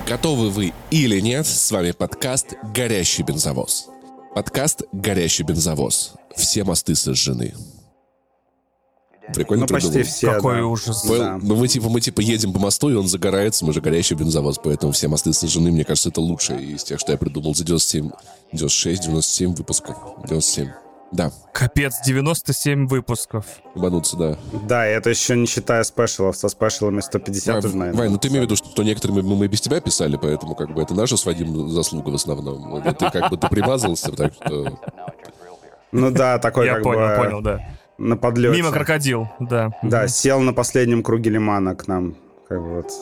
Готовы вы или нет? С вами подкаст «Горящий бензовоз». Подкаст «Горящий бензовоз». Все мосты сожжены. Прикольно придумал. Почти все, Какой да. ужас. Да. Мы едем по мосту, и он загорается, мы же горящий бензовоз, поэтому все мосты сожжены. Мне кажется, это лучшее из тех, что я придумал за 97 выпусков. 97. Да. Капец, 97 выпусков. Ебануться, да. Да, и это еще не считая спешалов. Со спешалами 150 уже, наверное. Вань, ну ты имеешь в виду, что некоторыми мы без тебя писали, поэтому как бы это наша с Вадимом заслуга в основном. Ты как бы ты примазался, так что... Ну да, такой Я как понял, бы понял, да. на подлете. Мимо крокодил, да. Да, сел на последнем круге Лимана к нам. Как бы вот.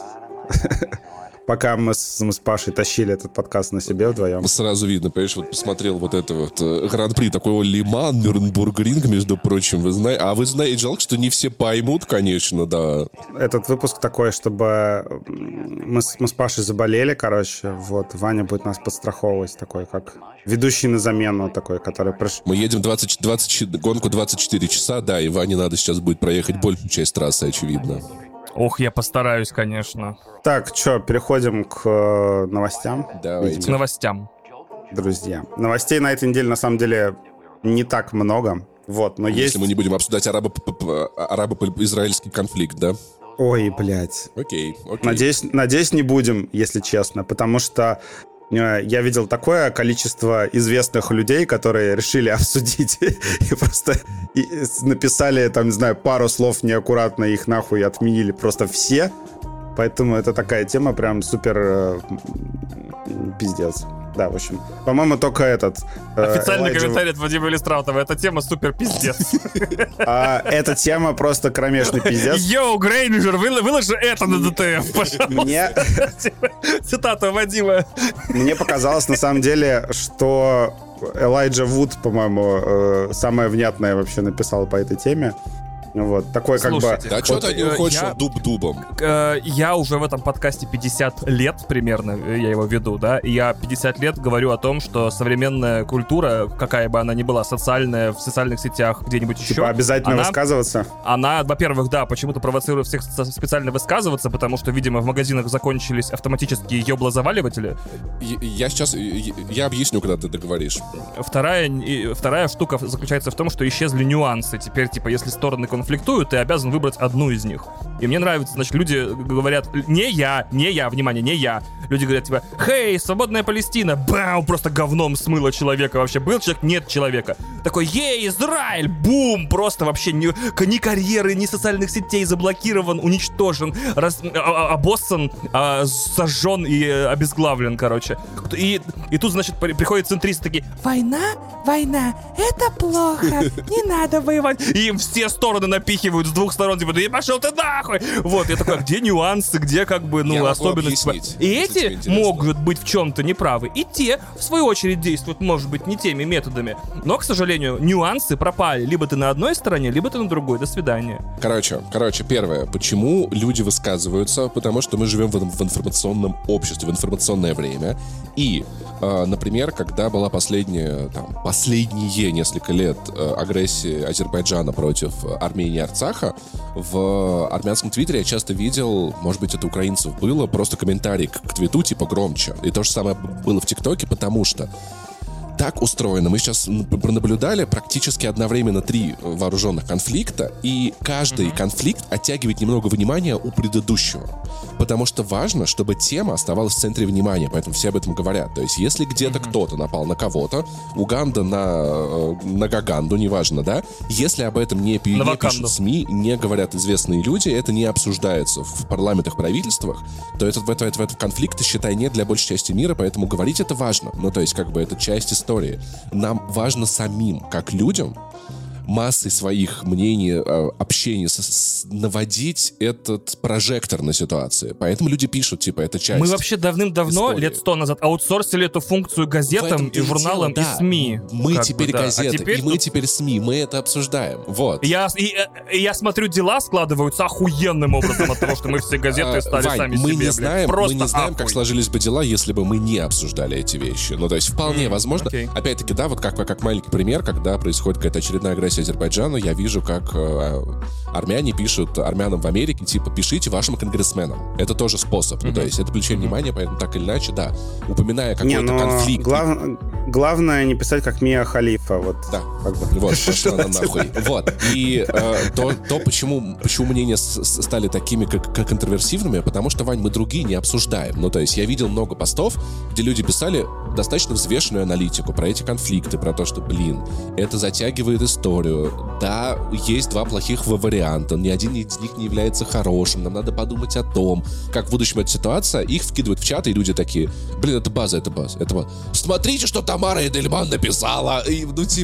Пока мы с Пашей тащили этот подкаст на себе вдвоем. Сразу видно, понимаешь, вот посмотрел вот это вот гран-при такого Лиман, Нюрнбург-ринг, между прочим, вы знаете. А вы знаете, жалко, что не все поймут, конечно, да. Этот выпуск такой, чтобы мы с Пашей заболели, короче, вот, Ваня будет нас подстраховывать, такой, как ведущий на замену такой, который... Мы едем гонку 24 часа, да, и Ване надо сейчас будет проехать большую часть трассы, очевидно. Ох, я постараюсь, конечно. Так, что, переходим к новостям. Давайте. К новостям. Друзья. Новостей на этой неделе, на самом деле, не так много. Вот, но Если есть... мы не будем обсуждать арабо-израильский конфликт, да? Ой, блядь. Окей. Надеюсь, не будем, если честно, потому что я видел такое количество известных людей, которые решили обсудить и просто написали, там, не знаю, пару слов неаккуратно, их нахуй отменили просто все. Поэтому это такая тема прям супер пиздец. Да, в общем. По-моему, только этот... Официальный комментарий от Вадима Иллистратова. Эта тема супер пиздец. Эта тема просто кромешный пиздец. Йоу, Грейнджер, выложи это на ДТФ, пожалуйста. Цитата Вадима. Мне показалось, на самом деле, что Элайджа Вуд, по-моему, самое внятное вообще написал по этой теме. Вот, такой Слушайте, как бы... Да что ты не уходишь дуб-дубом? Я уже в этом подкасте 50 лет примерно, я его веду, да, и я 50 лет говорю о том, что современная культура, какая бы она ни была, социальная, в социальных сетях, где-нибудь еще... Типа обязательно высказываться? Она, во-первых, да, почему-то провоцирует всех специально высказываться, потому что, видимо, в магазинах закончились автоматические ёблозаваливатели. Я объясню, когда ты договоришь. Вторая штука заключается в том, что исчезли нюансы. Теперь, типа, если стороны конфликтуют, ты обязан выбрать одну из них. И мне нравится, значит, люди говорят, не я, внимание, не я. Люди говорят, типа, хей, свободная Палестина, бау, просто говном смыло человека вообще. Был человек, нет человека. Такой, ей, Израиль, бум, просто вообще ни карьеры, ни социальных сетей, заблокирован, уничтожен, обоссан, сожжен и обезглавлен, короче. И тут, значит, приходят центристы такие, война, это плохо, не надо воевать. И им все стороны напихивают с двух сторон, типа, да пошел ты нахуй! Вот, я такой, а где нюансы, где как бы, особенности? И эти могут быть в чем-то неправы, и те, в свою очередь, действуют, может быть, не теми методами. Но, к сожалению, нюансы пропали. Либо ты на одной стороне, либо ты на другой. До свидания. Короче, первое. Почему люди высказываются? Потому что мы живем в информационном обществе, в информационное время. И, например, когда была последние несколько лет агрессии Азербайджана против Армении и Арцаха, в армянском твиттере я часто видел, может быть, это украинцев было, просто комментарий к твиту типа громче. И то же самое было в ТикТоке, потому что так устроено. Мы сейчас пронаблюдали практически одновременно 3 вооруженных конфликта, и каждый конфликт оттягивает немного внимания у предыдущего. Потому что важно, чтобы тема оставалась в центре внимания, поэтому все об этом говорят. То есть, если где-то кто-то напал на кого-то, Уганда на Гаганду, неважно, да, если об этом не пишут СМИ, не говорят известные люди, это не обсуждается в парламентах, правительствах, то этот конфликт, считай, нет для большей части мира, поэтому говорить это важно. Ну, то есть, как бы, это часть истории. Нам важно самим, как людям, массой своих мнений, общения, наводить этот прожектор на ситуации. Поэтому люди пишут, типа, это часть. Мы вообще давным-давно, истории. лет 100 назад, аутсорсили эту функцию газетам и журналам, и СМИ. Мы теперь да. газеты, и мы теперь СМИ, мы это обсуждаем. Вот. Я смотрю, дела складываются охуенным образом от того, что мы все газеты стали Вань, сами мы себе, не знаем, Просто мы не знаем, как сложились бы дела, если бы мы не обсуждали эти вещи. Ну, то есть, вполне возможно. окей. Опять-таки, да, вот как маленький пример, когда происходит какая-то очередная агрессия власти Азербайджана, я вижу, как армяне пишут армянам в Америке, типа, пишите вашим конгрессменам. Это тоже способ. Ну, то есть это привлечение внимания, поэтому так или иначе, да, упоминая какой-то конфликт. Главное не писать, как Мия Халифа. Вот, да. Как бы. Вот, пошла она нахуй. Вот. И почему мнения стали такими как контроверсивными, потому что, Вань, мы другие не обсуждаем. Ну, то есть я видел много постов, где люди писали достаточно взвешенную аналитику про эти конфликты, про то, что, это затягивает историю. Да, есть два плохих варианта, ни один из них не является хорошим, нам надо подумать о том, как в будущем эта ситуация, их вкидывают в чат, и люди такие, это база. Смотрите, что Тамара Эдельман написала. И,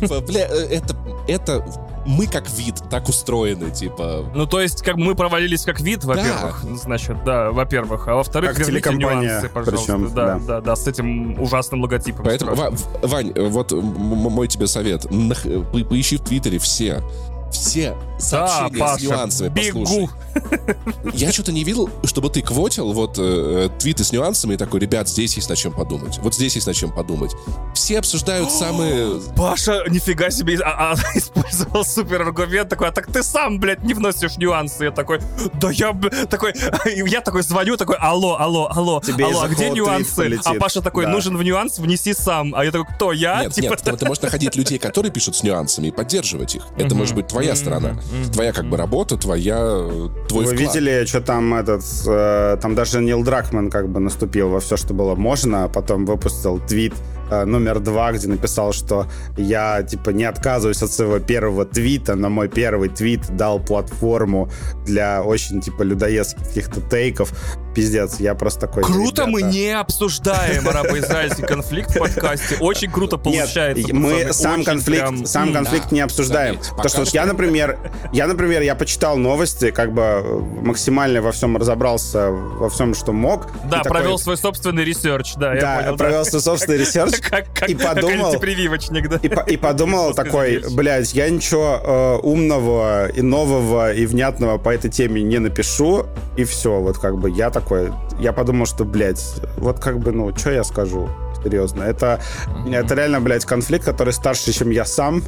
это мы как вид так устроены, типа... Ну, то есть, как бы мы провалились как вид, во-первых, значит, да, во-первых. А во-вторых, верните нюансы, пожалуйста. Причем, да, с этим ужасным логотипом. Поэтому, Вань, вот мой тебе совет. Поищи в Твиттере все сообщения Паша, с нюансами, бегу. послушай. Я что-то не видел, чтобы ты квотил твиты с нюансами и такой, ребят, здесь есть над чем подумать. Вот здесь есть над чем подумать. Все обсуждают самые... Паша, нифига себе, использовал супер аргумент такой, а так ты сам, блядь, не вносишь нюансы. Я такой, я такой звоню, такой, алло, а где нюансы? А Паша такой, нужен в нюанс, внеси сам. А я такой, кто, я? Нет, ты можешь находить людей, которые пишут с нюансами, и поддерживать их. Это может быть твоя сторона. Твоя как бы работа, твой Вы вклад. видели, что там там даже Нил Дракман как бы наступил во все, что было можно, а потом выпустил твит номер 2, где написал, что я, типа, не отказываюсь от своего первого твита, но мой первый твит дал платформу для очень, типа, людоедских каких-то тейков. Пиздец, я просто такой... Круто, мы не обсуждаем арабо-израильский конфликт в подкасте. Очень круто получается. Нет, мы сам конфликт не обсуждаем. Потому что я, например, я почитал новости, как бы максимально во всем разобрался, во всем, что мог. Да, провел свой собственный ресерч, да, я понял. Провел свой собственный ресерч. И подумал... прививочник, да. И подумал такой, блядь, я ничего умного и нового и внятного по этой теме не напишу, и все, вот как бы я подумал, что, блядь, вот как бы, что я скажу? Серьезно. Это реально, блядь, конфликт, который старше, чем я сам.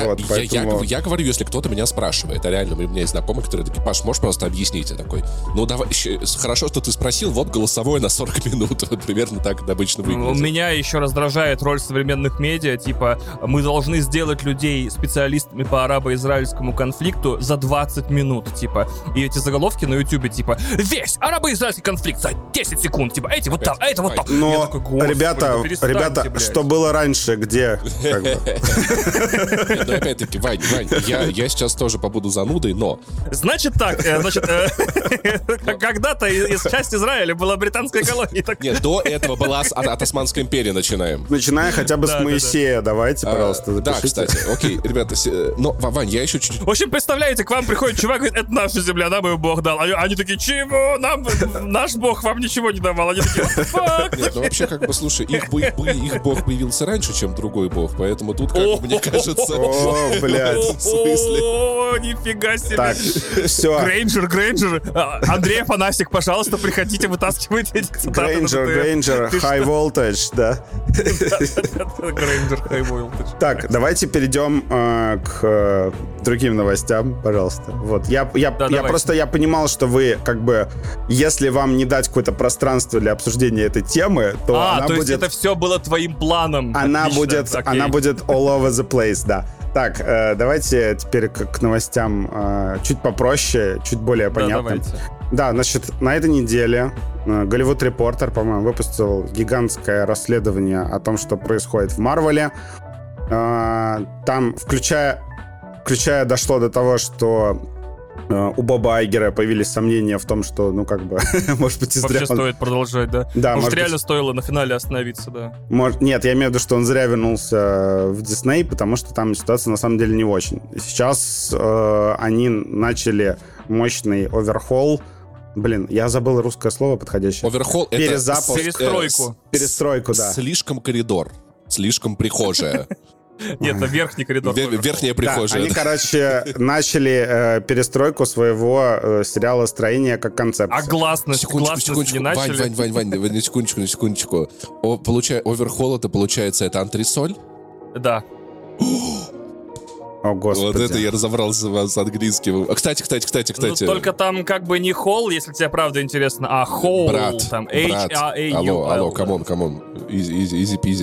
Я говорю, если кто-то меня спрашивает, а реально у меня есть знакомые, которые такие, Паш, можешь просто объяснить? Я такой, давай, хорошо, что ты спросил, вот голосовое на 40 минут. Вот примерно так это обычно выглядит. Меня еще раздражает роль современных медиа, типа, мы должны сделать людей специалистами по арабо-израильскому конфликту за 20 минут, типа. И эти заголовки на Ютубе, типа, весь арабо-израильский конфликт за 10 секунд, типа, эти вот там, а это вот там. Но, ребята, что было раньше, где? Но опять-таки, Вань, я сейчас тоже побуду занудой, но... Значит, когда-то часть Израиля была британской колонией. Нет, до этого была от Османской империи начинаем. Начиная хотя бы с Моисея, давайте, пожалуйста, запишите. Да, кстати, окей, ребята, но, Вань, я еще чуть-чуть... В общем, представляете, к вам приходит чувак, говорит, это наша земля, нам ее Бог дал. Они такие, чего? Наш Бог вам ничего не давал. Они такие, фак. Нет, вообще, как бы, слушай, их Бог появился раньше, чем другой Бог, поэтому тут, как бы, мне кажется... О, блядь. В смысле? О, нифига себе. Так, все. Грейнджер. Андрей Афанасик, пожалуйста, приходите, вытаскивайте эти цитаты. Грейнджер, high voltage, да. Грейнджер, high voltage. Так, давайте перейдем к другим новостям, пожалуйста. Вот, я понимал, что вы, как бы, если вам не дать какое-то пространство для обсуждения этой темы, то она будет... есть это все было твоим планом. Она будет all over the place, да. Так, давайте теперь к новостям чуть попроще, чуть более понятным. Да, значит, на этой неделе Голливуд Репортер, по-моему, выпустил гигантское расследование о том, что происходит в Марвеле. Там, включая дошло до того, что у Боба Айгера появились сомнения в том, что, может быть, вообще стоит продолжать, да? Да, может реально стоило на финале остановиться, да? Нет, я имею в виду, что он зря вернулся в Дисней, потому что там ситуация на самом деле не очень. Сейчас они начали мощный оверхолл. Блин, я забыл русское слово подходящее. Оверхолл — это... Перестройку. Перестройку, да. Слишком коридор, слишком прихожая. Нет, это верхний коридор. Верхняя прихожая. Да, они, начали перестройку своего сериала «Строение» как концепция. А гласность не начали? Вань, секундочку. Оверхолл — это, получается, это антресоль? Да. О, господи. Вот это я разобрался с английским. Кстати. Ну, только там как бы не холл, если тебе правда интересно, а холл. Брат, там брат. H-A-A-U. Алло, камон. Изи-пизи.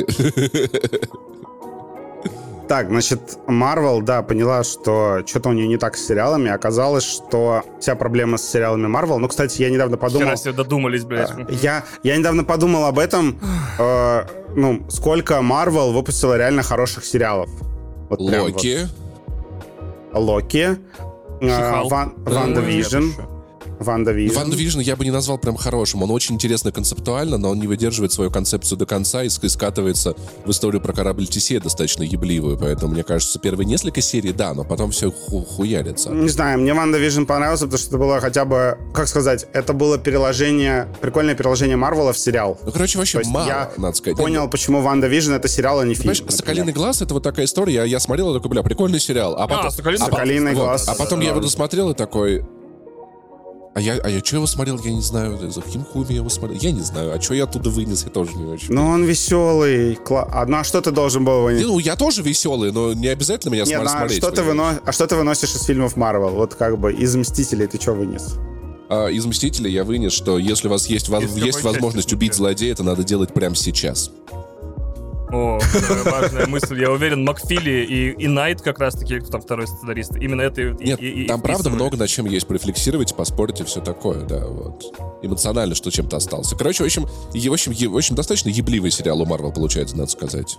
Так, значит, Marvel, да, поняла, что что-то у нее не так с сериалами. Оказалось, что вся проблема с сериалами Marvel... Ну, кстати, я недавно подумал... Хера себе додумались, блядь. Я недавно подумал об этом. Сколько Marvel выпустила реально хороших сериалов. Вот прям Локи. вот. Локи. Ванда Вижн. Ванда Вижн я бы не назвал прям хорошим. Он очень интересно концептуально, но он не выдерживает свою концепцию до конца и скатывается в историю про корабль Тесея достаточно ебливую. Поэтому, мне кажется, первые несколько серий, да, но потом все хуярится. Не знаю, мне Ванда Вижн понравился, потому что это было хотя бы, как сказать, это было прикольное переложение Марвела в сериал. Ну, короче, вообще мало, надо сказать. Понял, почему Ванда Вижн это сериал, а не фильм. Понимаешь, «Соколиный глаз» — это вот такая история. Я смотрел, и такой, прикольный сериал. А потом, «Соколиный глаз». А потом я его досмотрел и такой... А я что его смотрел, я не знаю. За каким хуем я его смотрел? Я не знаю. А что я оттуда вынес, я тоже не очень. Ну, он веселый. Ну, а что ты должен был вынести? Ну, я тоже веселый, но не обязательно меня смотреть. А что ты выносишь из фильмов Марвел? Вот как бы из «Мстителей» ты что вынес? Из «Мстителей» я вынес, что если у вас есть возможность убить злодея, это надо делать прямо сейчас. О, важная мысль. Я уверен, Макфили и Найт как раз-таки, кто там второй сценарист, именно это Нет, там правда много над чем есть порефлексировать, поспорить и все такое, да, вот. Эмоционально, что чем-то остался. Короче, в общем, достаточно ебливый сериал у Марвел получается, надо сказать.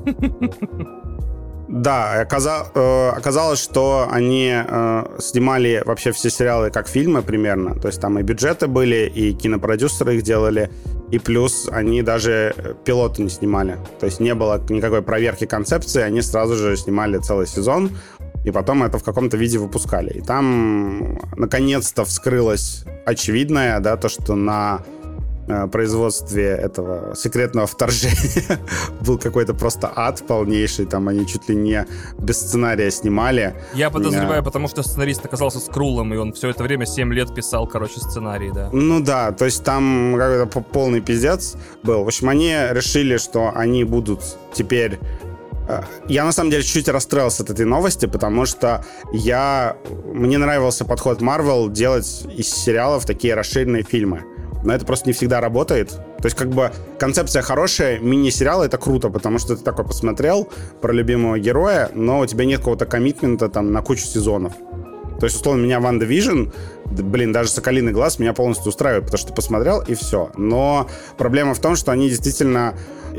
Да, оказалось, что они снимали вообще все сериалы как фильмы примерно. То есть там и бюджеты были, и кинопродюсеры их делали, и плюс они даже пилоты не снимали. То есть не было никакой проверки концепции, они сразу же снимали целый сезон, и потом это в каком-то виде выпускали. И там наконец-то вскрылось очевидное, да, то, что на производстве этого секретного вторжения был какой-то просто ад полнейший, там они чуть ли не без сценария снимали. Я подозреваю, потому что сценарист оказался скрулом, и он все это время 7 лет писал, сценарий, да. Ну да, то есть там какой-то полный пиздец был. В общем, они решили, что они будут теперь... Я, на самом деле, чуть расстроился от этой новости, потому что мне нравился подход Marvel делать из сериалов такие расширенные фильмы. Но это просто не всегда работает. То есть, как бы, концепция хорошая, мини-сериал — это круто, потому что ты такой посмотрел про любимого героя, но у тебя нет какого-то коммитмента там на кучу сезонов. То есть, условно, меня Ванда Вижн, даже «Соколиный глаз» меня полностью устраивает, потому что ты посмотрел, и все. Но проблема в том, что они действительно...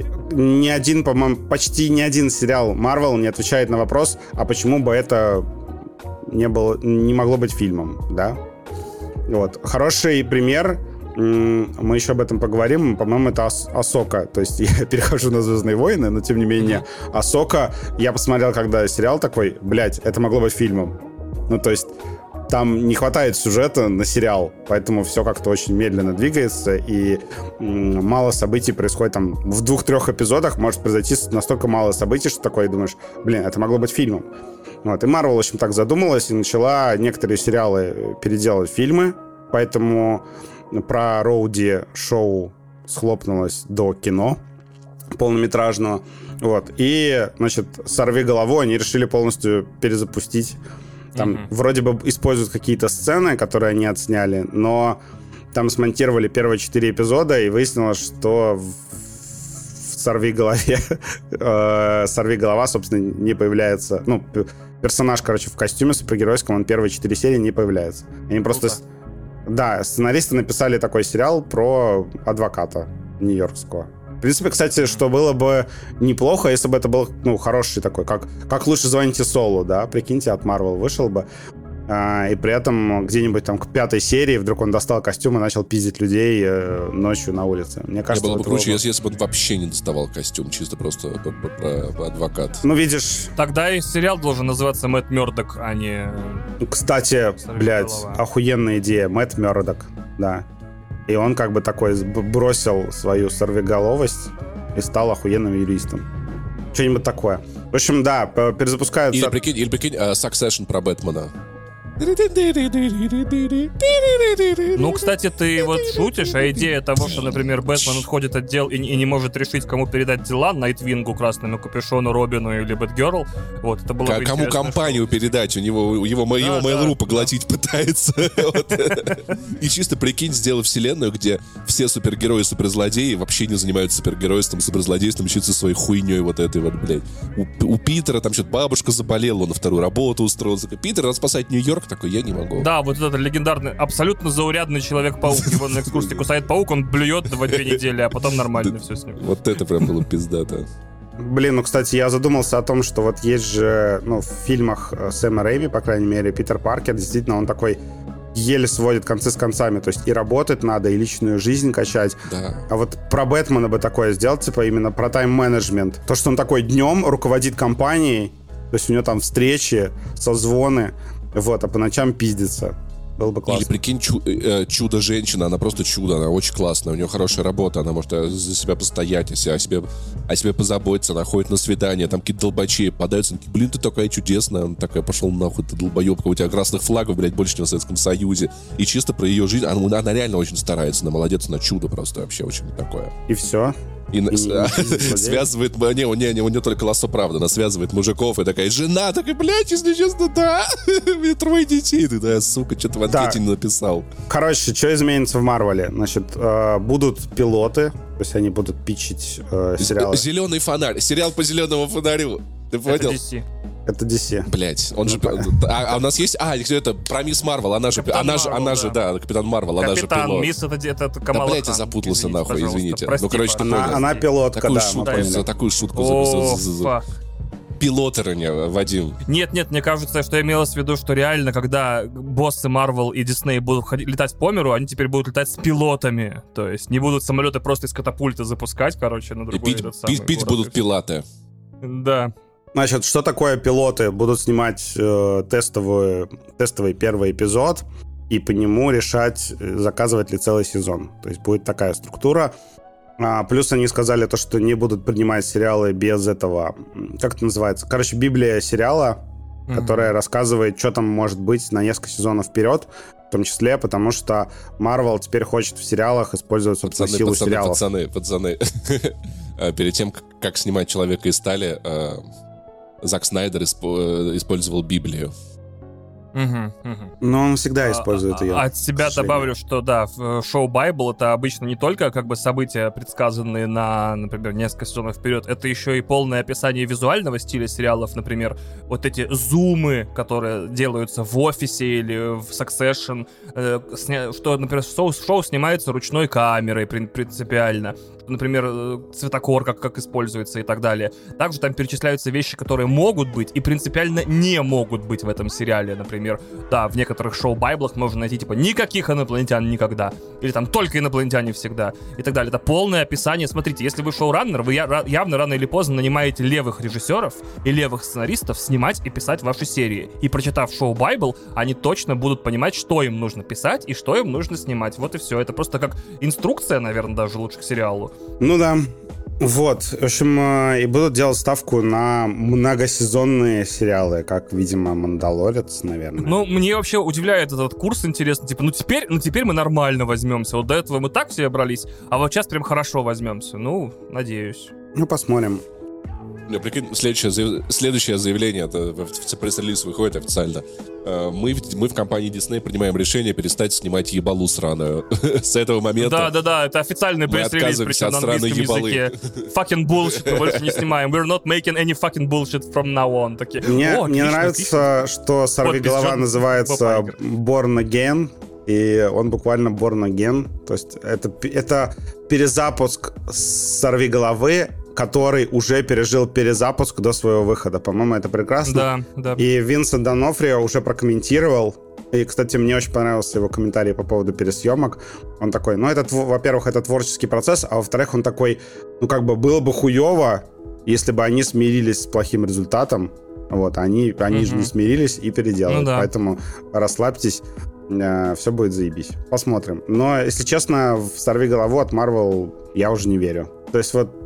почти ни один сериал Marvel не отвечает на вопрос, а почему бы это не могло быть фильмом, да? Вот. Хороший пример... Мы еще об этом поговорим. По-моему, это Асока. То есть я перехожу на «Звездные войны», но тем не менее Асока, я посмотрел, когда сериал такой, это могло быть фильмом. Ну, то есть там не хватает сюжета на сериал, поэтому все как-то очень медленно двигается, и мало событий происходит там в 2-3 эпизодах, может произойти настолько мало событий, что такое, думаешь, это могло быть фильмом. Вот. И Marvel, в общем, так задумалась и начала некоторые сериалы переделывать в фильмы, поэтому про Роуди шоу схлопнулось до кино полнометражного. Вот. И, значит, «Сорви голову» они решили полностью перезапустить. Там вроде бы используют какие-то сцены, которые они отсняли, но там смонтировали первые 4 эпизода, и выяснилось, что в «Сорви голове» «Сорви голова», собственно, не появляется. Ну, персонаж, в костюме супергеройском, он первые 4 серии не появляется. Они просто... Да, сценаристы написали такой сериал про адвоката нью-йоркского. В принципе, кстати, что было бы неплохо, если бы это был, хороший такой, как «Лучше звоните Солу», да, прикиньте, от Marvel вышел бы. И при этом где-нибудь там к 5 серии вдруг он достал костюм и начал пиздить людей ночью на улице. Мне кажется, было бы круче, если бы он вообще не доставал костюм, чисто просто адвокат. Ну, видишь... Тогда и сериал должен называться «Мэтт Мёрдок», а не... Кстати, охуенная идея. Мэтт Мёрдок, да. И он как бы такой бросил свою сорвиголовость и стал охуенным юристом. Что-нибудь такое. В общем, да, перезапускаются... Или прикинь, Succession про Бэтмена. Ну, кстати, ты вот шутишь, а идея того, что, например, Бэтмен отходит от дел и не может решить, кому передать дела, Найтвингу, Красному Капюшону, Робину или Бэтгерл, вот, это было бы Кому интересно, компанию передать? У него его Mail.ru поглотить пытается. И чисто прикинь, сделав вселенную, где все супергерои и суперзлодеи вообще не занимаются супергеройством, суперзлодейством, ищутся своей хуйней вот этой вот, блядь. У Питера там что-то бабушка заболела, он на вторую работу устроился. Питер надо спасать Нью-Йорк, такой, я не могу. Да, вот этот легендарный, абсолютно заурядный Человек-паук. Его на экскурсии кусает паук, он блюет 2 недели, а потом нормально все с ним. Вот это прям было пиздато. Блин, ну, кстати, я задумался о том, что вот есть же, ну, в фильмах Сэма Рэйми, по крайней мере, Питер Паркер, действительно, он такой еле сводит концы с концами, то есть и работать надо, и личную жизнь качать. Да. А вот про Бэтмена бы такое сделать, типа именно про тайм-менеджмент. То, что он такой днем руководит компанией, то есть у него там встречи, созвоны, вот, а по ночам пиздится. Было бы классно. Или прикинь, чудо-женщина, она просто чудо, она очень классная, у нее хорошая работа, она может за себя постоять, о себе позаботиться, она ходит на свидание, там какие-то долбачи подаются, они такие, блин, ты такая чудесная, она такая, пошел нахуй, ты долбоебка, у тебя красных флагов, блядь, больше, чем в Советском Союзе. И чисто про ее жизнь, она реально очень старается, она молодец, она чудо просто вообще очень такое. И все. И связывает... У нее только лассо правда. Она связывает мужиков и такая, жена, такая, блядь, если честно, да. У меня 3 детей. Ты, да, сука, что-то в анкете не написал. Короче, что изменится в Марвеле? Значит, будут пилоты, то есть они будут питчить сериалы. Зеленый фонарь. Сериал по зеленому фонарю. Ты понял? Это DC. Это DC. Блять, он же... А у нас есть... это про Мисс Марвел. Она же, да, Капитан Марвел. Она же пилот. Капитан, Мисс, это Камала Да, блять, я Хан. запутался нахуй, извините. Прости, короче, ты понял. Она пилотка, да, мы поняли. За такую шутку. Фак. Пилотеры, Вадим. Нет, мне кажется, что имелось в виду, что реально, когда боссы Marvel и Disney будут летать по миру, они теперь будут летать с пилотами. То есть не будут самолеты просто из катапульты запускать, короче, на другой этот самый Пить город. будут пилаты. Да. Значит, что такое пилоты? Будут снимать тестовый первый эпизод и по нему решать, заказывать ли целый сезон. То есть будет такая структура. Плюс они сказали то, что не будут принимать сериалы без этого... Как это называется? Короче, библия сериала, которая рассказывает, что там может быть на несколько сезонов вперед, в том числе потому, что Marvel теперь хочет в сериалах использовать, собственно, силу сериалов. Пацаны. Перед тем, как снимать «Человека из стали», Зак Снайдер использовал Библию. Но он всегда использует ее. От себя добавлю, что да, шоу Bible — это обычно не только как бы события, предсказанные на, например, несколько сезонов вперед, это еще и полное описание визуального стиля сериалов, например, вот эти зумы, которые делаются в офисе или в Succession, что, например, шоу снимается ручной камерой принципиально, например, цветокор как используется и так далее. Также там перечисляются вещи, которые могут быть и принципиально не могут быть в этом сериале. Например, да, в некоторых шоу-байблах можно найти, типа, никаких инопланетян никогда. Или там только инопланетяне всегда. И так далее. Это полное описание. Смотрите, если вы шоураннер, вы явно рано или поздно нанимаете левых режиссеров и левых сценаристов снимать и писать ваши серии. И прочитав шоу-байбл, они точно будут понимать, что им нужно писать и что им нужно снимать. Вот и все. Это просто как инструкция, наверное, даже лучше к сериалу. Ну да. Вот, в общем, и будут делать ставку на многосезонные сериалы, как, видимо, «Мандалорец», наверное. Ну, мне вообще удивляет этот курс, интересно, типа, теперь мы нормально возьмемся. Вот до этого мы так все брались, а вот сейчас прям хорошо возьмемся. Ну, надеюсь. Ну, посмотрим. Прикинь, следующее заявление, это в пресс-релиз выходит официально. Мы в компании Disney принимаем решение перестать снимать ебалу сраную. С этого момента... Да, это официальный пресс-релиз, причем на английском языке. Fucking bullshit, мы больше не снимаем. We're not making any fucking bullshit from now on. Такие, мне нравится, что «Сорвиголова» называется Born Again, и он буквально Born Again. То есть это перезапуск «Сорвиголовы», который уже пережил перезапуск до своего выхода. По-моему, это прекрасно. Да. И Винсент Донофрио уже прокомментировал. И, кстати, мне очень понравился его комментарий по поводу пересъемок. Он такой, во-первых, это творческий процесс, а во-вторых, он такой, было бы хуево, если бы они смирились с плохим результатом. Вот, они же не смирились и переделают. Поэтому расслабьтесь, все будет заебись. Посмотрим. Но, если честно, в «Сорвиголову» от Marvel я уже не верю. То есть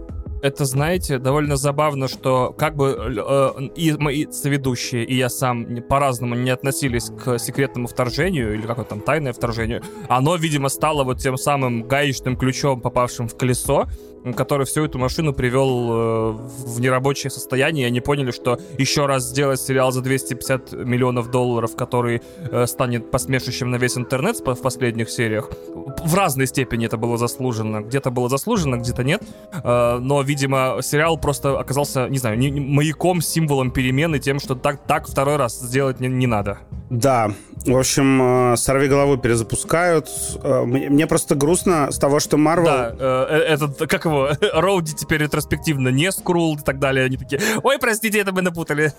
Это, знаете, довольно забавно, что как бы и мои соведущие, и я сам по-разному не относились к секретному вторжению, или как это там, тайное вторжение. Оно, видимо, стало вот тем самым гаечным ключом, попавшим в колесо, который всю эту машину привел в нерабочее состояние, и они поняли, что еще раз сделать сериал за $250 миллионов, который станет посмешищем на весь интернет в последних сериях, в разной степени это было заслуженно. Где-то было заслуженно, где-то нет. Но, видимо, сериал просто оказался, не знаю, маяком, символом перемены, тем, что так второй раз сделать не надо. Да, в общем, «Сорвиголову» перезапускают. Мне просто грустно с того, что Marvel... Да, этот, как его, Роуди теперь ретроспективно не Скрул и так далее. Они такие, ой, простите, это мы напутали.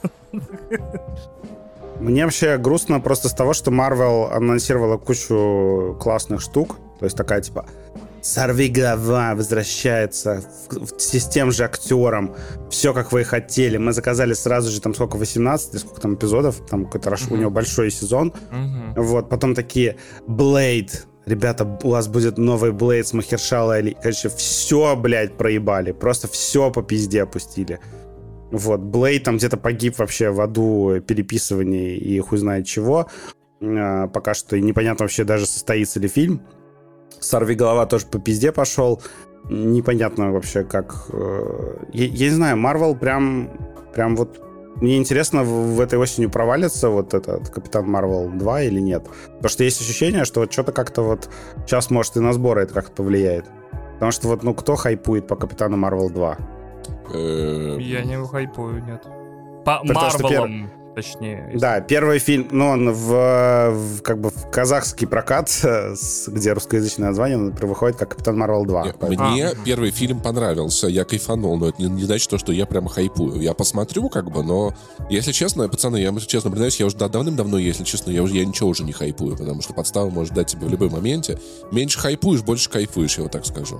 Мне вообще грустно просто с того, что Marvel анонсировала кучу классных штук. То есть такая типа «Сорвиголова возвращается с тем же актером. Все, как вы и хотели. Мы заказали сразу же там сколько, 18 или сколько там эпизодов. Там какой-то у него большой сезон. Вот, потом такие «Блейд». Ребята, у вас будет новый Блейд с Махершала Али. Короче, все, блядь, проебали. Просто все по пизде опустили. Вот, Блейд там где-то погиб вообще в аду переписываний и хуй знает чего. Пока что непонятно вообще даже, состоится ли фильм. «Сорвиголова» тоже по пизде пошел. Непонятно вообще как... Я не знаю, Marvel прям вот... Мне интересно, в этой осенью провалится вот этот «Капитан Марвел 2» или нет. Потому что есть ощущение, что вот что-то как-то вот сейчас, может, и на сборы это как-то повлияет. Потому что вот, ну, кто хайпует по «Капитану Марвел 2»? Я не хайпую, нет. По Марвелам, точнее. Да, первый фильм, ну, он в казахский прокат, где русскоязычное название, он выходит как «Капитан Марвел 2». Мне первый фильм понравился, я кайфанул, но это не значит, что я прямо хайпую. Я посмотрю, как бы, но, если честно, пацаны, я честно признаюсь, я уже давным-давно, если честно, я ничего уже не хайпую, потому что подстава может дать тебе в любой моменте. Меньше хайпуешь, больше кайфуешь, я вот так скажу.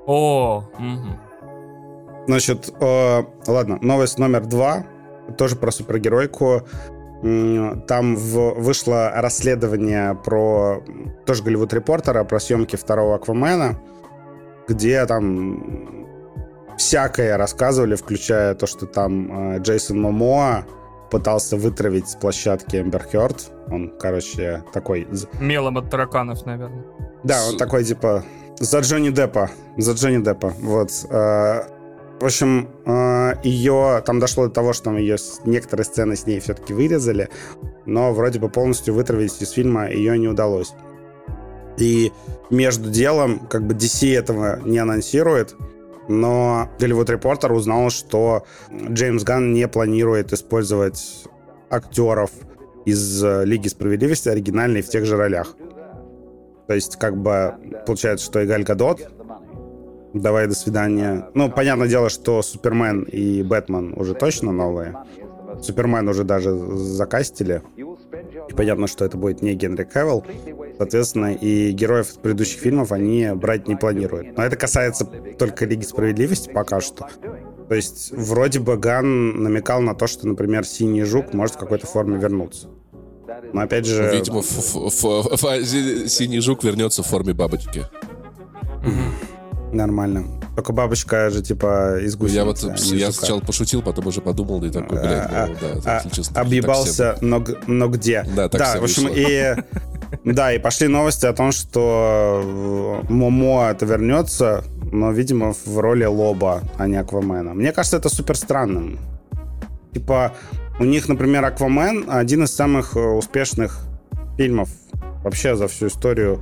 Значит, ладно, новость номер 2, тоже про супергеройку. Там вышло расследование про, тоже Голливуд Репортера, про съемки второго Аквамена, где там всякое рассказывали, включая то, что там Джейсон Момоа пытался вытравить с площадки Эмбер Хёрд. Он, короче, такой... Мелом от тараканов, наверное. Да, он такой, типа, за Джонни Деппа. Вот. В общем, ее... Там дошло до того, что там ее некоторые сцены с ней все-таки вырезали, но вроде бы полностью вытравить из фильма ее не удалось. И между делом, как бы DC этого не анонсирует, но Голливуд Репортер узнал, что Джеймс Ганн не планирует использовать актеров из Лиги Справедливости оригинальные в тех же ролях. То есть, как бы, получается, что и Галь Гадот, давай, до свидания. Ну, понятное дело, что Супермен и Бэтмен уже точно новые. Супермен уже даже закастили. И понятно, что это будет не Генри Кавилл. Соответственно, и героев предыдущих фильмов они брать не планируют. Но это касается только Лиги Справедливости пока что. То есть, вроде бы Ганн намекал на то, что, например, Синий Жук может в какой-то форме вернуться. Но опять же... Видимо, Синий Жук вернется в форме бабочки. Нормально. Только бабочка же, типа, из гусеницы. Я сначала пошутил, потом уже подумал, и такой, объебался, но где? Да, в общем, и пошли новости о том, что Момоа-то вернется, но, видимо, в роли Лоба, а не Аквамена. Мне кажется, это супер странным. Типа, у них, например, Аквамен один из самых успешных фильмов вообще за всю историю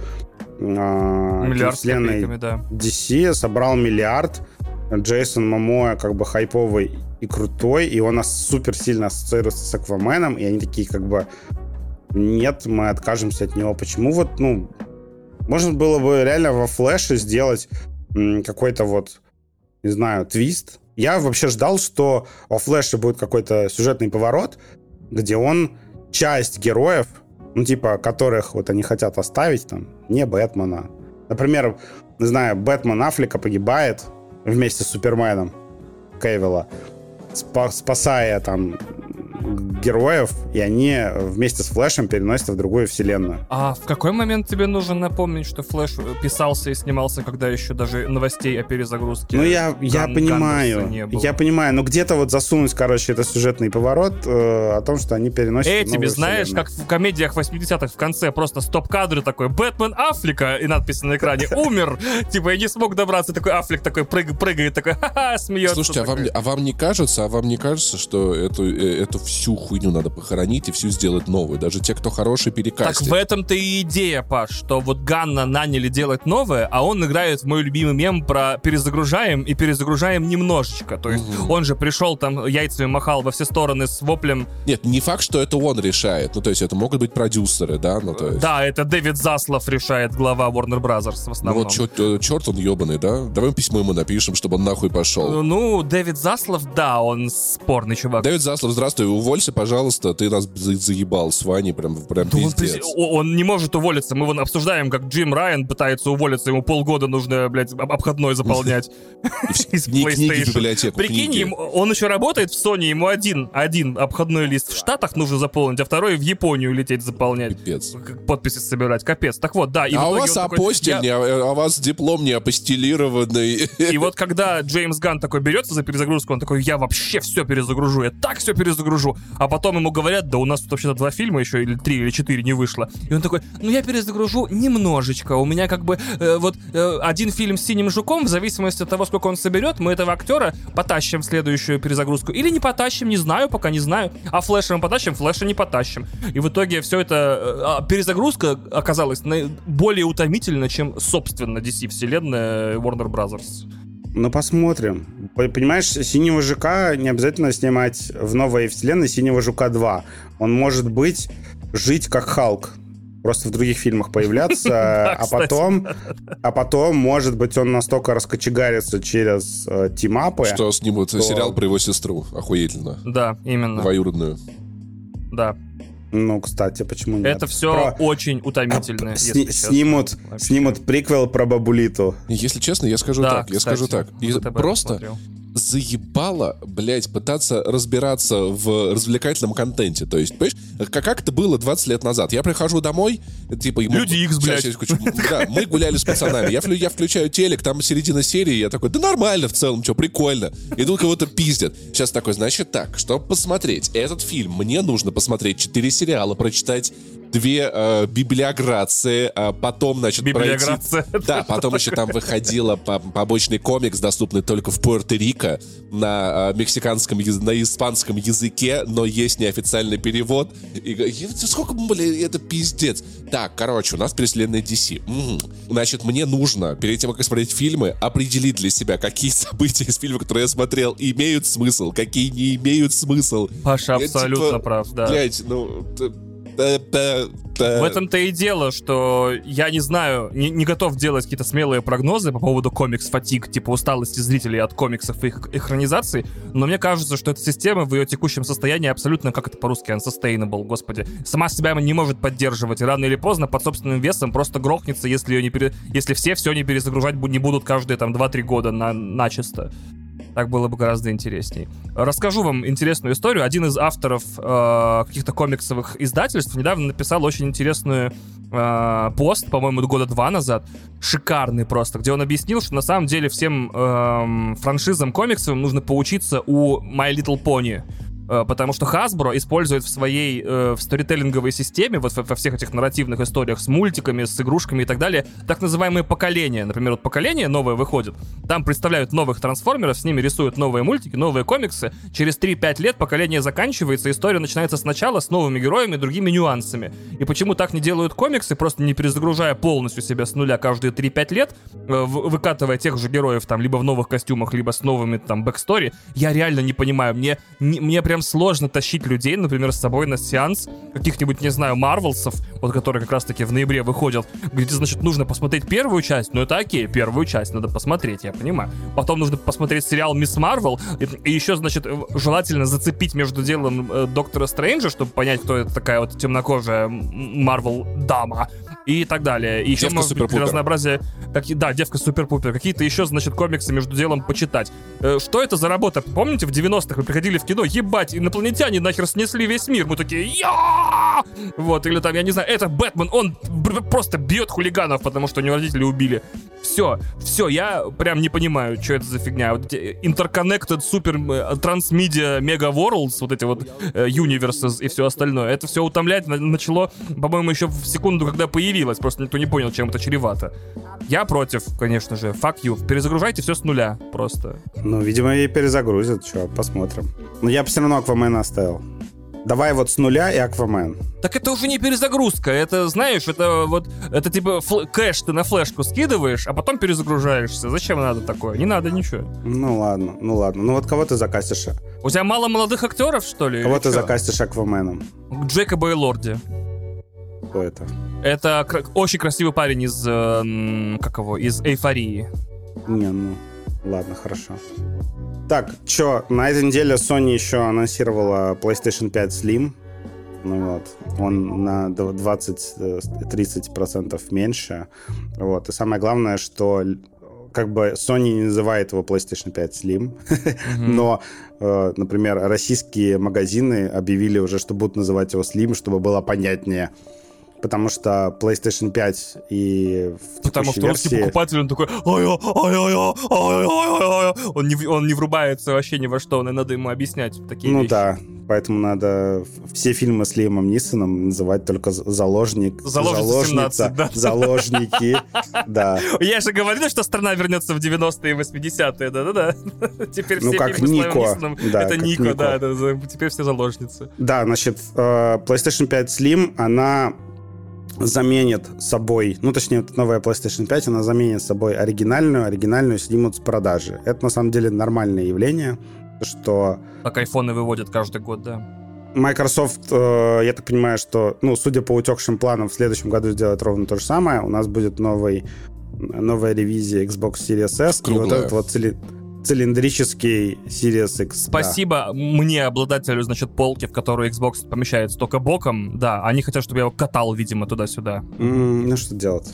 вселенной DC, собрал $1 миллиард. Джейсон Момоа как бы хайповый и крутой, и он нас супер сильно ассоциируется с Акваменом, и они такие как бы нет, мы откажемся от него. Почему вот, ну, можно было бы реально во Флэше сделать какой-то вот, не знаю, твист. Я вообще ждал, что во Флэше будет какой-то сюжетный поворот, где он часть героев, ну, типа, которых вот они хотят оставить, там, не Бэтмена. Например, не знаю, Бэтмен Аффлека погибает вместе с Суперменом Кевилла, спасая там героев, и они вместе с Флэшем переносятся в другую вселенную. А в какой момент тебе нужно напомнить, что Флэш писался и снимался, когда еще даже новостей о перезагрузке? Ну, я понимаю, но где-то вот засунуть, короче, это сюжетный поворот о том, что они переносятся в новую тебе, знаешь, вселенную. как в комедиях 80-х в конце просто стоп-кадры такой «Бэтмен Аффлека» и надпись на экране «Умер». Типа, я не смог добраться, такой Аффлек такой прыгает, такой ха-ха, смеется. Слушайте, а вам не кажется, что эту всю хуйню надо похоронить и всю сделать новую? Даже те, кто хороший, перекастят. Так в этом-то и идея, Паш, что вот Ганна наняли делать новое, а он играет в мой любимый мем про перезагружаем и перезагружаем немножечко. То есть он же пришел там, яйцами махал во все стороны с воплем. Нет, не факт, что это он решает. Ну, то есть это могут быть продюсеры, да? Ну, то есть... Да, это Дэвид Заслав решает, глава Warner Brothers в основном. Ну вот черт он ебаный, да? Давай письмо ему напишем, чтобы он нахуй пошел. Ну, Дэвид Заслав, да, он спорный чувак. Дэвид Заслав, здравствуй, уволься, пожалуйста, ты нас заебал с Ваней, прям пиздец. Он не может уволиться, мы его обсуждаем, как Джим Райан пытается уволиться, ему полгода нужно, блядь, обходной заполнять из Книги в PlayStation. библиотеку, Прикинь, он еще работает в Sony, ему один обходной лист в Штатах нужно заполнить, а второй в Японию лететь заполнять. Пипец. Подписи собирать, капец. Так вот, да. И а у вас апостиль, а у вас диплом не апостилированный. И вот когда Джеймс Ганн такой берется за перезагрузку, он такой, я вообще все перезагружу, я так все перезагружу. А потом ему говорят, да у нас тут вообще-то 2 фильма еще, или 3, или 4 не вышло. И он такой, ну я перезагружу немножечко. У меня как бы один фильм с синим жуком, в зависимости от того, сколько он соберет, мы этого актера потащим в следующую перезагрузку. Или не потащим, не знаю, пока не знаю. А Флэша мы потащим, Флэша не потащим. И в итоге все это... перезагрузка оказалась более утомительна, чем, собственно, DC-вселенная Warner Brothers. Ну, посмотрим. Понимаешь, «Синего жука» не обязательно снимать в новой вселенной «Синего жука 2». Он может жить как Халк. Просто в других фильмах появляться, а потом, может быть, он настолько раскочегарится через тимапы, что снимут сериал про его сестру. Охуительно. Да, именно. Двоюродную. Да. Ну, кстати, почему нет? Это все очень утомительно. Снимут приквел про Бабулиту. Если честно, я скажу так. Просто заебало, блядь, пытаться разбираться в развлекательном контенте. То есть, понимаешь, как это было 20 лет назад. Я прихожу домой, типа... Люди Икс, блядь. Да, мы гуляли с пацанами. Я включаю телек, там середина серии, я такой, да нормально в целом, что, прикольно. И тут кого-то пиздят. Сейчас такой, значит так, чтобы посмотреть этот фильм, мне нужно посмотреть 4 сериала, прочитать 2 библиограции, а потом, значит, пройти... Да, потом еще там выходила побочный комикс, доступный только в Пуэрто-Рико, на мексиканском, на испанском языке, но есть неофициальный перевод. И сколько, блин, это пиздец. Так, короче, у нас переселенная DC. Значит, мне нужно, перед тем, как смотреть фильмы, определить для себя, какие события из фильма, которые я смотрел, имеют смысл, какие не имеют смысл. Паша абсолютно прав, да. Блять, ну... В этом-то и дело, что я не знаю, не готов делать какие-то смелые прогнозы по поводу комикс-фатиг, типа усталости зрителей от комиксов и их экранизаций, но мне кажется, что эта система в ее текущем состоянии абсолютно, как это по-русски, unsustainable, господи, сама себя не может поддерживать, и рано или поздно под собственным весом просто грохнется, если все не перезагружать не будут каждые там 2-3 года начисто. Так было бы гораздо интересней. Расскажу вам интересную историю. Один из авторов каких-то комиксовых издательств недавно написал очень интересную пост, по-моему, 2 года назад. Шикарный просто, где он объяснил, что на самом деле всем франшизам комиксовым нужно поучиться у My Little Pony. Потому что Hasbro использует в своей в сторителлинговой системе, вот во всех этих нарративных историях с мультиками, с игрушками и так далее, так называемые поколения. Например, вот поколение новое выходит, там представляют новых трансформеров, с ними рисуют новые мультики, новые комиксы. Через 3-5 лет поколение заканчивается, история начинается сначала с новыми героями, другими нюансами. И почему так не делают комиксы, просто не перезагружая полностью себя с нуля каждые 3-5 лет, выкатывая тех же героев там либо в новых костюмах, либо с новыми там бэкстори, я реально не понимаю. Мне прям сложно тащить людей, например, с собой на сеанс каких-нибудь, не знаю, Марвелсов, вот которые как раз-таки в ноябре выходят, где, значит, нужно посмотреть первую часть, ну это окей, первую часть надо посмотреть, я понимаю. Потом нужно посмотреть сериал Мисс Марвел, и еще, значит, желательно зацепить между делом Доктора Стрэнджа, чтобы понять, кто это такая вот темнокожая Марвел-дама. и так далее. И еще, Девка может быть, для супер-пупер. разнообразия... Да, девка супер-пупер. Какие-то еще, значит, комиксы между делом почитать. Что это за работа? Помните, в 90-х вы приходили в кино, ебать, инопланетяне нахер снесли весь мир. Мы такие, я! Вот, или там, я не знаю, это Бэтмен, он просто бьет хулиганов, потому что у него родители убили. Все, я прям не понимаю, что это за фигня. Вот эти interconnected, супер, трансмедиа, мега worlds, вот эти вот universes и все остальное. Это все утомлять начало, по-моему, еще в секунду, когда появилось. Просто никто не понял, чем это чревато. Я против, конечно же. Fuck you. Перезагружайте все с нуля просто. Ну, видимо, ей перезагрузят. Что, посмотрим. Но я бы все равно Аквамена оставил. Давай вот с нуля и Аквамен. Так это уже не перезагрузка, это, знаешь, это вот, это типа кэш ты на флешку скидываешь, а потом перезагружаешься. Зачем надо такое? Не надо ничего. Ну ладно. Ну вот кого ты закастишь? У тебя мало молодых актеров, что ли? Кого или ты чё? закастишь Акваменом? Джейкоба Элорди. Кто это? Это очень красивый парень из, из «Эйфории». Не, ну, ладно, хорошо. Так, чё, на этой неделе Sony еще анонсировала PlayStation 5 Slim. Ну вот, он на 20-30% меньше. Вот, и самое главное, что как бы Sony не называет его PlayStation 5 Slim, но, например, российские магазины объявили уже, что будут называть его Slim, чтобы было понятнее. Потому что PlayStation 5 и в Потому что версии... русский покупатель, он такой, он не врубается вообще ни во что, надо ему объяснять такие Ну вещи. да, поэтому надо все фильмы с Лиамом Нисоном называть только заложник, Заложница 17, да. заложники, да. Я же говорил, что страна вернется в 90-е и 80-е, да-да-да. Теперь Ну, все как фильмы с Лиамом Нико. Нисоном, Да, это как Нико, Нико. да, теперь все заложницы. Да, значит, PlayStation 5 Slim, она заменит собой, ну, точнее, вот новая PlayStation 5, она заменит собой оригинальную снимут с продажи. Это, на самом деле, нормальное явление, что... Так айфоны выводят каждый год, да. Microsoft, я так понимаю, что, ну, судя по утекшим планам, в следующем году сделает ровно то же самое. У нас будет новая ревизия Xbox Series S. Круглая. И вот этот вот цилиндрический Series X. Спасибо мне, обладателю, значит, полки, в которую Xbox помещается только боком. Да, они хотят, чтобы я его катал, видимо, туда-сюда. Ну, что делать?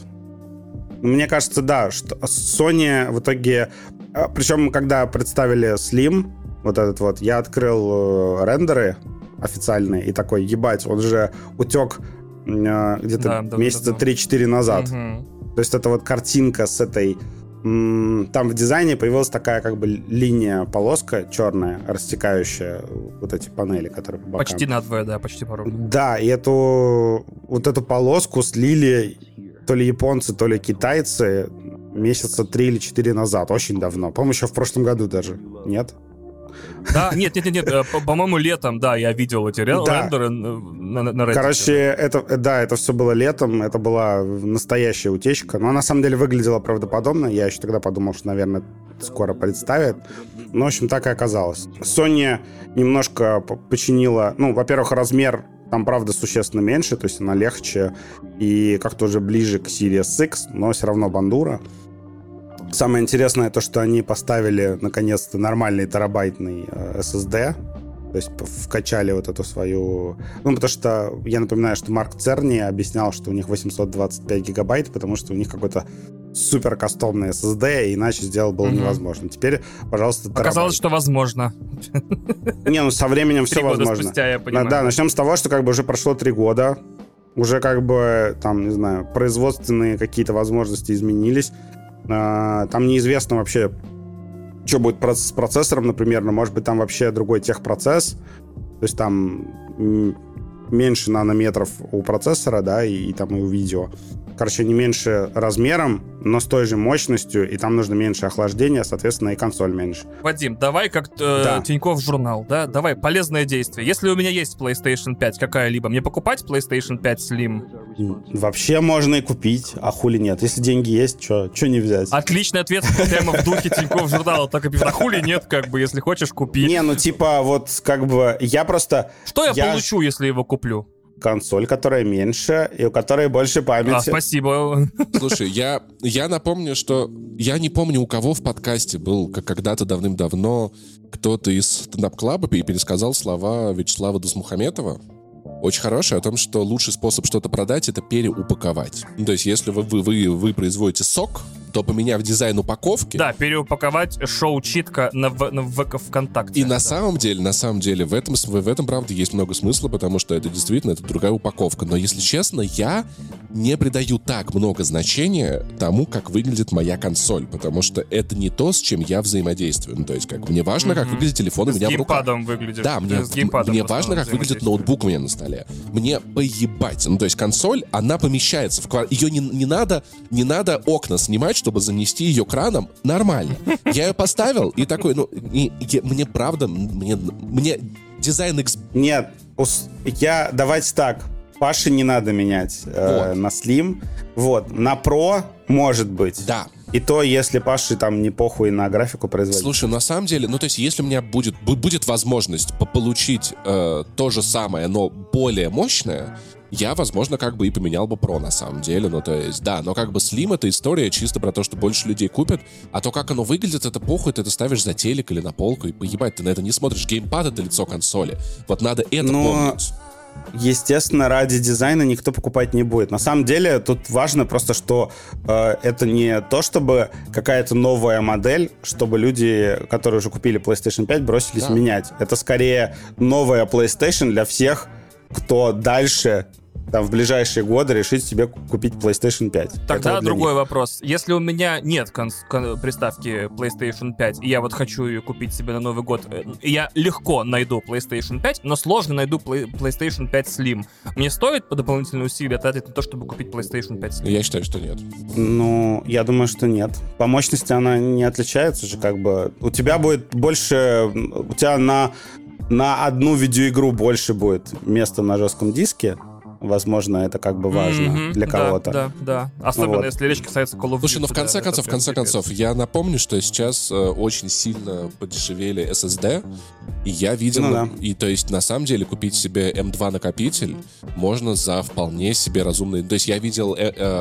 Мне кажется, да, что Sony в итоге... Причем, когда представили Slim, вот этот вот, я открыл рендеры официальные и такой, ебать, он же утек где-то месяца 3-4 назад. Угу. То есть это вот картинка с этой... Там в дизайне появилась такая как бы линия, полоска черная, растекающая вот эти панели, которые по бокам. Почти надвое, да, почти поровну. Да, и вот эту полоску слили то ли японцы, то ли китайцы месяца 3 или 4 назад, очень давно. По-моему, еще в прошлом году даже. Нет? Да, нет, по-моему, летом, да, я видел эти рендеры на Reddit. Короче, это все было летом, это была настоящая утечка, но на самом деле выглядело правдоподобно, я еще тогда подумал, что, наверное, скоро представят, но, в общем, так и оказалось. Sony немножко починила, ну, во-первых, размер там, правда, существенно меньше, то есть она легче и как-то уже ближе к Series X, но все равно бандура. Самое интересное то, что они поставили наконец-то нормальный терабайтный SSD, то есть вкачали вот эту свою... Ну, потому что я напоминаю, что Марк Церни объяснял, что у них 825 гигабайт, потому что у них какой-то супер кастомный SSD, и иначе сделать было невозможно. Теперь, пожалуйста, терабайт. Оказалось, что возможно. Не, ну со временем все 3 года возможно. спустя, я понимаю. Да, начнем с того, что как бы уже прошло 3 года, уже как бы там, не знаю, производственные какие-то возможности изменились. Там неизвестно вообще, что будет с процессором, например, но может быть там вообще другой техпроцесс, то есть там меньше нанометров у процессора, да, и там и у видео. Короче, не меньше размером, но с той же мощностью, и там нужно меньше охлаждения, соответственно, и консоль меньше. Вадим, давай как Тинькофф журнал, да? Давай, полезное действие. Если у меня есть PlayStation 5 какая-либо, мне покупать PlayStation 5 Slim? Вообще можно и купить, а хули нет. Если деньги есть, что не взять? Отличный ответ прямо в духе Тинькофф журнала. Так и хули нет, как бы, если хочешь, купи. Не, ну типа вот как бы я просто... Что я получу, если его куплю? Консоль, которая меньше и у которой больше памяти. Спасибо. Слушай, я напомню, что... Я не помню, у кого в подкасте был когда-то давным-давно кто-то из стендап-клаба и пересказал слова Вячеслава Досмухаметова. очень хорошая, о том, что лучший способ что-то продать — это переупаковать. Ну, то есть если вы производите сок, то, поменяв дизайн упаковки... Да, переупаковать шоу-читка на ВК ВКонтакте. И на самом деле, в этом, правда, есть много смысла, потому что это действительно это другая упаковка. Но, если честно, я не придаю так много значения тому, как выглядит моя консоль, потому что это не то, с чем я взаимодействую. Ну, то есть, как мне важно, как выглядит телефон у меня в руках. С геймпадом выглядишь. Да, мне важно, как выглядит ноутбук у меня на столе. Мне поебать. Ну, то есть, консоль, она помещается в квартиру. Ее не надо окна снимать, чтобы занести ее краном. Нормально. Я ее поставил и такой, мне правда, мне дизайн X... Нет, давайте так. Паше не надо менять на Slim. Вот. На Pro может быть. Да. И то, если Паше там не похуй на графику производить. Слушай, на самом деле, то есть, если у меня будет возможность получить то же самое, но более мощное, я, возможно, как бы и поменял бы Pro, на самом деле. Ну, то есть, да, но как бы Slim — это история чисто про то, что больше людей купят, а то, как оно выглядит, это похуй, ты это ставишь за телек или на полку, и поебать, ты на это не смотришь. Геймпад — это лицо консоли. Вот надо это помнить. Естественно, ради дизайна никто покупать не будет. На самом деле, тут важно просто, что это не то, чтобы какая-то новая модель, чтобы люди, которые уже купили PlayStation 5, бросились менять. Это скорее новая PlayStation для всех, кто дальше, там, в ближайшие годы решит себе купить PlayStation 5. Тогда другой вопрос. Если у меня нет приставки PlayStation 5, и я вот хочу ее купить себе на Новый год, я легко найду PlayStation 5, но сложно найду PlayStation 5 Slim. Мне стоит по дополнительные усилия тратить на то, чтобы купить PlayStation 5 Slim? Я считаю, что нет. Ну, я думаю, что нет. По мощности она не отличается же, как бы. У тебя будет больше... У тебя на одну видеоигру больше будет места на жестком диске. Возможно, это как бы важно для кого-то. Да. Особенно, если речь касается Call of Duty. Слушай, в конце концов, я напомню, что сейчас очень сильно подешевели SSD, и я видел, и то есть на самом деле купить себе M2 накопитель можно за вполне себе разумный. То есть я видел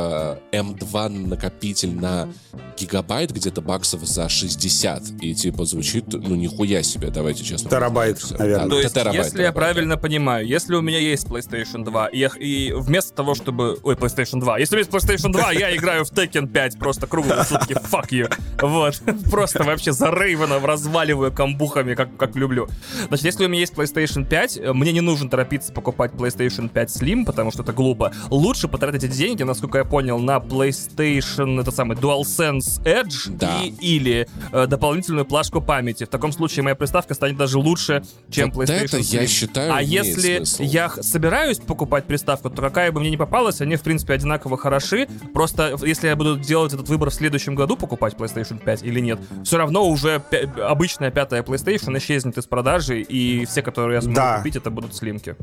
M2 накопитель на гигабайт где-то баксов за 60, и типа звучит, нихуя себе, давайте честно. Терабайт, наверное. То есть, если я правильно понимаю, если у меня есть PlayStation 2, и вместо того, чтобы... Ой, PlayStation 2. Если у меня есть PlayStation 2, я играю в Tekken 5 просто круглые сутки. Fuck you. Вот. Просто вообще за Рейвена разваливаю камбухами, как люблю. Значит, если у меня есть PlayStation 5, мне не нужно торопиться покупать PlayStation 5 Slim, потому что это глупо. Лучше потратить эти деньги, насколько я понял, на PlayStation, DualSense Edge или дополнительную плашку памяти. В таком случае моя приставка станет даже лучше, чем вот PlayStation это, Slim. я считаю, а если смысл. Я собираюсь покупать приставку, то какая бы мне ни попалась, они, в принципе, одинаково хороши. Просто, если я буду делать этот выбор в следующем году, покупать PlayStation 5 или нет, все равно уже обычная пятая PlayStation исчезнет из продажи, и все, которые я смогу купить, это будут слимки.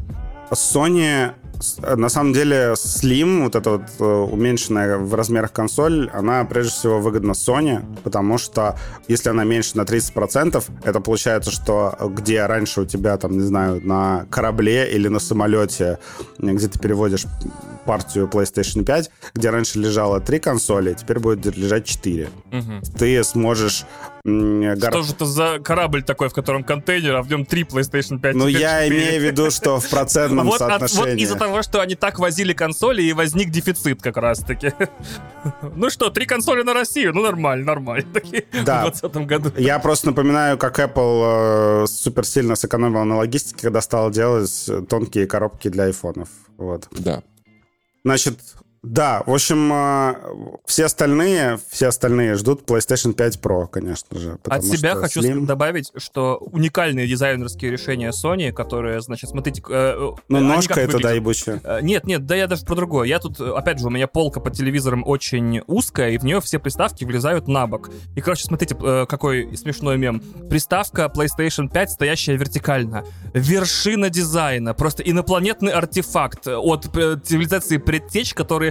Sony, на самом деле, Slim, вот эта вот уменьшенная в размерах консоль, она прежде всего выгодна Sony, потому что если она меньше на 30%, это получается, что где раньше у тебя, там, не знаю, на корабле или на самолете, где ты переводишь партию PlayStation 5, где раньше лежало 3 консоли, теперь будет лежать 4. Ты сможешь... Что же это за корабль такой, в котором контейнер, а в нем 3 PlayStation 5? Ну, я имею в виду, что в процентном соотношении. Вот из-за того, что они так возили консоли, и возник дефицит как раз-таки. Ну что, 3 консоли на Россию? Ну, нормально. Да. В 2020 году. Я просто напоминаю, как Apple супер сильно сэкономила на логистике, когда стала делать тонкие коробки для айфонов. Вот. Да. Значит, да, в общем, все остальные ждут PlayStation 5 Pro, конечно же. От себя хочу добавить, что уникальные дизайнерские решения Sony, которые, значит, смотрите... ножка это, да, ебучая. Нет, да я даже про другое. Я тут, опять же, у меня полка под телевизором очень узкая, и в нее все приставки влезают на бок. И, короче, смотрите, какой смешной мем. Приставка PlayStation 5, стоящая вертикально. Вершина дизайна. Просто инопланетный артефакт от цивилизации предтеч, которые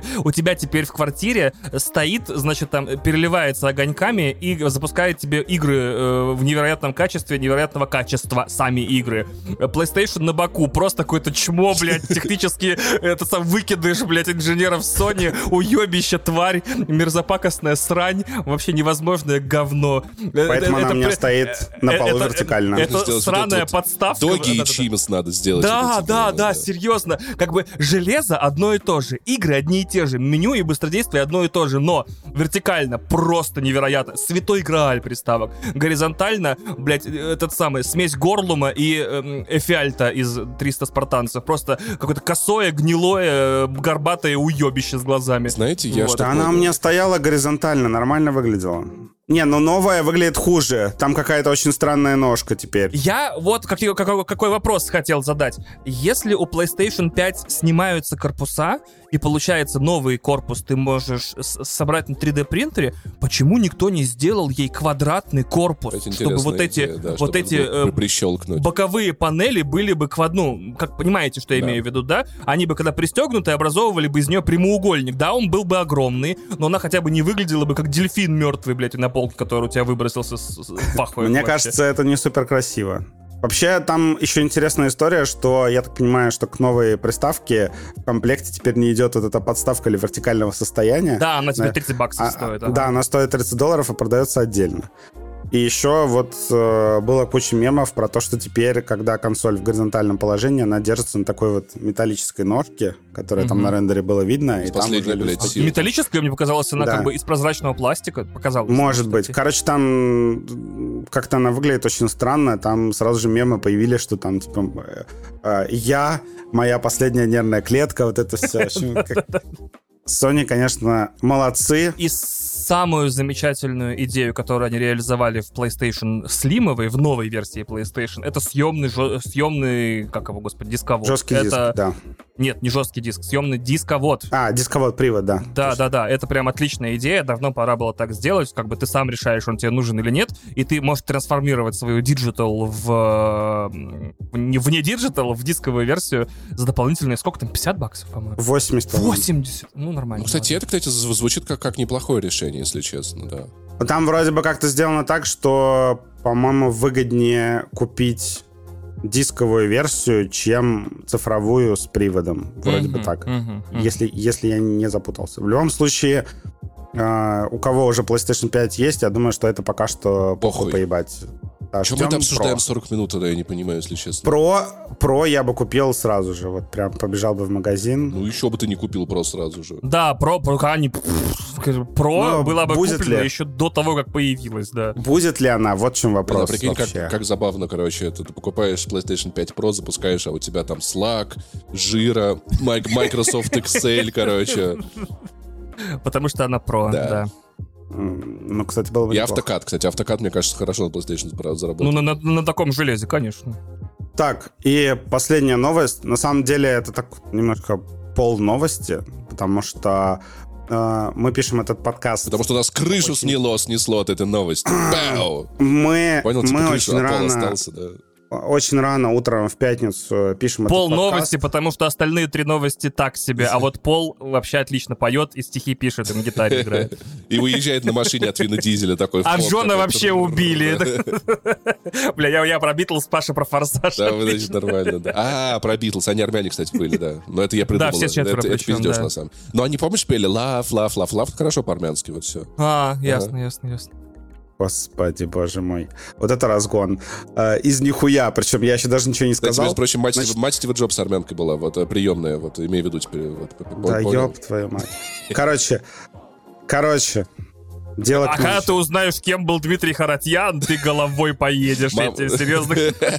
у тебя теперь в квартире стоит, значит, там переливается огоньками и запускает тебе игры в невероятном качестве, невероятного качества, сами игры. PlayStation на боку, просто какое-то чмо, блядь, технически это сам выкидыш, блядь, инженеров Sony, уебище, тварь, мерзопакостная срань, вообще невозможное говно. Поэтому она у меня стоит на полу вертикально. Это сраная подставка. Доги и Чимос надо сделать. Да, серьезно. Как бы железо одно и то же, игры одни и те же, меню и быстродействие одно и то же, но вертикально просто невероятно. Святой Грааль приставок. Горизонтально, блядь, этот самый, смесь Горлума и Эфиальта из 300 спартанцев. Просто какое-то косое, гнилое, горбатое уебище с глазами. Знаете, я Вот. что... Она у меня стояла горизонтально, нормально выглядела. Не, ну новая выглядит хуже. Там какая-то очень странная ножка теперь. Я вот какой вопрос хотел задать. Если у PlayStation 5 снимаются корпуса, и получается новый корпус ты можешь собрать на 3D принтере, почему никто не сделал ей квадратный корпус, Это чтобы вот эти, идея, да, вот чтобы эти прищелкнуть. боковые панели были бы как понимаете, что я имею в виду, да? Они бы, когда пристегнуты, образовывали бы из нее прямоугольник. Да, он был бы огромный, но она хотя бы не выглядела бы как дельфин мертвый, блядь, на полке, который у тебя выбросился с пахой. Мне кажется, это не супер красиво. Вообще, там еще интересная история, что я так понимаю, что к новой приставке в комплекте теперь не идет вот эта подставка для вертикального состояния. Да, она теперь $30 стоит. Да, она стоит $30 и продается отдельно. И еще вот было куча мемов про то, что теперь, когда консоль в горизонтальном положении, она держится на такой вот металлической ножке, которая там на рендере было видно. И там уже металлическая, мне показалось, она как бы из прозрачного пластика. Показалось. Может быть. Короче, там как-то она выглядит очень странно. Там сразу же мемы появились, что там типа моя последняя нервная клетка, вот это все. Sony, конечно, молодцы. И самую замечательную идею, которую они реализовали в PlayStation Slim'овой, в новой версии PlayStation, это съемный, как его, господи, дисковод. Жесткий диск, да. Нет, не жесткий диск, съемный дисковод. Дисковод, привод, да. Да, это прям отличная идея, давно пора было так сделать, как бы ты сам решаешь, он тебе нужен или нет, и ты можешь трансформировать свою диджитал вне диджитал, в дисковую версию за дополнительные, сколько там, $50, по-моему? 80. 80, ну нормально. Ну, кстати, это, звучит как неплохое решение, если честно, да. Там вроде бы как-то сделано так, что, по-моему, выгоднее купить дисковую версию, чем цифровую с приводом. Вроде бы так. Если я не запутался. В любом случае, у кого уже PlayStation 5 есть, я думаю, что это пока что похуй поебать. Да, что мы это обсуждаем 40 минут, тогда я не понимаю, если честно. Про я бы купил сразу же. Вот прям побежал бы в магазин. Ну, еще бы ты не купил Про сразу же. Да, Про была бы куплена еще до того, как появилась, да. Будет ли она? Вот в чем вопрос. Да, прикинь, как забавно, короче. Ты покупаешь PlayStation 5 Pro, запускаешь, а у тебя там Slack, Jira, Microsoft Excel, короче. Потому что она Pro, да. Ну, кстати, было бы и неплохо. автокад, кстати. Автокад, мне кажется, хорошо на PlayStation заработал. Ну, на таком железе, конечно. Так, и последняя новость. На самом деле, это так немножко пол новости, потому что мы пишем этот подкаст. Потому что у нас крышу снесло от этой новости. Бау! Понял, типа очень рано... остался, да. Очень рано утром в пятницу пишем Пол этот подкаст. новости, потому что остальные 3 новости так себе. А вот Пол вообще отлично поет и стихи пишет, и на гитаре играет. И уезжает на машине от Вина Дизеля такой. А Джона вообще убили. Бля, я про Битлз, Паша про Форсаж. Да, значит, нормально, да. Про Битлз, они армяне, кстати, были, да. Но это я придумал. Да, все 4 это пиздеж, на самом деле. Но они, помнишь, пели love, love, love, love, хорошо по-армянски, вот все. Ясно. Господи, боже мой. Вот это разгон. Из нихуя. Причем я еще даже ничего не сказал. Между прочим, мать Стива Джобса армянкой была, вот, приемная, вот, имею в виду теперь. Вот, да ёб твою мать. Короче. Дело а когда ты узнаешь, кем был Дмитрий Харатьян, ты головой поедешь. Я тебе серьезно...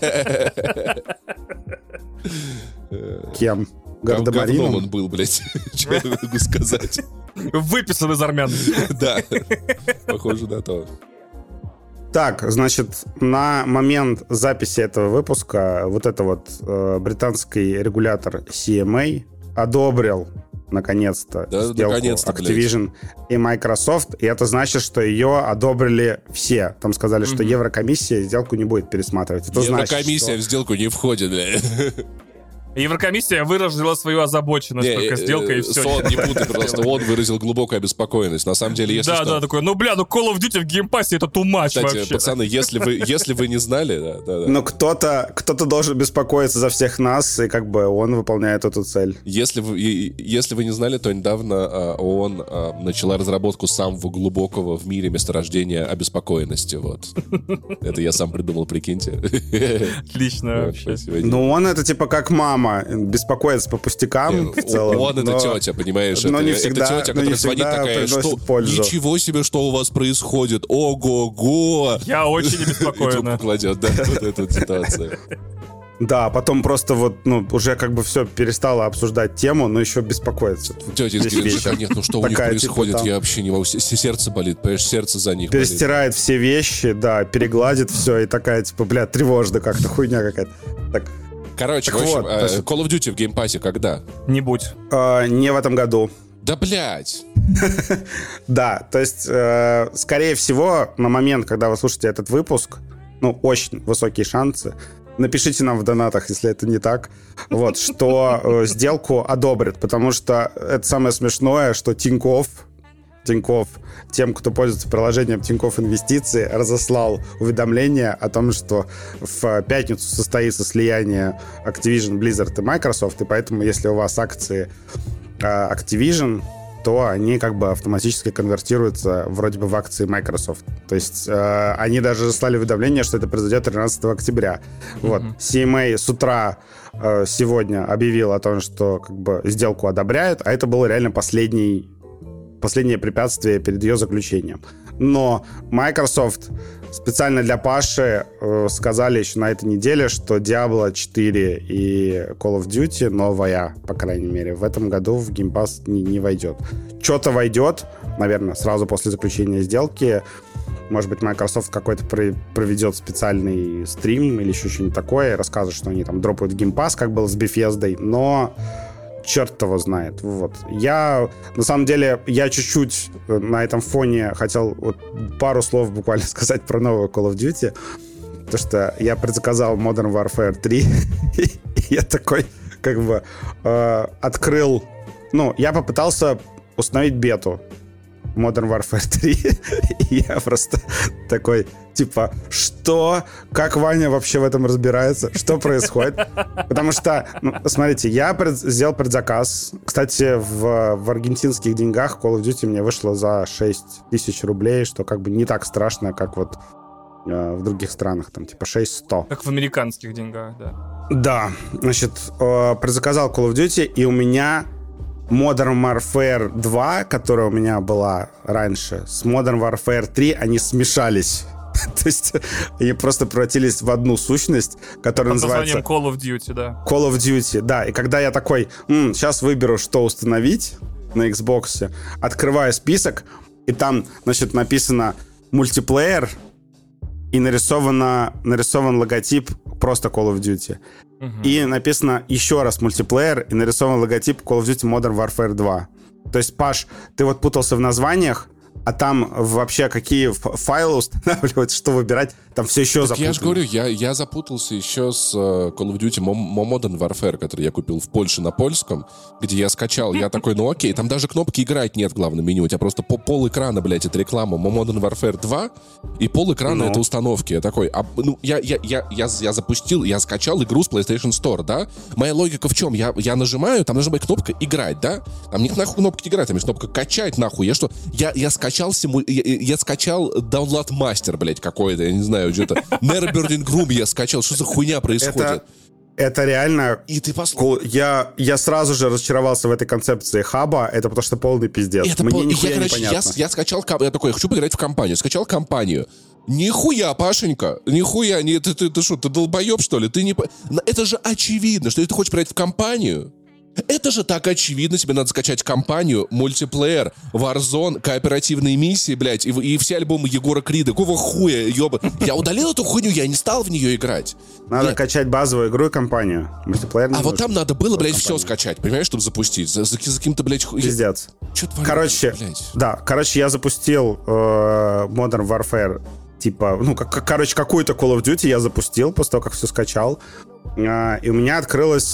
Кем? Гардемарином? Говном он был, блядь. Что я могу сказать? Выписан из армян. Да. Похоже на то. Так, значит, на момент записи этого выпуска вот это вот британский регулятор CMA одобрил наконец-то сделку Activision и Microsoft, и это значит, что ее одобрили все. Там сказали, что Еврокомиссия сделку не будет пересматривать. Это Еврокомиссия в сделку не входит, бля. Еврокомиссия выразила свою озабоченность только сделкой, и все. Сон, не путай, просто он выразил глубокую обеспокоенность. На самом деле, если что... Да, такой, Call of Duty в геймпассе это too much. Кстати, вообще. пацаны, если вы не знали... Да. Но кто-то должен беспокоиться за всех нас, и как бы он выполняет эту цель. Если вы не знали, то недавно ООН начала разработку самого глубокого в мире месторождения обеспокоенности. Вот. Это я сам придумал, прикиньте. Отлично вообще. Ну, он это типа как мама, беспокоится по пустякам в целом. Он это тетя, понимаешь? Но не всегда, это тетя, которая звонит такая, что ничего себе, что у вас происходит. Ого-го! Я очень обеспокоена. И трубку кладет, да, вот эту ситуацию. Да, потом просто уже как бы все перестало обсуждать тему, но еще беспокоится. Тетя из Геленджика, нет, ну что у них происходит, я вообще не могу, сердце болит, понимаешь, сердце за них болит. Перестирает все вещи, да, перегладит все, и такая, типа, тревожно как-то, хуйня какая-то. Так. Короче, в общем, Call of Duty в геймпассе когда? Не будь. Не в этом году. Да, блядь! Да, то есть, скорее всего, на момент, когда вы слушаете этот выпуск, очень высокие шансы, напишите нам в донатах, если это не так, вот, что сделку одобрят, потому что это самое смешное, что Тинькофф, тем, кто пользуется приложением Тинькофф Инвестиции, разослал уведомление о том, что в пятницу состоится слияние Activision, Blizzard и Microsoft, и поэтому, если у вас акции Activision, то они как бы автоматически конвертируются вроде бы в акции Microsoft. То есть они даже разослали уведомление, что это произойдет 13 октября. Вот. CMA с утра сегодня объявил о том, что как бы сделку одобряют, а это было реально последнее препятствие перед ее заключением. Но Microsoft специально для Паши сказали еще на этой неделе, что Diablo 4 и Call of Duty новая, по крайней мере, в этом году в Game Pass не войдет. Что-то войдет, наверное, сразу после заключения сделки. Может быть, Microsoft какой-то проведет специальный стрим или еще что-нибудь такое, расскажет, что они там дропают в Game Pass, как было с Bethesda, но черт его знает. Вот. На самом деле, я чуть-чуть на этом фоне хотел пару слов буквально сказать про новую Call of Duty, потому что я предзаказал Modern Warfare 3, и я такой, как бы, открыл... я попытался установить бету Modern Warfare 3, и я просто такой, типа, что? Как Ваня вообще в этом разбирается? Что происходит? Потому что, смотрите, я сделал предзаказ. Кстати, в аргентинских деньгах Call of Duty мне вышло за 6 тысяч рублей, что как бы не так страшно, как вот в других странах, там, типа 6100. Как в американских деньгах, да. Да, значит, предзаказал Call of Duty, и у меня Modern Warfare 2, которая у меня была раньше, с Modern Warfare 3, они смешались. То есть они просто превратились в одну сущность, которая называется... Под названием Call of Duty, да. Call of Duty, да. И когда я такой, сейчас выберу, что установить на Xbox, открываю список, и там, значит, написано мультиплеер, и нарисован логотип просто Call of Duty. И написано еще раз мультиплеер, и нарисован логотип Call of Duty Modern Warfare 2. То есть, Паш, ты вот путался в названиях, а там вообще какие файлы устанавливать, что выбирать, там все еще запутано. Я же говорю, я запутался еще с Call of Duty Modern Warfare, который я купил в Польше на польском, где я скачал, я такой, окей, там даже кнопки играть нет в главном меню, у тебя просто пол экрана, блядь, это реклама Modern Warfare 2, и пол экрана это установки. Я такой, я запустил, я скачал игру с PlayStation Store, да? Моя логика в чем? Я нажимаю, там должна быть кнопка играть, да? Там нет нахуй кнопки играть, там есть кнопка качать нахуй. Я скачал Download Master, блядь, какой-то, я не знаю, что-то. Neverburning Room я скачал. Что за хуйня происходит? Это реально... И ты я сразу же разочаровался в этой концепции хаба. Это потому что полный пиздец. Мне нихуя не понятно. Я скачал... Я такой, я хочу поиграть в компанию. Скачал компанию. Нихуя, Пашенька, нихуя. Ты что, ты долбоеб, что ли? Это же очевидно, что если ты хочешь поиграть в компанию... Это же так очевидно, тебе надо скачать компанию, мультиплеер, Warzone, кооперативные миссии, блядь, и все альбомы Егора Крида. Какого хуя, ёба? Я удалил эту хуйню, я не стал в нее играть. Надо качать базовую игру и компанию. Мультиплеер не вот там надо было, блядь, все скачать, понимаешь, чтобы запустить. За каким-то, блядь, пиздец. Короче, я запустил Modern Warfare, типа, какую-то Call of Duty я запустил после того, как все скачал. И у меня открылась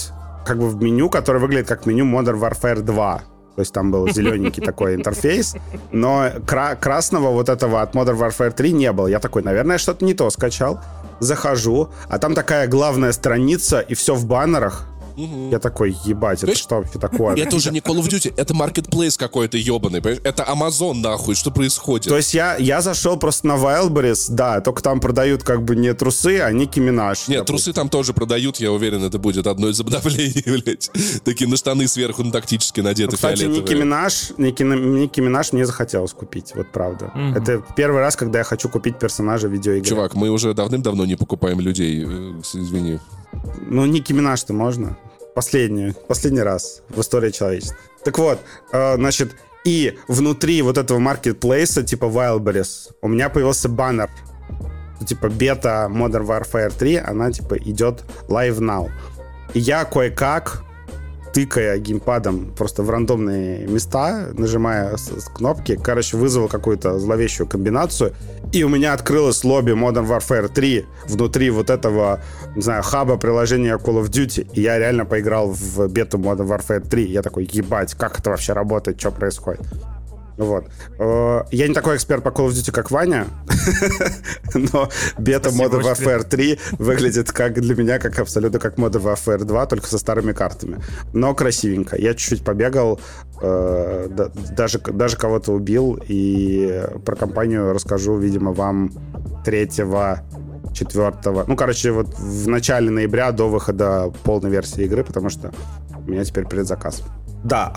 как бы в меню, которое выглядит как меню Modern Warfare 2. То есть там был зелененький такой интерфейс, но красного вот этого от Modern Warfare 3 не было. Я такой, наверное, что-то не то скачал. Захожу, а там такая главная страница, и все в баннерах. Я такой, ебать, это что вообще такое? Это уже не Call of Duty, это Marketplace какой-то ебаный, понимаешь? Это Amazon, нахуй, что происходит? То есть я зашел просто на Wildberries, да, только там продают как бы не трусы, а Ники Минаж. Нет, трусы там тоже продают, я уверен, это будет одно из обновлений, блядь. Такие на штаны сверху, на тактически надеты, кстати, фиолетовые. Ники Минаж мне захотелось купить, вот правда. Это первый раз, когда я хочу купить персонажа видеоигры. Чувак, мы уже давным-давно не покупаем людей, извини. Ну, Ники Минаж-то можно. Последний раз в истории человечества. Так вот, значит, и внутри вот этого маркетплейса, типа Wildberries, у меня появился баннер. Типа бета Modern Warfare 3, она типа идет live now. И я кое-как, тыкая геймпадом просто в рандомные места, нажимая с кнопки, короче, вызвал какую-то зловещую комбинацию, и у меня открылось лобби Modern Warfare 3 внутри вот этого, не знаю, хаба приложения Call of Duty, и я реально поиграл в бету Modern Warfare 3. Я такой, ебать, как это вообще работает, что происходит? Вот. Я не такой эксперт по Call of Duty, как Ваня, но бета Modern Warfare 3 выглядит как для меня как абсолютно как Modern Warfare 2, только со старыми картами. Но красивенько. Я чуть-чуть побегал, даже кого-то убил, и про компанию расскажу, видимо, вам 3-4... Ну, короче, вот в начале ноября до выхода полной версии игры, потому что у меня теперь предзаказ. Да,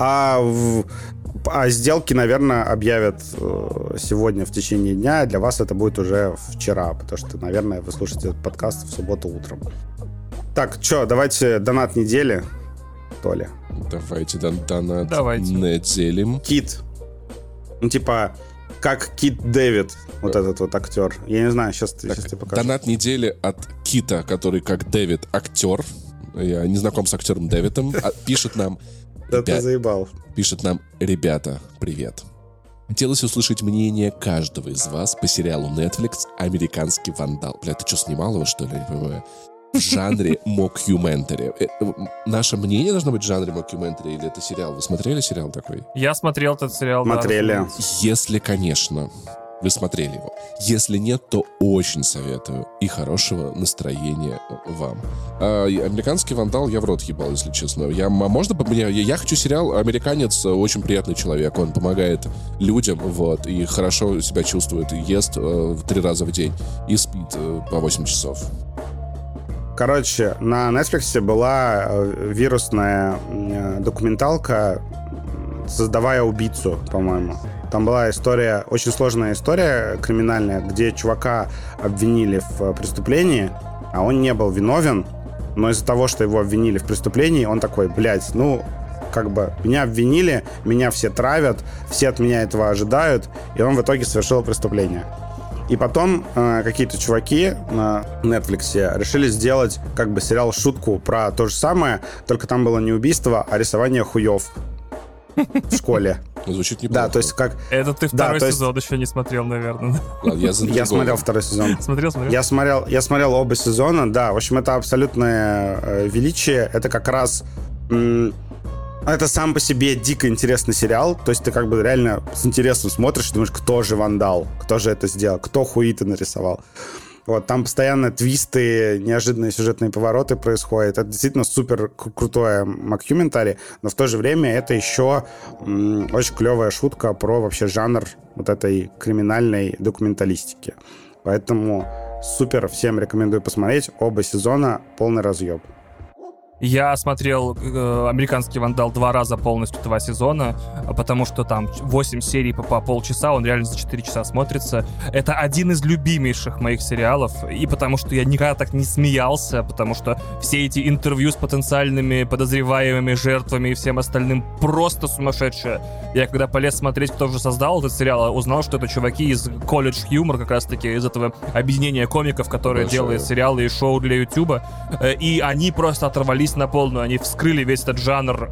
а сделки, наверное, объявят сегодня в течение дня. Для вас это будет уже вчера, потому что, наверное, вы слушаете этот подкаст в субботу утром. Так, что, давайте донат недели, Толя. Давайте донат недели. Кит. Ну, типа, как Кит Дэвид, вот этот вот актер. Я не знаю, сейчас тебе покажу. Донат недели от Кита, который как Дэвид актер. Я не знаком с актером Дэвидом. Пишет нам... Да ты заебал. Пишет нам: ребята, привет. Хотелось услышать мнение каждого из вас по сериалу Netflix «Американский вандал». Бля, ты что, снимал его, что ли? Я не понимаю. В жанре мокюментари. Наше мнение должно быть в жанре мокюментари или это сериал? Вы смотрели сериал такой? Я смотрел этот сериал. Смотрели. Да. Если, конечно, вы смотрели его. Если нет, то очень советую. И хорошего настроения вам. «Американский вандал» я в рот ебал, если честно. Я хочу сериал «Американец» очень приятный человек. Он помогает людям, вот, и хорошо себя чувствует. И ест 3 раза в день. И спит по 8 часов. Короче, на Netflix была вирусная документалка «Создавая убийцу», по-моему. Там была история, очень сложная история криминальная, где чувака обвинили в преступлении, а он не был виновен, но из-за того, что его обвинили в преступлении, он такой, блядь, ну, как бы, меня обвинили, меня все травят, все от меня этого ожидают, и он в итоге совершил преступление. И потом какие-то чуваки на Netflix решили сделать как бы сериал-шутку про то же самое, только там было не убийство, а рисование хуев в школе. Звучит неплохо. Да, то есть как... Это ты второй сезон еще не смотрел, наверное. Ладно, я смотрел второй сезон. Смотрел? Я смотрел оба сезона, да. В общем, это абсолютное величие. Это как раз... Это сам по себе дико интересный сериал. То есть ты как бы реально с интересом смотришь и думаешь, кто же вандал, кто же это сделал, кто хуиты нарисовал. Вот, там постоянно твисты, неожиданные сюжетные повороты происходят. Это действительно супер крутое мокюментари, но в то же время это еще очень клевая шутка про вообще жанр вот этой криминальной документалистики. Поэтому супер, всем рекомендую посмотреть. Оба сезона полный разъеб. Я смотрел «Американский вандал» 2 раза полностью 2 сезона, потому что там 8 серий по полчаса, он реально за 4 часа смотрится. Это один из любимейших моих сериалов, и потому что я никогда так не смеялся, потому что все эти интервью с потенциальными подозреваемыми, жертвами и всем остальным просто сумасшедшие. Я когда полез смотреть, кто же создал этот сериал, узнал, что это чуваки из College Humor, как раз-таки из этого объединения комиков, которые делают сериалы и шоу для Ютуба, и они просто оторвались взорвались на полную, они вскрыли весь этот жанр,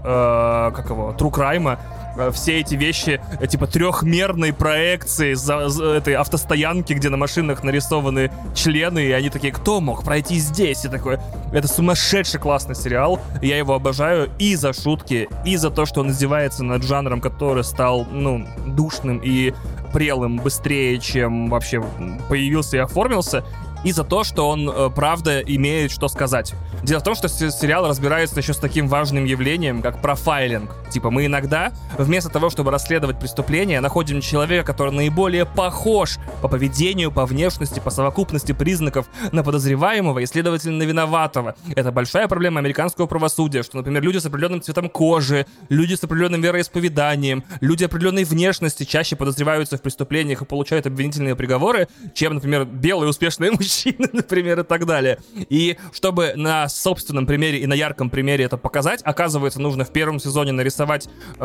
true crime. Все эти вещи, типа трехмерной проекции этой автостоянки, где на машинах нарисованы члены, и они такие, кто мог пройти здесь? И такое, это сумасшедший классный сериал, я его обожаю и за шутки, и за то, что он издевается над жанром, который стал, душным и прелым быстрее, чем вообще появился и оформился, и за то, что он, правда, имеет что сказать. Дело в том, что сериал разбирается еще с таким важным явлением, как профайлинг. Типа, мы иногда, вместо того, чтобы расследовать преступление, находим человека, который наиболее похож по поведению, по внешности, по совокупности признаков на подозреваемого и, следовательно, на виноватого. Это большая проблема американского правосудия, что, например, люди с определенным цветом кожи, люди с определенным вероисповеданием, люди определенной внешности чаще подозреваются в преступлениях и получают обвинительные приговоры, чем, например, белые успешные мужчины, например, и так далее. И чтобы на собственном примере и на ярком примере это показать, оказывается, нужно в первом сезоне нарисовать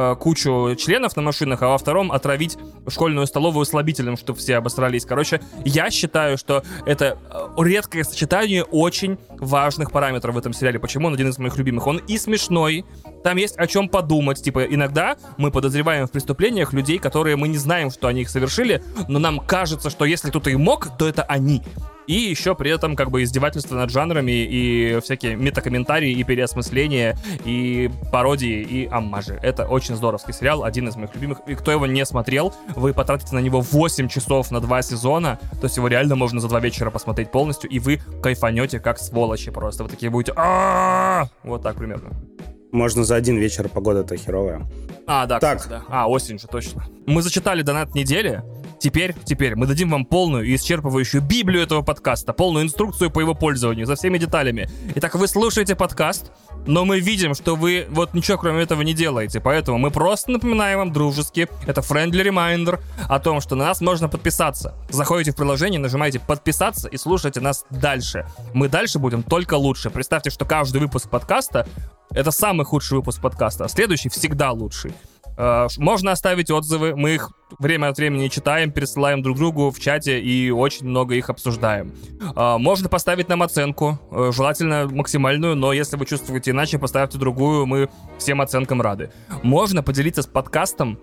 кучу членов на машинах, а во втором отравить школьную столовую слабителем, чтобы все обосрались. Короче, я считаю, что это редкое сочетание очень важных параметров в этом сериале. Почему он один из моих любимых? Он и смешной, там есть о чем подумать. Типа, иногда мы подозреваем в преступлениях людей, которые мы не знаем, что они их совершили, но нам кажется, что если кто-то и мог, то это они. И еще при этом как бы издевательства над жанрами и всякие метакомментарии и переосмысления, и пародии, и оммажи. Это очень здоровский сериал, один из моих любимых. И кто его не смотрел, вы потратите на него 8 часов на 2 сезона, то есть его реально можно за 2 вечера посмотреть полностью, и вы кайфанете как сволочи просто. Вы такие будете вот так примерно. Можно за 1 вечер, погода-то херовая. Да, так. Кстати, да. Осень же, точно. Мы зачитали донат недели. Теперь мы дадим вам полную и исчерпывающую библию этого подкаста, полную инструкцию по его пользованию, за всеми деталями. Итак, вы слушаете подкаст, но мы видим, что вы вот ничего кроме этого не делаете, поэтому мы просто напоминаем вам дружески, это friendly reminder о том, что на нас можно подписаться. Заходите в приложение, нажимаете «Подписаться» и слушайте нас дальше. Мы дальше будем только лучше. Представьте, что каждый выпуск подкаста — это самый худший выпуск подкаста, а следующий всегда лучший. Можно оставить отзывы, мы их время от времени читаем, пересылаем друг другу в чате и очень много их обсуждаем. Можно поставить нам оценку, желательно максимальную, но если вы чувствуете иначе, поставьте другую, мы всем оценкам рады. Можно поделиться подкастом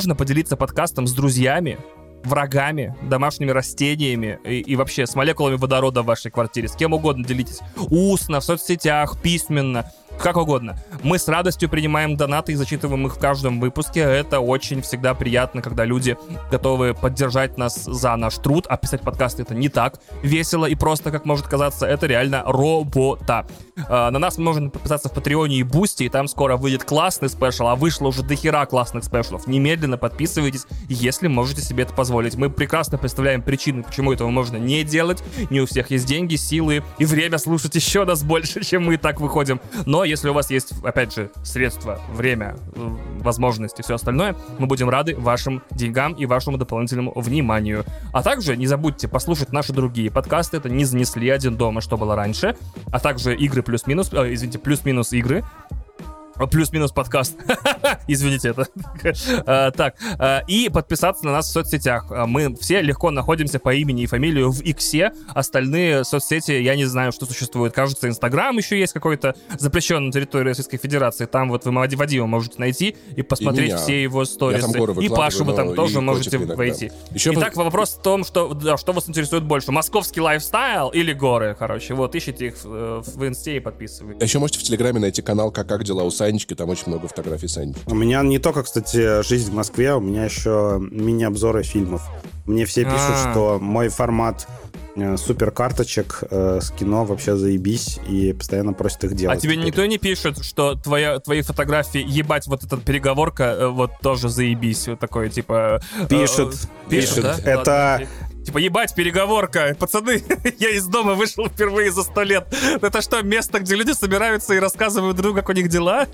с друзьями, врагами, домашними растениями и вообще с молекулами водорода в вашей квартире. С кем угодно делитесь. Устно, в соцсетях, письменно, как угодно. Мы с радостью принимаем донаты и зачитываем их в каждом выпуске. Это очень всегда приятно, когда люди готовы поддержать нас за наш труд. А писать подкасты — это не так весело и просто, как может казаться. Это реально работа. На нас можно подписаться в Патреоне и Бусти, и там скоро выйдет классный спешл, а вышло уже дохера классных спешлов. Немедленно подписывайтесь, если можете себе это позволить. Мы прекрасно представляем причины, почему этого можно не делать. Не у всех есть деньги, силы и время слушать еще нас больше, чем мы и так выходим. Но если у вас есть, опять же, средства, время, возможности и все остальное, мы будем рады вашим деньгам и вашему дополнительному вниманию. А также не забудьте послушать наши другие подкасты. Это «Не занесли», «Один дома», что было раньше, а также «Игры плюс-минус», «Плюс-минус игры». Плюс-минус подкаст. Извините, это. Так, и подписаться на нас в соцсетях. Мы все легко находимся по имени и фамилию в Иксе. Остальные соцсети, я не знаю, что существует. Кажется, Инстаграм еще есть какой-то запрещен на территории Российской Федерации. Там вот вы Вадима можете найти и посмотреть все его сторисы. И Пашу вы там тоже можете войти. Итак, вопрос в том, что вас интересует больше. Московский лайфстайл или горы, короче. Вот, ищите их в Инсте и подписывайтесь. А еще можете в Телеграме найти канал «Как дела у Санечки», там очень много фотографий Санечки. У меня не только, кстати, жизнь в Москве, у меня еще мини-обзоры фильмов. Мне все пишут, что мой формат суперкарточек с кино вообще заебись, и постоянно просят их делать. А тебе никто не пишет, что твои фотографии, ебать, вот эта переговорка, вот тоже заебись, вот такое, типа... Пишут. Да? Это... Ладно. Типа, ебать, переговорка. Пацаны, я из дома вышел впервые за 100 лет. Это что, место, где люди собираются и рассказывают друг другу, как у них дела?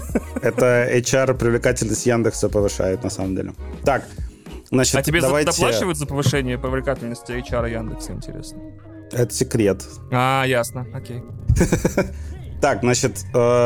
Это HR привлекательность Яндекса повышает, на самом деле. Так, значит, а тебе давайте... доплачивают за повышение привлекательности HR Яндекса, интересно? Это секрет. Ясно, окей. Так, значит,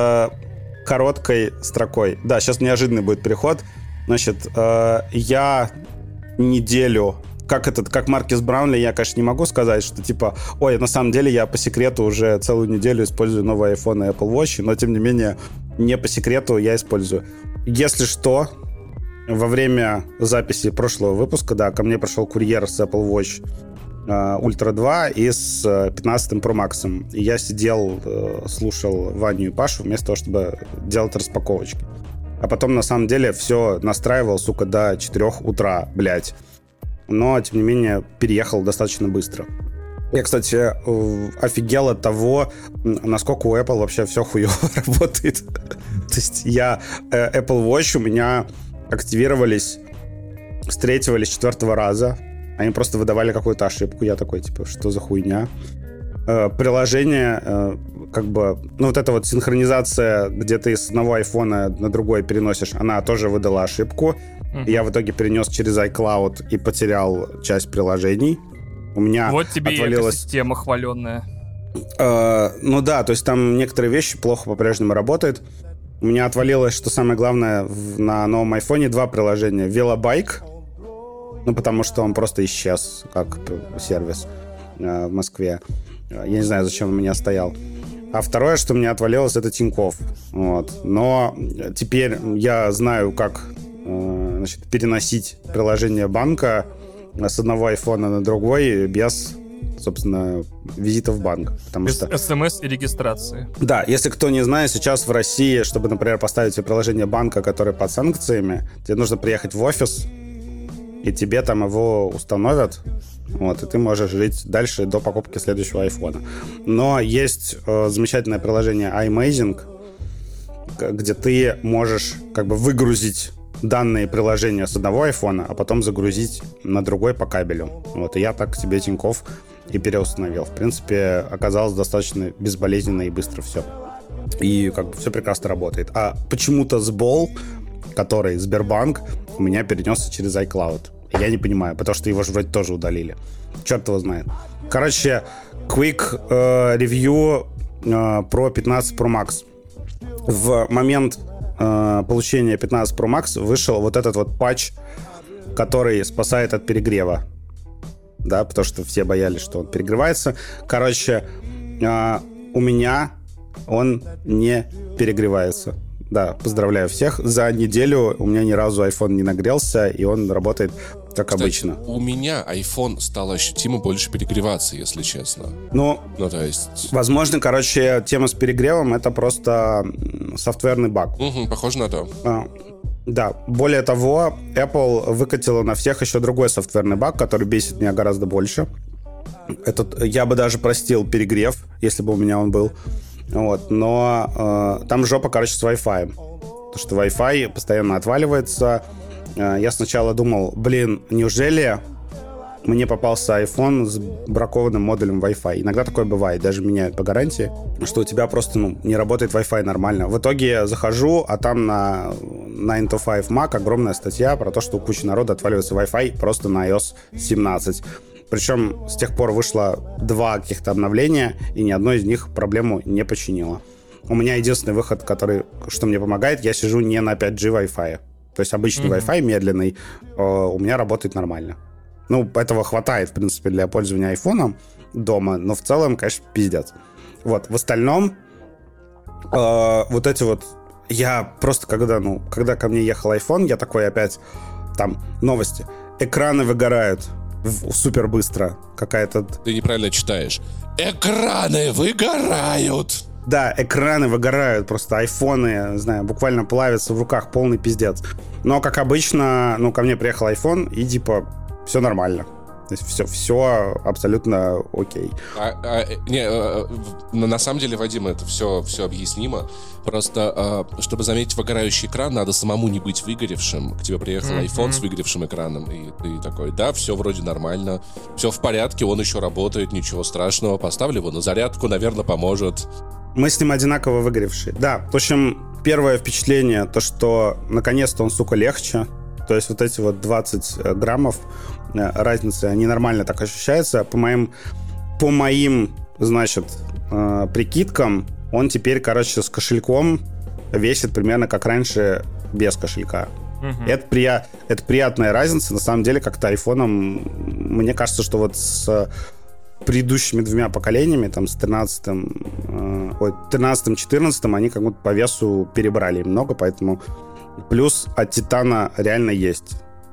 короткой строкой. Да, сейчас неожиданный будет переход. Значит, я неделю как Маркис Браунли, я, конечно, не могу сказать, что типа, ой, на самом деле я по секрету уже целую неделю использую новый iPhone и Apple Watch, но тем не менее, не по секрету я использую. Если что, во время записи прошлого выпуска, да, ко мне пришел курьер с Apple Watch Ultra 2 и с 15 Pro Max. И я сидел, слушал Ваню и Пашу вместо того, чтобы делать распаковочки. А потом, на самом деле, все настраивал, сука, до 4 утра, блядь. Но, тем не менее, переехал достаточно быстро. Я, кстати, офигел от того, насколько у Apple вообще все хуёво работает. То есть Apple Watch у меня активировались с 3-го или с 4-го раза. Они просто выдавали какую-то ошибку. Я такой, типа, что за хуйня? Приложение, как бы, ну, вот эта вот синхронизация, где ты с одного айфона на другой переносишь, она тоже выдала ошибку. Я в итоге перенес через iCloud и потерял часть приложений. У меня вот тебе отвалилась... и экосистема хваленная. Ну да, то есть там некоторые вещи плохо по-прежнему работают. У меня отвалилось, что самое главное, на новом айфоне 2 приложения. Велобайк, ну потому что он просто исчез как сервис в Москве. Я не знаю, зачем он у меня стоял. А второе, что мне отвалилось, это Тинькофф. Вот. Но теперь я знаю, как переносить приложение банка с одного айфона на другой без, собственно, визита в банк. Потому без что... СМС и регистрации. Да, если кто не знает, сейчас в России, чтобы, например, поставить себе приложение банка, которое под санкциями, тебе нужно приехать в офис, и тебе там его установят, вот, и ты можешь жить дальше до покупки следующего айфона. Но есть замечательное приложение iMazing, где ты можешь как бы выгрузить данные приложения с одного айфона, а потом загрузить на другой по кабелю. Вот, и я так себе Тинькофф и переустановил. В принципе, оказалось достаточно безболезненно и быстро все. И как бы все прекрасно работает. А почему-то Сбол, который Сбербанк, у меня перенесся через iCloud. Я не понимаю, потому что его же вроде тоже удалили. Черт его знает. Короче, quick review про 15 Pro Max. В момент получения 15 Pro Max вышел вот этот вот патч, который спасает от перегрева. Да, потому что все боялись, что он перегревается. Короче, у меня он не перегревается. Да, поздравляю всех. За неделю у меня ни разу iPhone не нагрелся, и он работает как Кстати, обычно. У меня iPhone стал ощутимо больше перегреваться, если честно. Ну, то есть... Возможно, короче, тема с перегревом — это просто софтверный баг. Похоже на то. Да, более того, Apple выкатила на всех еще другой софтверный баг, который бесит меня гораздо больше. Я бы даже простил перегрев, если бы у меня он был. Вот, но там жопа, короче, с Wi-Fi. Потому что Wi-Fi постоянно отваливается. Я сначала думал, неужели мне попался iPhone с бракованным модулем Wi-Fi? Иногда такое бывает, даже меняют по гарантии, что у тебя просто не работает Wi-Fi нормально. В итоге захожу, а там на 9 to 5 Mac огромная статья про то, что у кучи народа отваливается Wi-Fi просто на iOS 17. Причем с тех пор вышло 2 каких-то обновления, и ни одно из них проблему не починило. У меня единственный выход, что мне помогает, я сижу не на 5G Wi-Fi. То есть обычный Wi-Fi медленный у меня работает нормально. Ну, этого хватает, в принципе, для пользования айфоном дома, но в целом, конечно, пиздец. Вот, в остальном, вот эти вот... Я просто, когда ко мне ехал iPhone, я такой опять, там, новости. Экраны выгорают супер быстро. Какая-то... Ты неправильно читаешь. Экраны выгорают! Да, экраны выгорают, просто айфоны, не знаю, буквально плавятся в руках, полный пиздец. Но, как обычно, ко мне приехал iPhone, и, типа, все нормально. То есть все абсолютно окей. На самом деле, Вадим, это все объяснимо. Просто, чтобы заметить выгорающий экран, надо самому не быть выгоревшим. К тебе приехал iPhone с выгоревшим экраном, и ты такой, да, все вроде нормально, все в порядке, он еще работает, ничего страшного, поставлю его на зарядку, наверное, поможет. Мы с ним одинаково выгоревшие. Да, в общем, первое впечатление, то, что наконец-то он, сука, легче. То есть вот эти вот 20 граммов разницы, они нормально так ощущаются. По моим, значит, прикидкам, он теперь, короче, с кошельком весит примерно как раньше без кошелька. Это приятная разница. На самом деле, как-то айфоном мне кажется, что вот с предыдущими двумя поколениями, там, с 13-14, они как будто по весу перебрали много, поэтому плюс от Титана реально есть.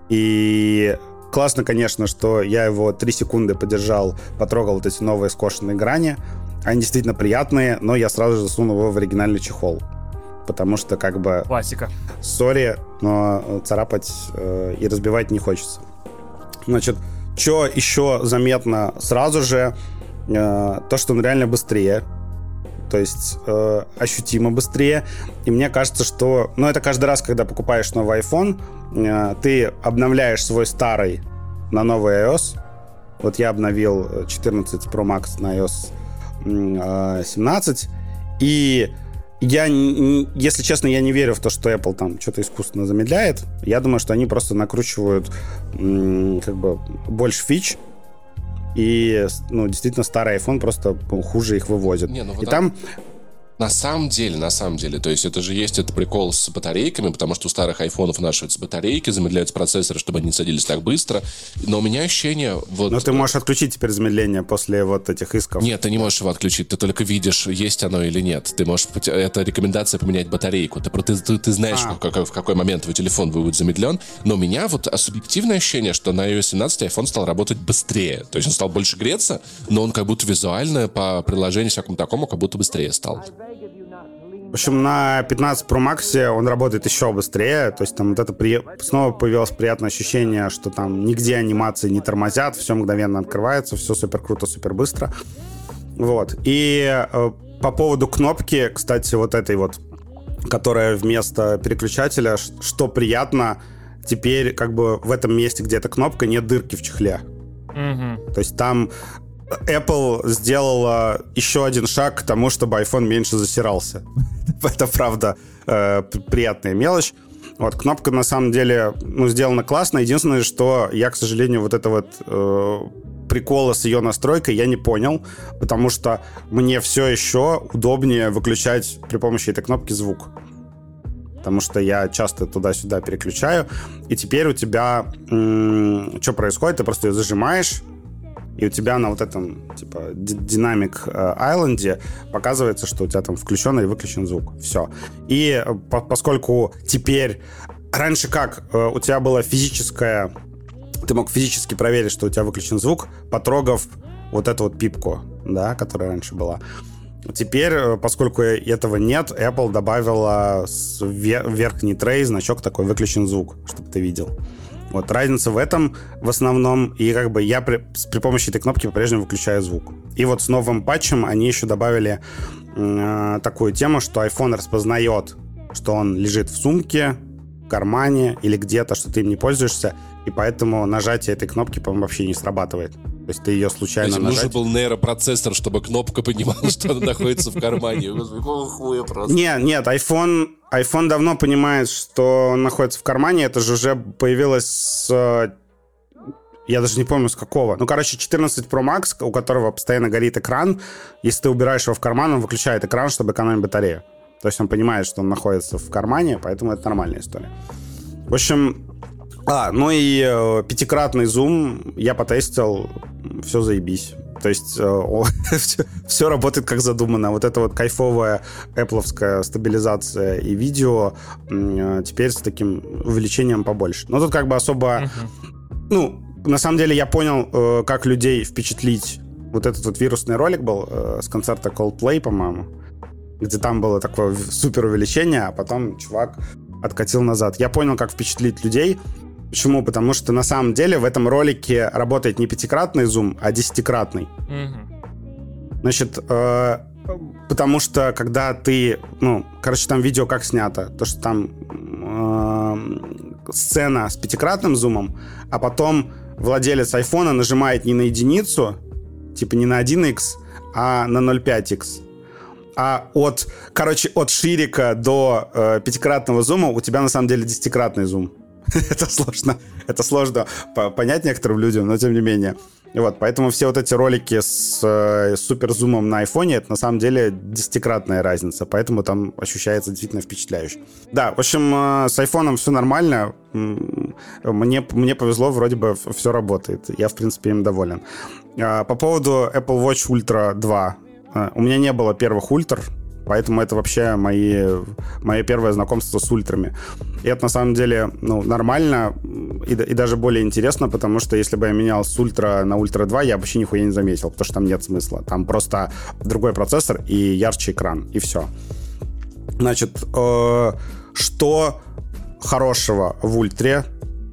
И классно, конечно, что я его 3 секунды подержал, потрогал вот эти новые скошенные грани. Они действительно приятные, но я сразу же засунул его в оригинальный чехол. Потому что, как бы... Классика. Сори, но царапать и разбивать не хочется. Значит, что еще заметно сразу же, то, что он реально быстрее. То есть ощутимо быстрее. И мне кажется, что... Ну, это каждый раз, когда покупаешь новый iPhone, ты обновляешь свой старый на новый iOS. Вот я обновил 14 Pro Max на iOS 17. И я, если честно, я не верю в то, что Apple там что-то искусственно замедляет. Я думаю, что они просто накручивают как бы больше фич. И, ну, действительно, старый iPhone просто хуже их вывозит. Не, ну, вот и там... На самом деле, то есть это же есть этот прикол с батарейками, потому что у старых айфонов нашиваются батарейки, замедляются процессоры, чтобы они не садились так быстро, но у меня ощущение... Вот... Но ты можешь отключить теперь замедление после вот этих исков. Нет, ты не можешь его отключить, ты только видишь, есть оно или нет. Ты можешь... Это рекомендация поменять батарейку. Ты знаешь, в какой момент твой телефон будет замедлен, но у меня вот субъективное ощущение, что на iOS 17 iPhone стал работать быстрее. То есть он стал больше греться, но он как будто визуально по приложению всякому такому как будто быстрее стал. В общем, на 15 Pro Max он работает еще быстрее. То есть там вот это снова появилось приятное ощущение, что там нигде анимации не тормозят, все мгновенно открывается, все супер круто, супер быстро. Вот. И по поводу кнопки, кстати, вот этой вот, которая вместо переключателя, что приятно, теперь как бы в этом месте, где эта кнопка, нет дырки в чехле. То есть там Apple сделала еще один шаг к тому, чтобы iPhone меньше засирался. Это, правда, приятная мелочь. Вот, кнопка, на самом деле, ну, сделана классно. Единственное, что я, к сожалению, вот это вот прикола с ее настройкой я не понял, потому что мне все еще удобнее выключать при помощи этой кнопки звук. Потому что я часто туда-сюда переключаю. И теперь у тебя что происходит? Ты просто ее зажимаешь, и у тебя на вот этом, типа, Dynamic Island показывается, что у тебя там включен или выключен звук. Все. И поскольку теперь... Раньше как? У тебя была физическая... Ты мог физически проверить, что у тебя выключен звук, потрогав вот эту вот пипку, да, которая раньше была. Теперь, поскольку этого нет, Apple добавила в верхний трей значок такой «выключен звук», чтобы ты видел. Вот, разница в этом в основном, и как бы я при помощи этой кнопки по-прежнему выключаю звук. И вот с новым патчем они еще добавили такую тему, что iPhone распознает, что он лежит в сумке, в кармане или где-то, что ты им не пользуешься, и поэтому нажатие этой кнопки, по-моему, вообще не срабатывает. То есть ты ее случайно нажать... Нужен был нейропроцессор, чтобы кнопка понимала, что она находится в кармане. Нет, iPhone давно понимает, что он находится в кармане. Это же уже появилось с... Я даже не помню, с какого. Ну, короче, 14 Pro Max, у которого постоянно горит экран. Если ты убираешь его в карман, он выключает экран, чтобы экономить батарею. То есть он понимает, что он находится в кармане, поэтому это нормальная история. В общем... ну и 5-кратный зум я потестил, все заебись. То есть все работает как задумано. Вот эта вот кайфовая Apple'овская стабилизация и видео теперь с таким увеличением побольше. Но тут как бы особо... Ну, на самом деле я понял, как людей впечатлить. Вот этот вот вирусный ролик был с концерта Coldplay, по-моему, где там было такое супер увеличение, а потом чувак откатил назад. Я понял, как впечатлить людей. Почему? Потому что на самом деле в этом ролике работает не 5-кратный зум, а 10-кратный. Значит, потому что когда ты... Ну, короче, там видео как снято. То, что там сцена с 5-кратным зумом, а потом владелец айфона нажимает не на единицу, типа не на 1х, а на 0,5х. А от ширика до 5-кратного зума у тебя на самом деле 10-кратный зум. Это сложно понять некоторым людям, но тем не менее. И вот, поэтому все вот эти ролики с суперзумом на айфоне, это на самом деле 10-кратная разница, поэтому там ощущается действительно впечатляюще. Да, в общем, с айфоном все нормально. Мне повезло, вроде бы все работает. Я, в принципе, им доволен. По поводу Apple Watch Ultra 2. У меня не было первых ультр, поэтому это вообще мое первое знакомство с ультрами. И это, на самом деле, нормально и даже более интересно, потому что если бы я менял с ультра на ультра 2, я вообще нихуя не заметил, потому что там нет смысла. Там просто другой процессор и ярче экран, и все. Значит, что хорошего в ультре?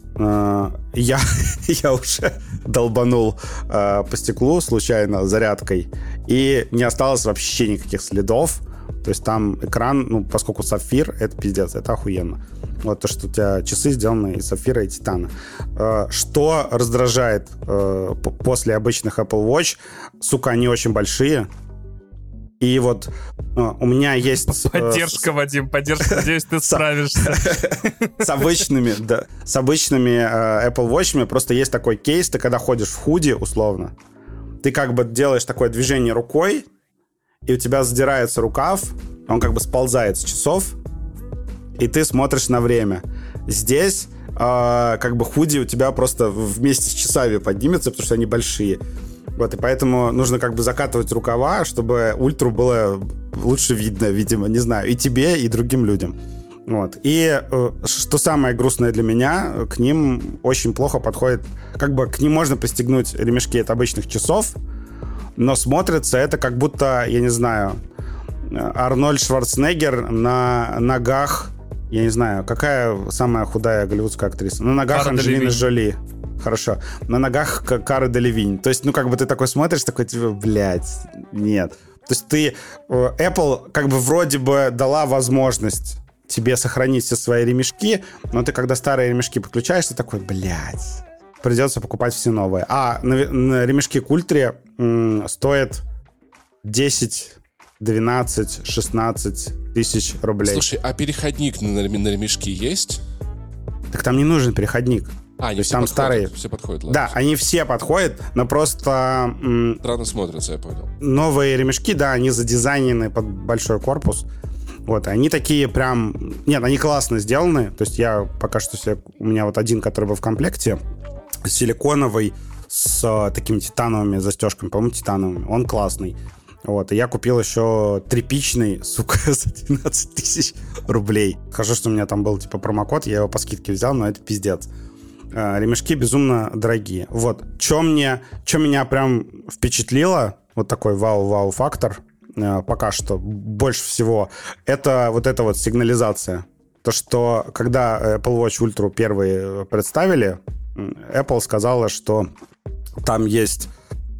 Я уже долбанул по стеклу случайно зарядкой, и не осталось вообще никаких следов. То есть там экран, поскольку сапфир, это пиздец, это охуенно. Вот то, что у тебя часы сделаны из сапфира и титана. Что раздражает после обычных Apple Watch? Сука, они очень большие. И вот у меня есть... Поддержка, Вадим, поддержка. Надеюсь, ты справишься. С обычными Apple Watch'ами просто есть такой кейс, ты когда ходишь в худи, условно, ты как бы делаешь такое движение рукой, и у тебя задирается рукав, он как бы сползает с часов, и ты смотришь на время. Здесь как бы худи у тебя просто вместе с часами поднимется, потому что они большие. Вот, и поэтому нужно как бы закатывать рукава, чтобы ультру было лучше видно, видимо, не знаю, и тебе, и другим людям. Вот. И что самое грустное для меня, к ним очень плохо подходит, как бы к ним можно пристегнуть ремешки от обычных часов, но смотрится это как будто, я не знаю, Арнольд Шварценеггер на ногах, я не знаю, какая самая худая голливудская актриса? На ногах Анджелины Джоли. Хорошо. На ногах Кары Делевинь. То есть, как бы ты такой смотришь, такой, типа, блядь, нет. То есть ты... Apple как бы вроде бы дала возможность тебе сохранить все свои ремешки, но ты, когда старые ремешки подключаешь, ты такой, блядь, придется покупать все новые. А на ремешки к ультре стоят 10, 12, 16 тысяч рублей. Слушай, а переходник на ремешки есть? Так там не нужен переходник. То есть там старые... Все подходят, ладно. Да, они все подходят, но просто... Странно смотрятся, я понял. Новые ремешки, да, они задизайнены под большой корпус. Вот, они такие прям... Нет, они классно сделаны. То есть я пока что себе... У меня вот один, который был в комплекте, силиконовый, с такими титановыми застежками. По-моему, титановыми. Он классный. Вот, и я купил еще тряпичный, сука, за 12 тысяч рублей. Хорошо, что у меня там был, типа, промокод, я его по скидке взял, но это пиздец. Ремешки безумно дорогие. Вот, что меня прям впечатлило, вот такой вау-вау-фактор, пока что больше всего, это вот эта вот сигнализация. То, что когда Apple Watch Ultra первые представили, Apple сказала, что там есть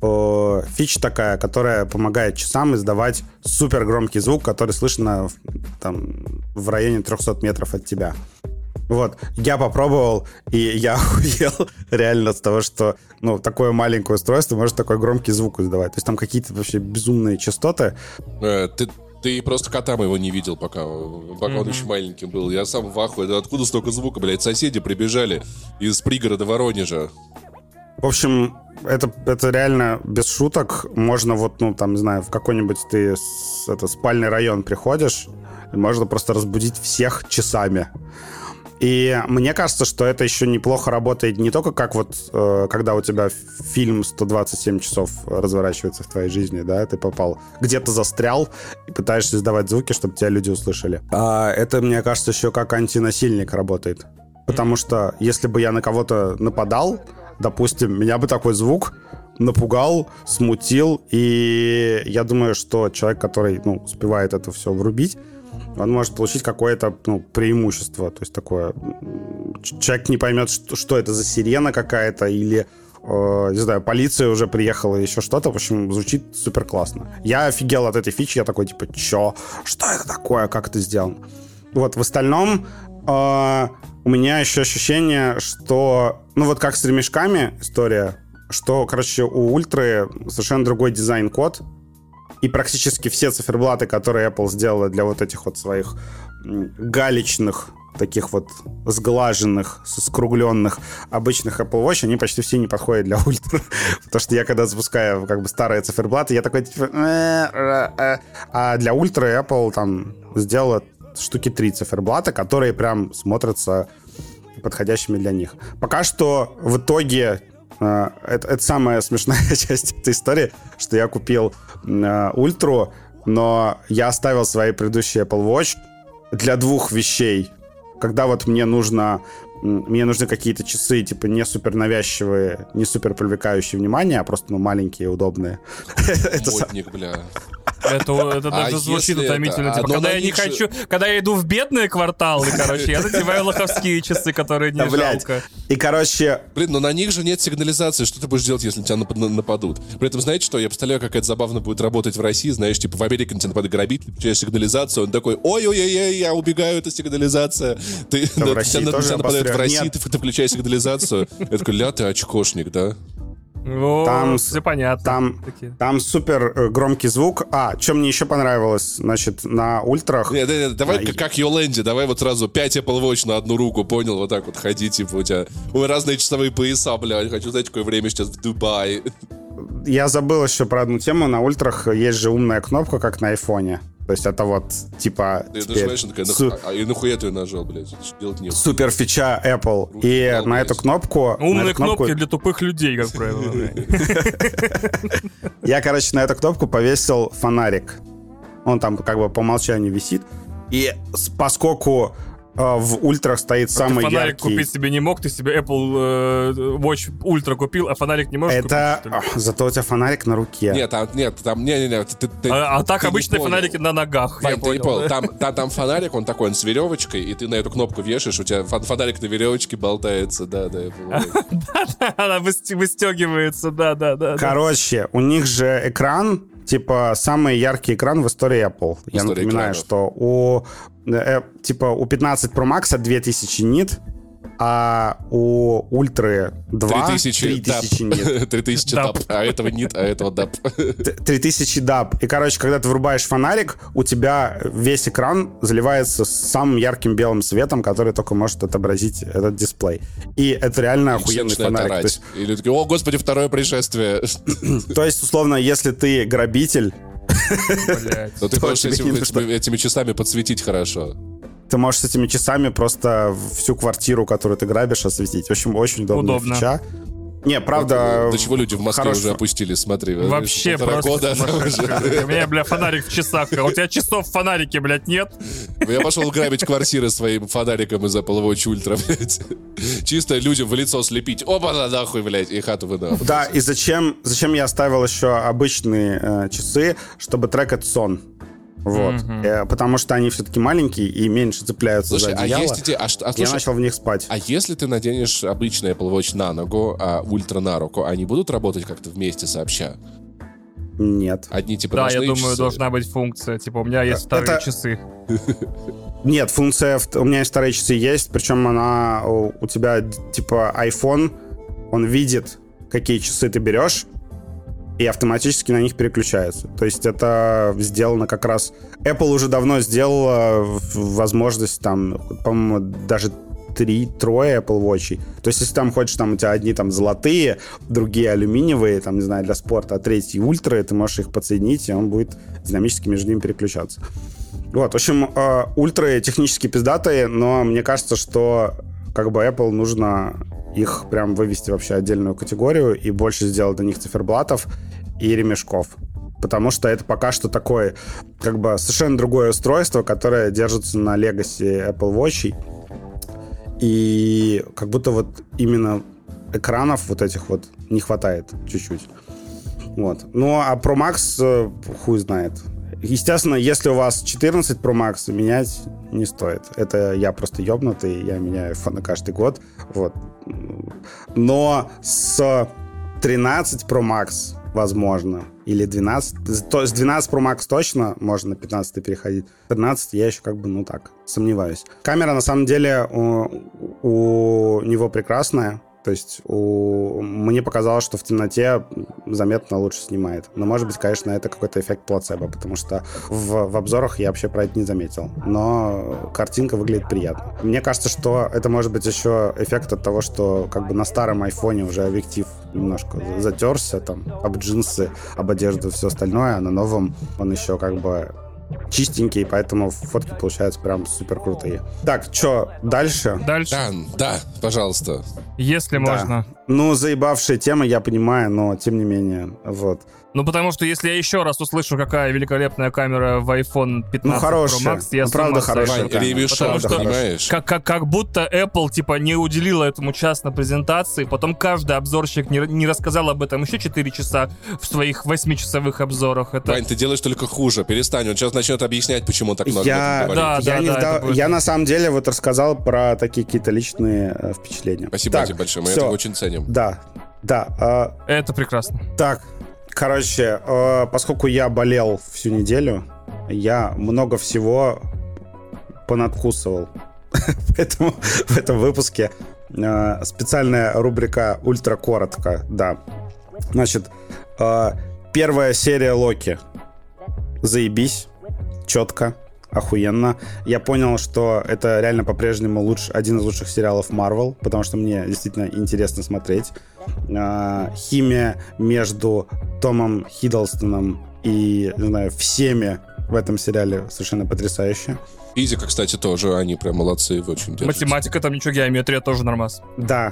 фича такая, которая помогает часам издавать супер громкий звук, который слышно там, в районе 300 метров от тебя. Вот, я попробовал, и я охуел реально с того, что такое маленькое устройство может такой громкий звук издавать. То есть там какие-то вообще безумные частоты. Ты просто кота моего не видел, пока он еще маленьким был. Я сам в ахуе. Да откуда столько звука, блядь? Соседи прибежали из пригорода Воронежа. В общем, это реально без шуток. Можно не знаю, в какой-нибудь ты спальный район приходишь, и можно просто разбудить всех часами. И мне кажется, что это еще неплохо работает не только как когда у тебя фильм 127 часов разворачивается в твоей жизни, да, ты попал, где-то застрял и пытаешься издавать звуки, чтобы тебя люди услышали. А это, мне кажется, еще как антинасильник работает. Потому что если бы я на кого-то нападал, допустим, меня бы такой звук напугал, смутил, и я думаю, что человек, который успевает это все врубить, он может получить какое-то преимущество. То есть такое... Человек не поймет, что это за сирена какая-то, или, не знаю, полиция уже приехала, или еще что-то. В общем, звучит супер классно. Я офигел от этой фичи. Я такой, типа, чё? Что это такое? Как это сделано? Вот, в остальном... у меня еще ощущение, что... вот как с ремешками история, что, короче, у Ультры совершенно другой дизайн-код, и практически все циферблаты, которые Apple сделала для вот этих вот своих галечных, таких вот сглаженных, скругленных обычных Apple Watch, они почти все не подходят для Ультра. Потому что я, когда запускаю как бы старые циферблаты, я такой, типа... А для Ультры Apple там сделала штуки 3 циферблата, которые прям смотрятся подходящими для них. Пока что в итоге это самая смешная часть этой истории, что я купил ультру, но я оставил свои предыдущие Apple Watch для двух вещей. Когда вот мне нужны какие-то часы, типа, не супер навязчивые, не супер привлекающие внимание, а просто, маленькие, удобные. Модник, бля. Это даже звучит утомительно. Типа, когда я иду в бедные кварталы, короче, я надеваю лоховские часы, которые не жалко. И, короче... Блин, но на них же нет сигнализации. Что ты будешь делать, если на тебя нападут? При этом, знаете что? Я представляю, как это забавно будет работать в России. Знаешь, типа, в Америке на тебя нападает грабитель, включаешь сигнализацию, он такой: ой-ой-ой, я убегаю, это сигнализация. Ты нападают в России, ты включаешь сигнализацию. Я такой: ля, ты очкошник, да? Там все понятно. Там супер громкий звук. Что мне еще понравилось, значит, на ультрах... Давай как Йоленди, давай вот сразу 5 Apple Watch на одну руку, понял? Вот так вот ходи, типа, у тебя разные часовые пояса, блядь. Хочу знать, какое время сейчас в Дубае. Я забыл еще про одну тему. На ультрах есть же умная кнопка, как на айфоне. То есть это вот, типа... Ты нажимаешь, и нахуя ты ее нажал, блядь? Делать нет. Супер фича Apple. И на эту кнопку... Умные кнопки для тупых людей, как правило. Я, короче, на эту кнопку повесил фонарик. Он там как бы по умолчанию висит. И поскольку в ультрах стоит самый яркий... Ты фонарик купить себе не мог, ты себе Apple Watch Ultra купил, а фонарик не можешь купить? Зато у тебя фонарик на руке. Нет. А так обычные фонарики на ногах. Вань, ты не понял. Там фонарик, он такой, он с веревочкой, и ты на эту кнопку вешаешь, у тебя фонарик на веревочке болтается, да. Да, она выстегивается, да. Короче, у них же экран, типа, самый яркий экран в истории Apple. Я напоминаю, что у 15 Pro Max 2000 нит, а у Ультры 2 3000 нит. 3000 даб, а этого нит, а этого даб. 3000 даб. И, короче, когда ты врубаешь фонарик, у тебя весь экран заливается самым ярким белым светом, который только может отобразить этот дисплей. И это реально охуенный фонарик. Или такие: о, господи, второе пришествие. То есть, условно, если ты грабитель... То ты можешь этими часами подсветить хорошо. Ты можешь с этими часами просто всю квартиру, которую ты грабишь, осветить. В общем, очень удобная фича. Не, правда... До чего люди в Москве уже опустились, смотри. Вообще просто сумасшедшие. У меня, бля, фонарик в часах. А у тебя часов в фонарике, блядь, нет? Я пошел грабить квартиры своим фонариком из Apple Watch Ultra, блядь. Чисто людям в лицо слепить. Опа, нахуй, блядь, и хату выдал. Да, и зачем я оставил еще обычные часы, чтобы трекать сон? Вот. Потому что они все-таки маленькие и меньше цепляются за одеяло. Я начал в них спать. А если ты наденешь обычный Apple Watch на ногу, а Ультра на руку, они будут работать как-то вместе сообща? Нет. Одни типа да, я думаю, должна быть функция. Типа, у меня есть вторые часы. Нет, функция... У меня есть вторые часы есть, причем она у тебя, типа, iPhone, он видит, какие часы ты берешь, и автоматически на них переключается. То есть это сделано как раз... Apple уже давно сделала возможность там, по-моему, даже трое Apple Watch. То есть если там хочешь, там у тебя одни там золотые, другие алюминиевые, там, не знаю, для спорта, а третий ультра, ты можешь их подсоединить, и он будет динамически между ними переключаться. Вот, в общем, ультры технически пиздатые, но мне кажется, что как бы Apple нужно их прям вывести вообще отдельную категорию и больше сделать для них циферблатов и ремешков. Потому что это пока что такое, как бы, совершенно другое устройство, которое держится на легаси Apple Watch. И как будто вот именно экранов вот этих вот не хватает чуть-чуть. Вот. Ну, а Pro Max хуй знает. Естественно, если у вас 14 Pro Max, менять не стоит. Это я просто ёбнутый, я меняю iPhone каждый год. Вот. Но с 13 Pro Max возможно, или 12. То, с 12 Pro Max точно можно на 15 переходить. 13 я еще как бы, ну так, сомневаюсь. Камера, на самом деле, у него прекрасная. То есть мне показалось, что в темноте заметно лучше снимает. Но, может быть, конечно, это какой-то эффект плацебо, потому что в обзорах я вообще про это не заметил. Но картинка выглядит приятно. Мне кажется, что это может быть еще эффект от того, что как бы на старом айфоне уже объектив немножко затерся, там, об джинсы, об одежду и все остальное, а на новом он еще как бы чистенький, поэтому фотки получаются прям супер крутые. Так, что дальше? Дальше. Да, пожалуйста. Если Да. можно. Ну, заебавшая тема, я понимаю, но тем не менее, вот. Ну, потому что если я еще раз услышу, какая великолепная камера в iPhone 15 Ну, хорошая. Pro Max, я Ну, с правда, ума сойду. хорошая. Вань, камера. ревью-шоу, Потому что- понимаешь? Как будто Apple, типа, не уделила этому час на презентации, потом каждый обзорщик не рассказал об этом еще 4 часа в своих 8-часовых обзорах. Это... Вань, ты делаешь только хуже. Перестань, он сейчас начнет объяснять, почему он так много Я- об этом говорит. Да, Я, это будет- я на самом деле вот рассказал про такие какие-то личные впечатления. Спасибо Так, тебе большое, мы всё. это очень ценим. Да. Это прекрасно. Так, короче, поскольку я болел всю неделю, я много всего понадкусывал. Поэтому в этом выпуске специальная рубрика «Ультра коротко». Да. Значит, первая серия Локи. Заебись. Четко. Охуенно. Я понял, что это реально по-прежнему один из лучших сериалов Marvel, потому что мне действительно интересно смотреть. Химия между Томом Хиддлстоном и, не знаю, всеми в этом сериале совершенно потрясающая. Физика, кстати, тоже, они прям молодцы, очень держатся. Математика там ничего, геометрия тоже нормас. Да,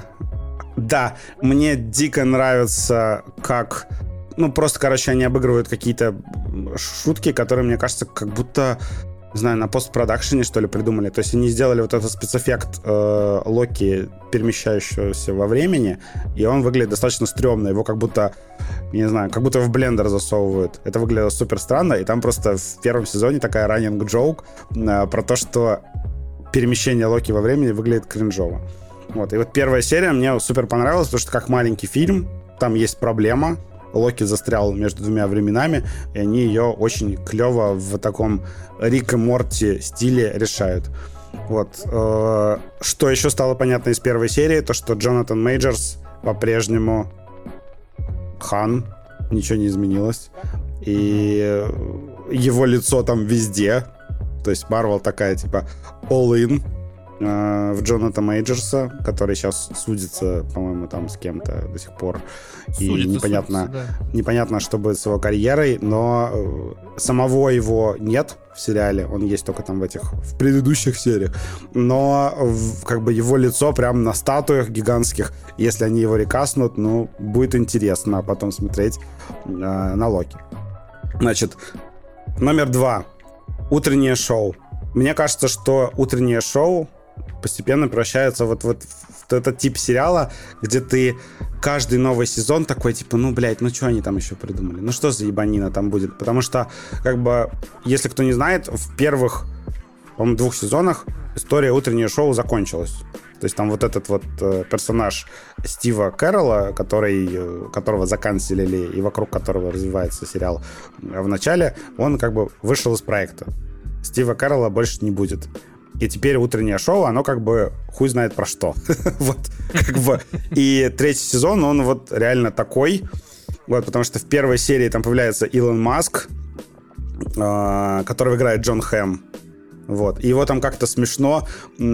мне дико нравится, как... Ну, просто, короче, они обыгрывают какие-то шутки, которые, мне кажется, как будто, не знаю, на постпродакшене, что ли, придумали. То есть они сделали вот этот спецэффект Локи, перемещающегося во времени, и он выглядит достаточно стрёмно. Его как будто, не знаю, как будто в блендер засовывают. Это выглядело супер странно, и там просто в первом сезоне такая раннинг-джоук про то, что перемещение Локи во времени выглядит кринжово. Вот. И вот первая серия мне супер понравилась, потому что как маленький фильм, там есть проблема. Локи застрял между двумя временами, и они ее очень клево в таком Рик и Морти стиле решают. Вот. Что еще стало понятно из первой серии, то что Джонатан Мейджорс по-прежнему Хан, ничего не изменилось. И его лицо там везде. То есть Марвел такая, типа, all-in в Джонатана Мейджорса, который сейчас судится, по-моему, там с кем-то до сих пор. И непонятно, что будет с его карьерой, но самого его нет в сериале, он есть только там в предыдущих сериях, но как бы его лицо прям на статуях гигантских, если они его рекастнут, ну, будет интересно потом смотреть на Локи. Значит, номер 2. Утреннее шоу. Мне кажется, что утреннее шоу постепенно превращается вот в этот тип сериала, где ты каждый новый сезон такой, типа, ну, блядь, ну, что они там еще придумали? Ну, что за ебанина там будет? Потому что, как бы, если кто не знает, в первых, по-моему, 2 сезонах история утреннего шоу закончилась. То есть там вот этот вот персонаж Стива Кэрролла, которого заканцелили и вокруг которого развивается сериал в начале, он как бы вышел из проекта. Стива Кэрролла больше не будет. И теперь утреннее шоу, оно как бы хуй знает про что. Вот, как бы. И 3-й сезон, он вот реально такой. Вот, потому что в первой серии там появляется Илон Маск, которого играет Джон Хэм. Вот. И его там как-то смешно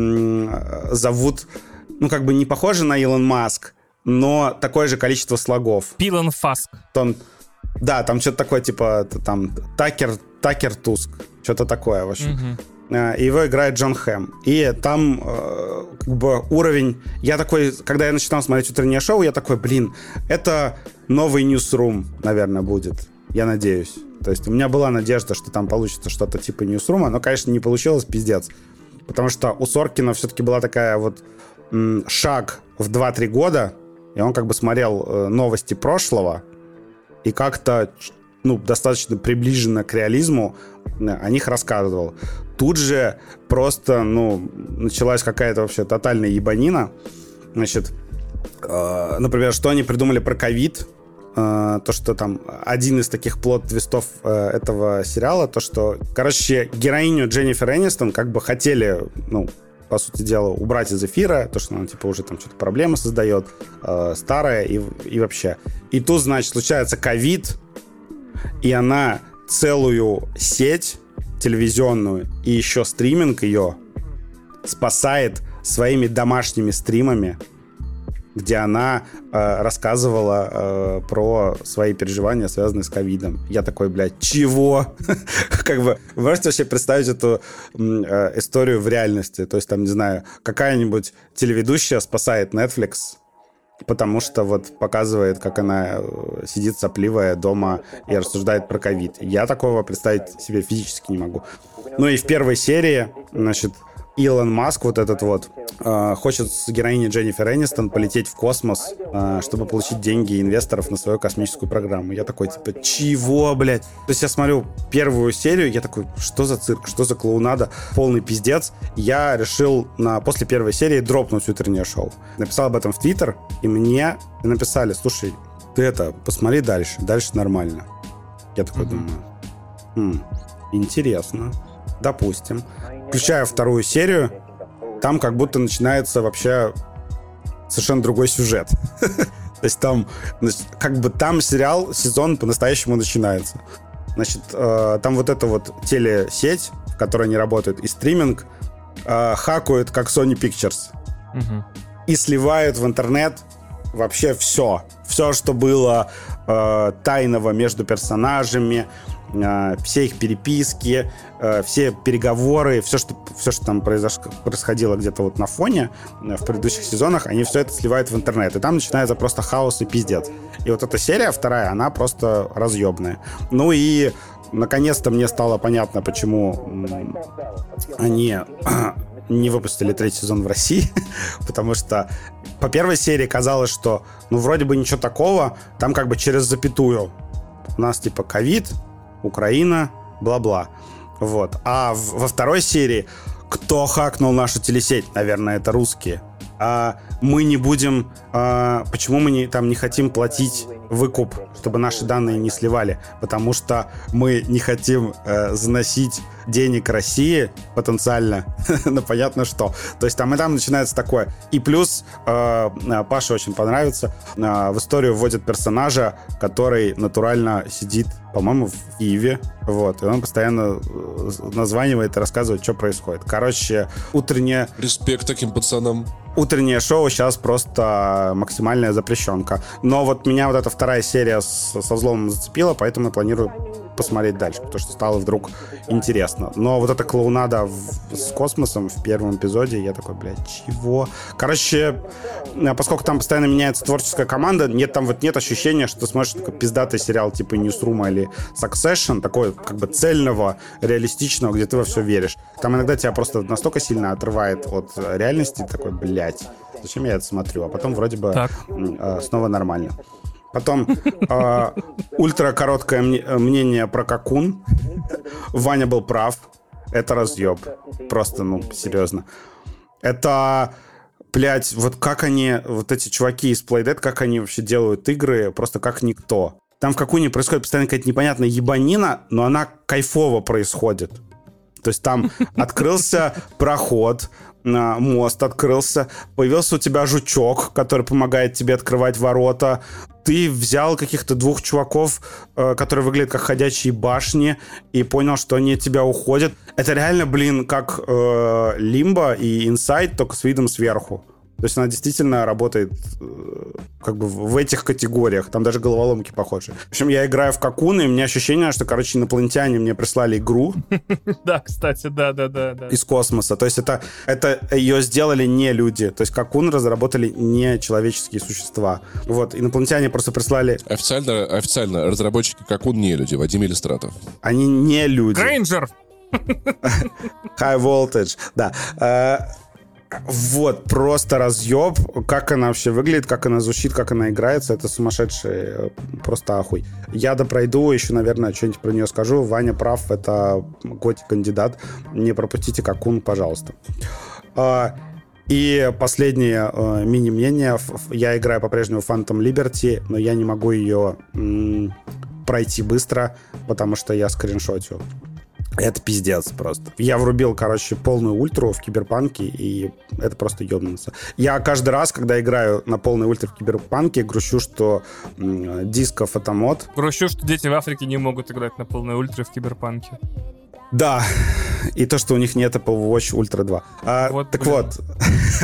зовут, ну, как бы не похоже на Илон Маск, но такое же количество слогов. Пилон Фаск. Да, там что-то такое, типа, там, Такер Туск. Что-то такое, в общем. И его играет Джон Хэм. И там как бы уровень... Я такой, когда я начинал смотреть утреннее шоу, я такой, блин, это новый Newsroom, наверное, будет. Я надеюсь. То есть у меня была надежда, что там получится что-то типа Newsroom, но, конечно, не получилось, пиздец. Потому что у Соркина все-таки была такая вот шаг в 2-3 года, и он как бы смотрел новости прошлого, и как-то, ну, достаточно приближенно к реализму о них рассказывал. Тут же просто, ну, началась какая-то вообще тотальная ебанина. Значит, например, что они придумали про ковид, то, что там один из таких плот-твистов этого сериала, то, что, короче, героиню Дженнифер Энистон как бы хотели, ну, по сути дела, убрать из эфира, то, что она, типа, уже там что-то проблемы создает, старая и вообще. И тут, значит, случается ковид, и она целую сеть телевизионную и еще стриминг ее спасает своими домашними стримами где она рассказывала про свои переживания, связанные с ковидом. Я такой, блядь, чего? Как бы, вы можете вообще представить эту историю в реальности? То есть, там, не знаю, какая-нибудь телеведущая спасает Netflix, потому что вот показывает, как она сидит сопливая дома и рассуждает про ковид. Я такого представить себе физически не могу. Ну и в первой серии, значит, Илон Маск, вот этот вот, хочет с героиней Дженнифер Энистон полететь в космос, чтобы получить деньги инвесторов на свою космическую программу. Я такой, типа, чего, блядь? То есть я смотрю первую серию, я такой, что за цирк, что за клоунада, полный пиздец. Я решил после первой серии дропнуть утреннее шоу. Написал об этом в Твиттер, и мне написали, слушай, ты посмотри дальше нормально. Я такой думаю, интересно, допустим. Включаю вторую серию, там как будто начинается вообще совершенно другой сюжет. То есть там, как бы там сезон по-настоящему начинается. Значит, там вот эта вот телесеть, в которой они работают, и стриминг хакают как Sony Pictures. И сливают в интернет вообще все. Все, что было тайного между персонажами, все их переписки, все переговоры, все, что там происходило где-то вот на фоне в предыдущих сезонах, они все это сливают в интернет. И там начинается просто хаос и пиздец. И вот эта серия вторая, она просто разъебная. Ну и наконец-то мне стало понятно, почему они не выпустили третий сезон в России, потому что по первой серии казалось, что ну вроде бы ничего такого, там как бы через запятую. У нас типа ковид, Украина, бла-бла. Вот. А во второй серии кто хакнул нашу телесеть? Наверное, это русские. Мы не будем... почему мы не хотим платить выкуп, чтобы наши данные не сливали? Потому что мы не хотим заносить денег России потенциально на понятно что. То есть там и там начинается такое. И плюс Паше очень понравится, в историю вводят персонажа, который натурально сидит, по-моему, в Киеве. Вот. И он постоянно названивает и рассказывает, что происходит. Короче, утреннее... Респект таким пацанам. Утреннее шоу сейчас просто максимальная запрещенка. Но вот меня вот эта вторая серия со взломом зацепила, поэтому я планирую посмотреть дальше, потому что стало вдруг интересно. Но вот эта клоунада с космосом в первом эпизоде, я такой, блядь, чего? Короче, поскольку там постоянно меняется творческая команда, нет ощущения, что ты смотришь такой пиздатый сериал типа Newsroom или Succession, такой как бы цельного, реалистичного, где ты во все веришь. Там иногда тебя просто настолько сильно отрывает от реальности, такой, блядь, зачем я это смотрю? А потом вроде бы снова нормально. Потом ультракороткое мнение про Cocoon. Ваня был прав. Это разъеб. Просто, серьезно. Это, блядь, вот как они, вот эти чуваки из Playdead, как они вообще делают игры, просто как никто. Там в Cocoon происходит постоянно какая-то непонятная ебанина, но она кайфово происходит. То есть там открылся проход, мост открылся, появился у тебя жучок, который помогает тебе открывать ворота. Ты взял каких-то двух чуваков, которые выглядят как ходячие башни, и понял, что они от тебя уходят. Это реально, как Limbo и Inside, только с видом сверху. То есть она действительно работает как бы в этих категориях. Там даже головоломки похожи. В общем, я играю в Cocoon, и у меня ощущение, что, инопланетяне мне прислали игру. Да, кстати, да. Из космоса. То есть это ее сделали не люди. То есть Cocoon разработали не человеческие существа. Вот, инопланетяне просто прислали... Официально разработчики Cocoon не люди. Вадим Иллистратов. Они не люди. Грейнджер! High Voltage, да. Вот, просто разъеб. Как она вообще выглядит, как она звучит, как она играется. Это сумасшедший просто ахуй. Я допройду, еще, наверное, что-нибудь про нее скажу. Ваня прав, это готик-кандидат. Не пропустите Cocoon, пожалуйста. И последнее мини-мнение. Я играю по-прежнему в Phantom Liberty, но я не могу ее пройти быстро, потому что я скриншотю. Это пиздец просто. Я врубил, полную ультру в Киберпанке, и это просто ёбнуться. Я каждый раз, когда играю на полной ультре в Киберпанке, грущу, что дисков это мод. Грущу, что дети в Африке не могут играть на полной ультре в Киберпанке. Да, и то, что у них нет Apple Watch Ultra 2. Вот.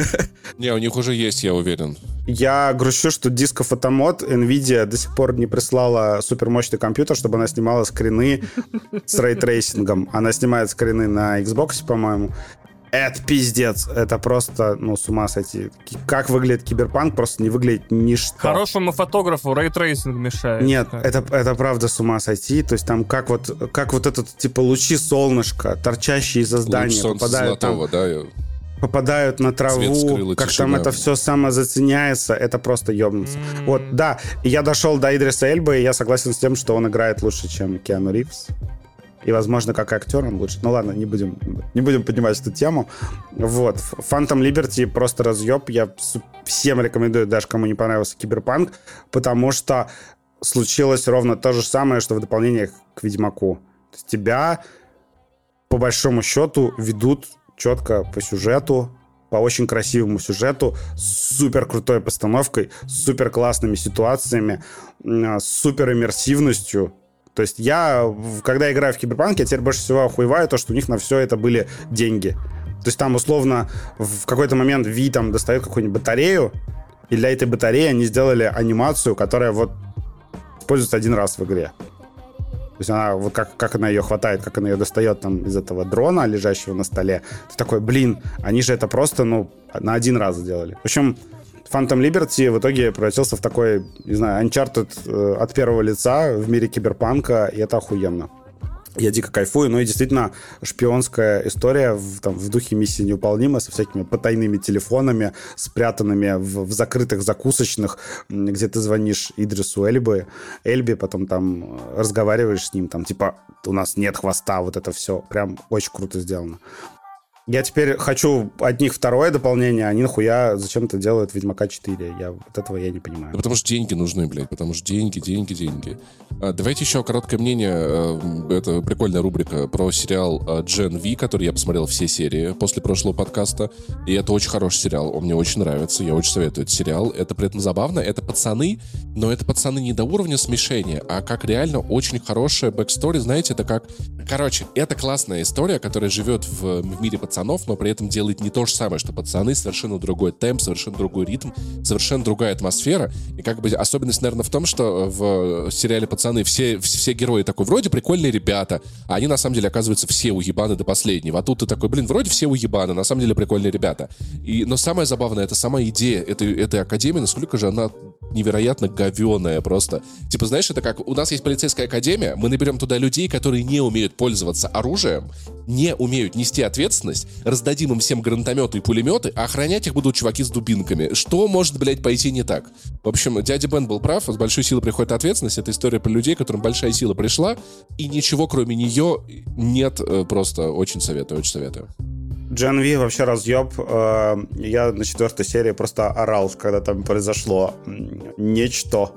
Не, у них уже есть, я уверен. Я грущу, что Disco Photomod Nvidia до сих пор не прислала супермощный компьютер, чтобы она снимала скрины с рейтрейсингом. Она снимает скрины на Xbox, по-моему. Это пиздец. Это просто, с ума сойти. Как выглядит Киберпанк, просто не выглядит ничто. Хорошему фотографу рейтрейсинг мешает. Нет, это правда с ума сойти. То есть там как вот этот, типа, лучи солнышка, торчащие из-за здания, попадают золотого, там, попадают на траву, как там это все самозаценяется, это просто ёбнуться. Вот, да, я дошел до Идриса Эльбы, и я согласен с тем, что он играет лучше, чем Киану Ривз. И, возможно, как актер он лучше. Ну ладно, не будем поднимать эту тему. Вот. Phantom Liberty просто разъеб. Я всем рекомендую, даже кому не понравился Киберпанк, потому что случилось ровно то же самое, что в дополнениях к Ведьмаку. То есть тебя, по большому счету, ведут четко по сюжету, по очень красивому сюжету, с супер крутой постановкой, с супер классными ситуациями, с супер иммерсивностью. То есть я, когда играю в Киберпанк, я теперь больше всего охуеваю то, что у них на все это были деньги. То есть там, условно, в какой-то момент Ви там достает какую-нибудь батарею, и для этой батареи они сделали анимацию, которая вот используется один раз в игре. То есть она, вот как она ее хватает, как она ее достает там из этого дрона, лежащего на столе. Ты такой, они же это просто, на один раз сделали. В общем, Phantom Liberty в итоге превратился в такой, не знаю, Uncharted от первого лица в мире киберпанка, и это охуенно. Я дико кайфую, и действительно шпионская история в духе «Миссия невыполнима» со всякими потайными телефонами, спрятанными в закрытых закусочных, где ты звонишь Идрису Эльбе, потом там разговариваешь с ним, там типа «у нас нет хвоста», вот это все. Прям очень круто сделано. Я теперь хочу от них второе дополнение, они нахуя зачем-то делают Ведьмака 4. Вот этого я не понимаю. Да потому что деньги нужны, блядь, потому что деньги. Давайте еще короткое мнение. Это прикольная рубрика про сериал Gen V, который я посмотрел все серии после прошлого подкаста. И это очень хороший сериал, он мне очень нравится, я очень советую этот сериал. Это при этом забавно, это пацаны, но это пацаны не до уровня смешения, а как реально очень хорошая бэкстори, знаете, это как... Короче, это классная история, которая живет в мире пацанов, но при этом делает не то же самое, что пацаны, совершенно другой темп, совершенно другой ритм, совершенно другая атмосфера. И как бы особенность, наверное, в том, что в сериале «Пацаны» все герои такой, вроде прикольные ребята, а они на самом деле оказываются все уебаны до последнего. А тут ты такой, вроде все уебаны, на самом деле прикольные ребята. Но самое забавное, это сама идея этой академии, насколько же она невероятно говёная просто. Типа, знаешь, это как, у нас есть полицейская академия, мы наберем туда людей, которые не умеют пользоваться оружием, не умеют нести ответственность, раздадим им всем гранатометы и пулеметы, а охранять их будут чуваки с дубинками. Что может, блядь, пойти не так? В общем, дядя Бен был прав, с большой силой приходит ответственность. Это история про людей, которым большая сила пришла, и ничего кроме нее нет. Просто очень советую. Gen V вообще разъеб. Я на 4-й серии просто орал, когда там произошло нечто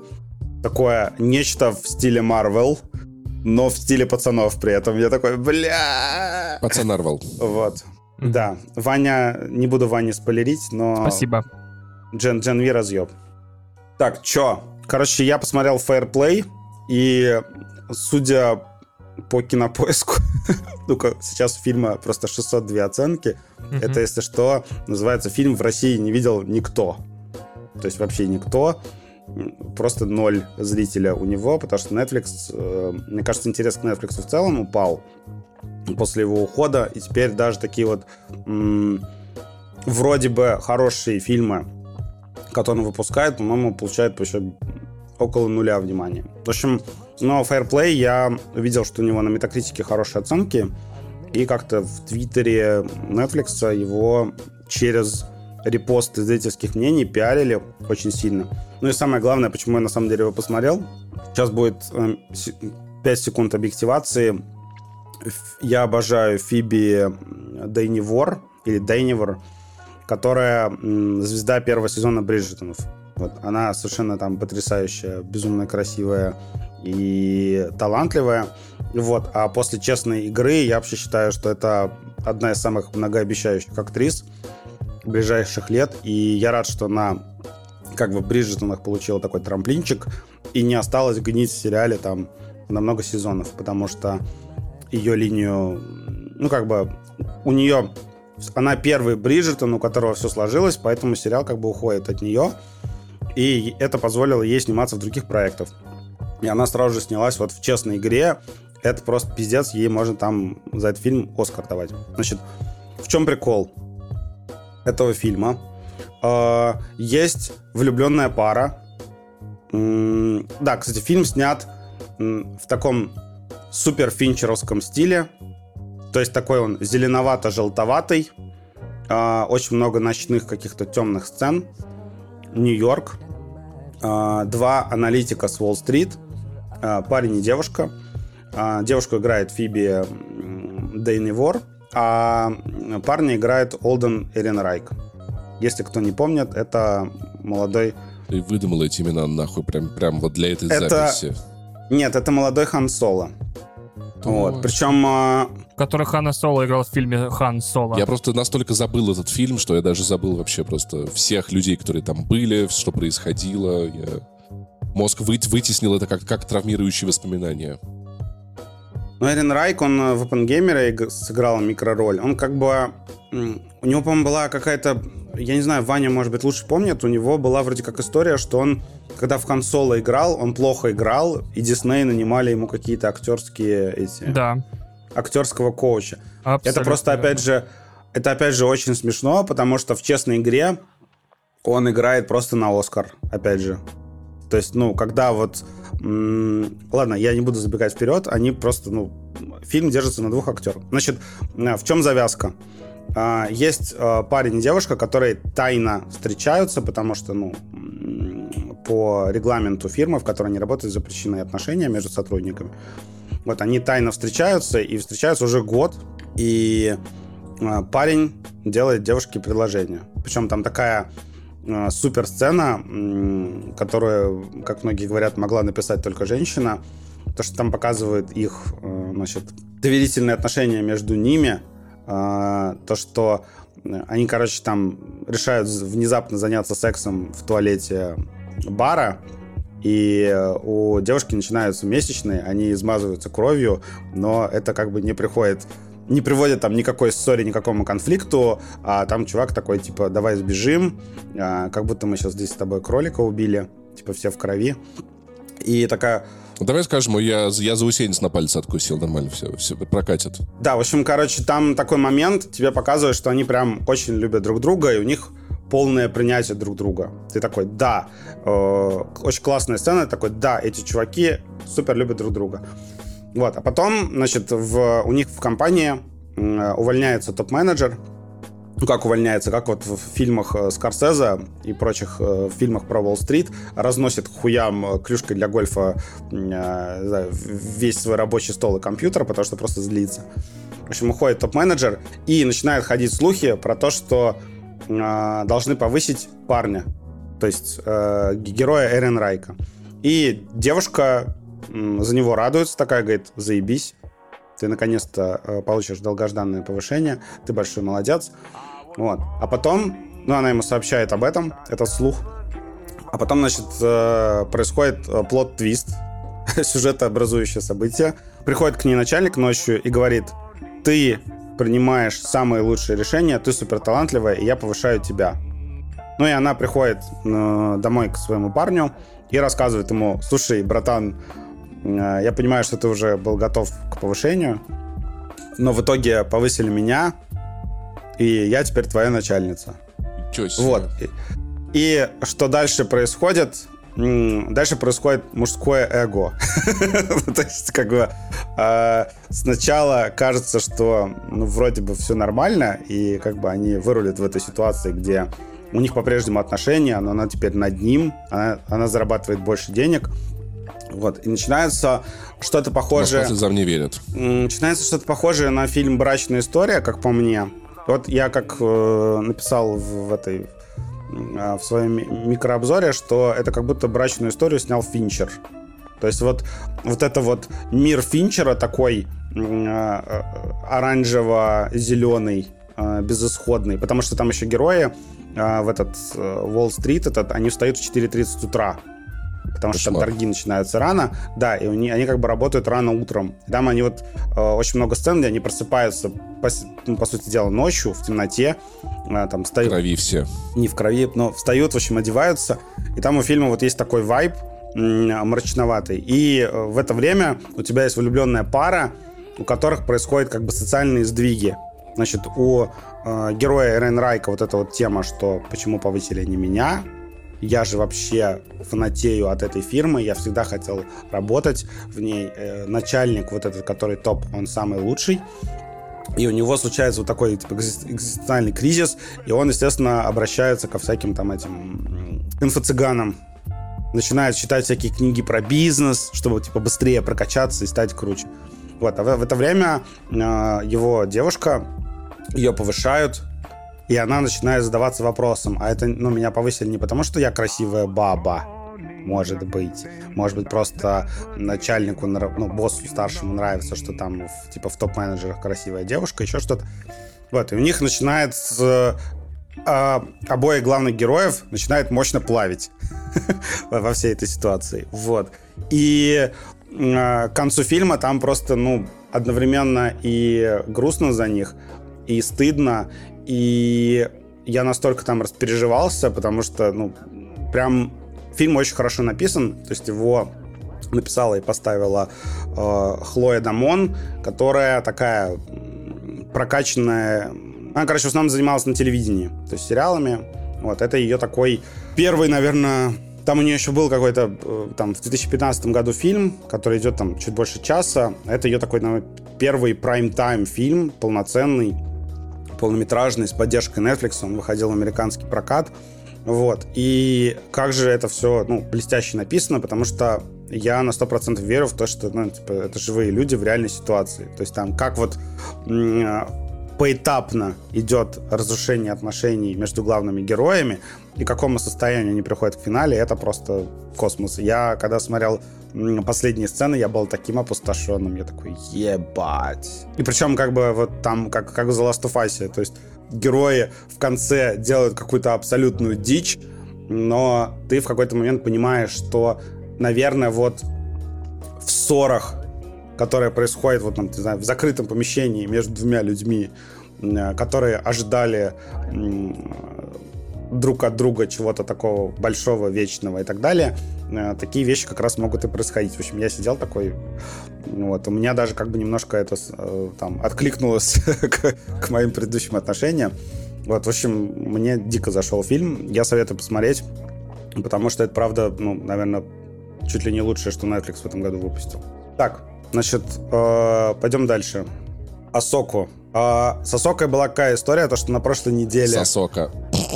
в стиле Marvel, но в стиле пацанов при этом. Я такой, бля... Пацан Марвел. Вот. Да. Ваня, не буду Ване спойлерить, но... Спасибо. Gen V разъеб. Так, чё? Короче, я посмотрел Fair Play, и судя по Кинопоиску, ну-ка, сейчас у фильма просто 602 оценки. Это, если что, называется фильм «В России не видел никто». То есть вообще никто. Просто 0 зрителя у него, потому что Netflix, мне кажется, интерес к Netflix в целом упал после его ухода. И теперь даже такие вот вроде бы хорошие фильмы, которые он выпускает, по-моему, получают еще около 0 внимания. В общем, но Fair Play я видел, что у него на Метакритике хорошие оценки, и как-то в Твиттере Netflix его через репосты зрительских мнений пиарили очень сильно. Ну и самое главное, почему я на самом деле его посмотрел. Сейчас будет 5 секунд объективации. Я обожаю Фиби Дейнивор, или Дейнивор, которая звезда первого сезона Бриджертонов. Вот. Она совершенно там потрясающая, безумно красивая и талантливая. Вот. А после «Честной игры» я вообще считаю, что это одна из самых многообещающих актрис ближайших лет. И я рад, что она как бы в «Бриджертонах» получила такой трамплинчик и не осталась гнить в сериале там на много сезонов, потому что ее линию, ну как бы у нее она первый Бриджертон, у которого все сложилось, поэтому сериал как бы уходит от нее. И это позволило ей сниматься в других проектах. И она сразу же снялась вот в «Честной игре». Это просто пиздец, ей можно там за этот фильм Оскар давать. Значит, в чем прикол этого фильма? Есть влюбленная пара. Да, кстати, фильм снят в таком супер финчеровском стиле. То есть такой он зеленовато-желтоватый. Очень много ночных каких-то темных сцен. Нью-Йорк. Два аналитика с Уолл-стрит. Парень и девушка. Девушку играет Фиби Дейневор, а парня играет Олден Эренрайк. Если кто не помнит, это молодой... Ты выдумал эти имена нахуй прям вот для этой записи. Нет, это молодой Хан Соло. Вот. Причем... Который Хана Соло играл в фильме «Хан Соло». Я просто настолько забыл этот фильм, что я даже забыл вообще просто всех людей, которые там были, что происходило. Мозг вытеснил это как травмирующие воспоминания. Но Эренрайк, он в «Оппенгеймере» сыграл микророль. Он как бы... У него, по-моему, была какая-то... Я не знаю, Ваня, может быть, лучше помнит. У него была вроде как история, что он, когда в Хан Соло играл, он плохо играл, и Дисней нанимали ему какие-то актерские актерского коуча. Абсолютно. Это просто, опять же, очень смешно, потому что в «Честной игре» он играет просто на Оскар, опять же. То есть, когда вот... Ладно, я не буду забегать вперед, они просто, фильм держится на двух актерах. Значит, в чем завязка? Есть парень и девушка, которые тайно встречаются, потому что, по регламенту фирмы, в которой они работают, запрещены отношения между сотрудниками. Вот, они тайно встречаются, и встречаются уже год, и парень делает девушке предложение. Причем там такая... супер сцена, которую, как многие говорят, могла написать только женщина. То, что там показывают их, доверительные отношения между ними. То, что они, там решают внезапно заняться сексом в туалете бара. И у девушки начинаются месячные, они измазываются кровью, но это как бы не приводит там никакой ссоре, никакому конфликту, а там чувак такой, типа, давай сбежим, как будто мы сейчас здесь с тобой кролика убили, типа, все в крови. И такая... Давай скажем, я заусенец на пальце откусил, нормально все прокатит. Да, в общем, там такой момент, тебе показывает, что они прям очень любят друг друга, и у них полное принятие друг друга. Ты такой, да, очень классная сцена, такой, да, эти чуваки супер любят друг друга. Вот, а потом, у них в компании увольняется топ-менеджер. Как увольняется, как вот в фильмах Скорсезе и прочих фильмах про Уолл-стрит разносит хуям клюшкой для гольфа весь свой рабочий стол и компьютер, потому что просто злится. В общем, уходит топ-менеджер, и начинают ходить слухи про то, что должны повысить парня, то есть героя Эренрайка. И девушка за него радуется, такая, говорит, заебись, ты наконец-то получишь долгожданное повышение, ты большой молодец. Вот. А потом, она ему сообщает об этом, этот слух. А потом, происходит плот-твист, сюжетообразующее событие. Приходит к ней начальник ночью и говорит, ты принимаешь самые лучшие решения, ты суперталантливая, и я повышаю тебя. И она приходит домой к своему парню и рассказывает ему, слушай, братан, я понимаю, что ты уже был готов к повышению, но в итоге повысили меня, и я теперь твоя начальница. Чё себе? Вот. И что дальше происходит? Дальше происходит мужское эго. То есть, сначала кажется, что вроде бы все нормально, и они вырулят в этой ситуации, где у них по-прежнему отношения, но она теперь над ним, она зарабатывает больше денег. Вот. И начинается что-то похожее... Слезам не верят. Начинается что-то похожее на фильм «Брачная история», как по мне. Вот я написал в своем микрообзоре, что это как будто «Брачную историю» снял Финчер. То есть вот это вот мир Финчера такой оранжево-зеленый, безысходный. Потому что там еще герои в этот Уолл-стрит, они встают в 4:30 утра. потому что там торги начинаются рано, да, и они как бы работают рано утром. И там они вот очень много сцен, где они просыпаются, по сути дела, ночью, в темноте, там встают... В крови все. Не в крови, но встают, в общем, одеваются. И там у фильма вот есть такой вайб мрачноватый. И в это время у тебя есть влюбленная пара, у которых происходят как бы социальные сдвиги. Значит, у героя Эрен Райка вот эта вот тема, что почему повысили не меня, я же вообще фанатею от этой фирмы, я всегда хотел работать в ней. Начальник вот этот, который топ, он самый лучший. И у него случается вот такой типа экзистенциальный кризис, и он, естественно, обращается ко всяким там этим инфо-цыганам. Начинает читать всякие книги про бизнес, чтобы типа быстрее прокачаться и стать круче. Вот, а в это время его девушка, ее повышают, и она начинает задаваться вопросом, а это, меня повысили не потому, что я красивая баба, может быть просто начальнику, боссу старшему нравится, что там в топ-менеджерах красивая девушка, еще что-то. Вот, и у них начинает обоих главных героев начинает мощно плавить во всей этой ситуации. Вот. И к концу фильма там просто, одновременно и грустно за них, и стыдно, и я настолько там распереживался, потому что, прям фильм очень хорошо написан, то есть его написала и поставила Хлоя Дамон, которая такая прокачанная. Она, в основном занималась на телевидении, то есть сериалами. Вот, это ее такой первый, наверное... Там у нее еще был какой-то, в 2015 году фильм, который идет там чуть больше часа. Это ее такой, наверное, первый прайм-тайм фильм, полноценный, полнометражный, с поддержкой Netflix. Он выходил в американский прокат. Вот. И как же это все, блестяще написано, потому что я на 100% верю в то, что, это живые люди в реальной ситуации. То есть там как вот поэтапно идет разрушение отношений между главными героями, и к какому состоянию они приходят к финале, это просто космос. Я, когда смотрел последние сцены, я был таким опустошенным. Я такой, ебать. И причем, вот там, как в The Last of Us, то есть герои в конце делают какую-то абсолютную дичь, но ты в какой-то момент понимаешь, что, наверное, вот в ссорах, которые происходят в закрытом помещении между двумя людьми, которые ожидали друг от друга чего-то такого большого, вечного и так далее, такие вещи как раз могут и происходить. В общем, я сидел такой, у меня даже немножко это откликнулось к моим предыдущим отношениям. Вот, в общем, мне дико зашел фильм. Я советую посмотреть, потому что это, правда, наверное, чуть ли не лучшее, что Netflix в этом году выпустил. Так, значит, пойдем дальше. Асоку. С Асокой была какая история, то, что на прошлой неделе... С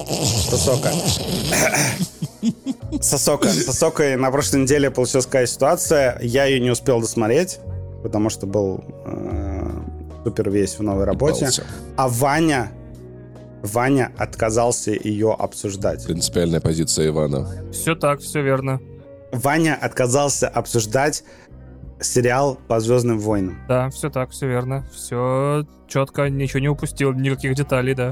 Асокой на прошлой неделе получилась какая ситуация. Я ее не успел досмотреть, потому что был супер весь в новой работе. Ебался. А Ваня отказался ее обсуждать. Принципиальная позиция Ивана. Все так, все верно. Ваня отказался обсуждать сериал по «Звездным войнам». Да, все так, все верно. Все четко, ничего не упустил, никаких деталей, да.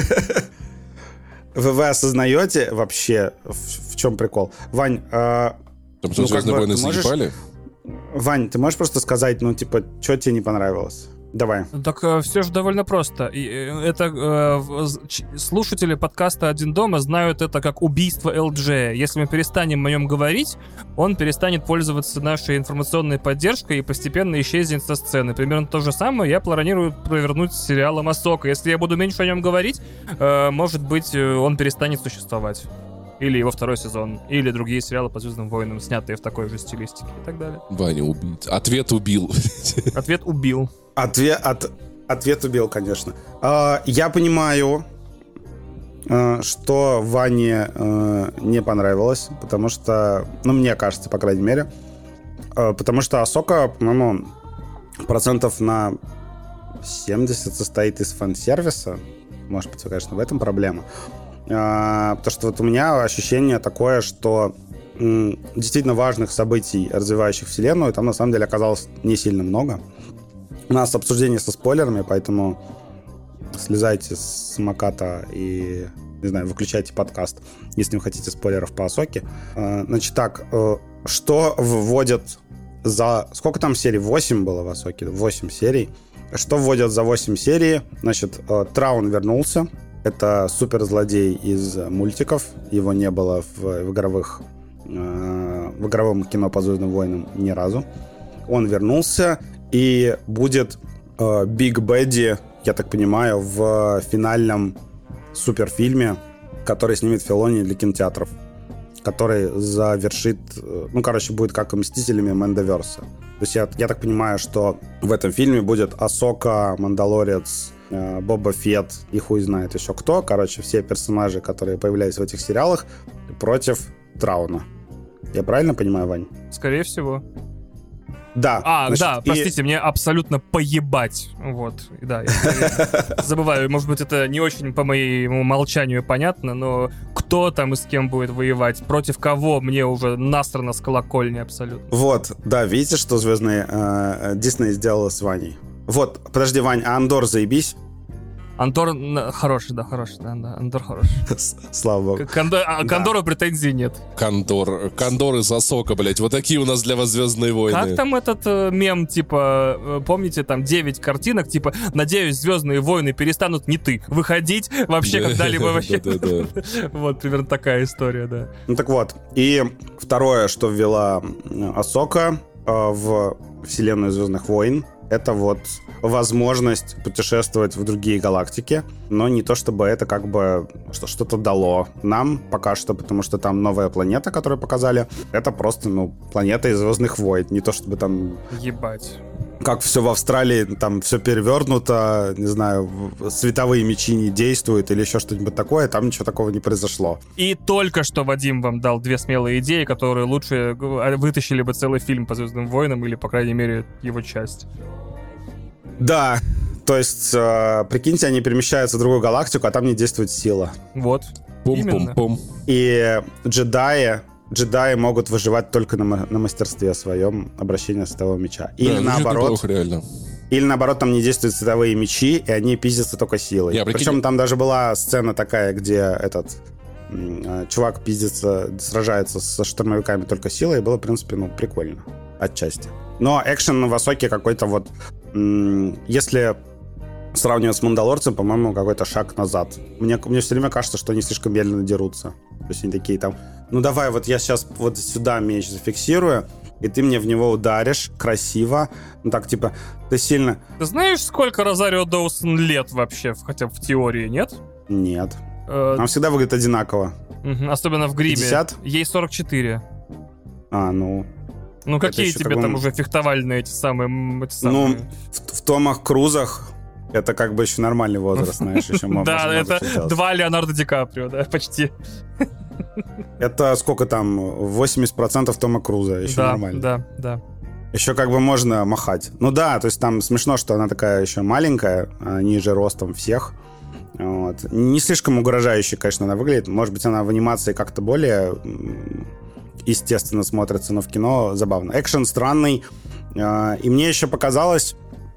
Вы осознаете вообще, в чем прикол? Вань, там что, «Звездные войны» заебали? Вань, ты можешь просто сказать, что тебе не понравилось? Давай. Так все же довольно просто. И это слушатели подкаста «Один дома» знают это как убийство ЛДЖ. Если мы перестанем о нем говорить, он перестанет пользоваться нашей информационной поддержкой и постепенно исчезнет со сцены. Примерно то же самое я планирую провернуть с сериалом «Асока». Если я буду меньше о нем говорить, может быть, он перестанет существовать. Или его второй сезон, или другие сериалы по «Звездным войнам», снятые в такой же стилистике и так далее. Ваня убит. Ответ убил. Ответ убил. Ответ убил, конечно. Я понимаю, что Ване не понравилось, потому что, мне кажется, по крайней мере, потому что Асока, по-моему, процентов на 70 состоит из фан-сервиса. Может быть, конечно, в этом проблема. Потому что у меня ощущение такое, что действительно важных событий, развивающих вселенную, там на самом деле оказалось не сильно много. У нас обсуждение со спойлерами, поэтому слезайте с самоката и, не знаю, выключайте подкаст, если не хотите спойлеров по Асоке. Значит так, что вводят за... Сколько там серий? 8 было в Асоке? 8 серий. Что вводят за 8 серий? Значит, Траун вернулся. Это суперзлодей из мультиков. Его не было в игровом кино по «Звездным войнам» ни разу. Он вернулся и будет Биг Бэдди, я так понимаю, в финальном суперфильме, который снимет Филони для кинотеатров, который завершит... будет как и «Мстителями» Мэндоверса. То есть я так понимаю, что в этом фильме будет Асока, Мандалорец, Боба Фетт и хуй знает еще кто. Короче, все персонажи, которые появлялись в этих сериалах, против Трауна. Я правильно понимаю, Вань? Скорее всего. Да. Простите, мне абсолютно поебать. Вот, да, я забываю, может быть, это не очень по моему молчанию понятно, но кто там и с кем будет воевать, против кого, мне уже насрано с колокольни абсолютно. Вот, да, видите, что звездные Дисней сделала с Ваней? Вот, подожди, Вань, а Андор заебись? Андор хороший, да, Андор хороший. Слава богу. К Андору претензий нет. Кондор из Асока, блядь, вот такие у нас для вас «Звездные войны». Как там этот мем, типа, помните, там 9 картинок, типа, надеюсь, «Звездные войны» перестанут не ты выходить вообще когда-либо вообще. Вот, примерно такая история, да. Ну так вот, и второе, что ввела Асока в вселенную «Звездных войн», это вот возможность путешествовать в другие галактики, но не то чтобы это как бы что-то дало нам пока что, потому что там новая планета, которую показали, это просто, планета из «Звездных войн», не то чтобы там... Ебать. Как все в Австралии, там все перевернуто, не знаю, световые мечи не действуют или еще что-нибудь такое, там ничего такого не произошло. И только что Вадим вам дал 2 смелые идеи, которые лучше вытащили бы целый фильм по «Звездным войнам» или, по крайней мере, его часть. Да, то есть, прикиньте, они перемещаются в другую галактику, а там не действует сила. Вот. Пум-пум-пум. И джедаи могут выживать только на мастерстве своем обращения светового меча. Или наоборот. Неплохо, реально. Или наоборот, там не действуют световые мечи, и они пиздятся только силой. Причем там даже была сцена такая, где этот чувак пиздится, сражается со штурмовиками только силой, и было, в принципе, прикольно. Отчасти. Но экшен в Асоке какой-то вот... Если сравнивать с «Мандалорцем», по-моему, какой-то шаг назад. Мне все время кажется, что они слишком медленно дерутся. То есть они такие там... давай, вот я сейчас вот сюда меч зафиксирую, и ты мне в него ударишь красиво. Так, типа, ты сильно... Ты знаешь, сколько Розарио Доусон лет вообще, хотя бы в теории, нет? Нет. Она всегда выглядит одинаково. Особенно в гриме. 50? Ей 44. Какие тебе там уже фехтовальные эти самые... в Томах Крузах это как бы еще нормальный возраст, знаешь, еще можно. Да, это 2 Леонардо Ди Каприо, да, почти. Это сколько там? 80% Тома Круза, еще нормально. Да. Еще как бы можно махать. То есть там смешно, что она такая еще маленькая, ниже ростом всех. Вот. Не слишком угрожающе, конечно, она выглядит. Может быть, она в анимации как-то более... естественно смотрится, но в кино забавно. Экшен странный. И мне еще показалось,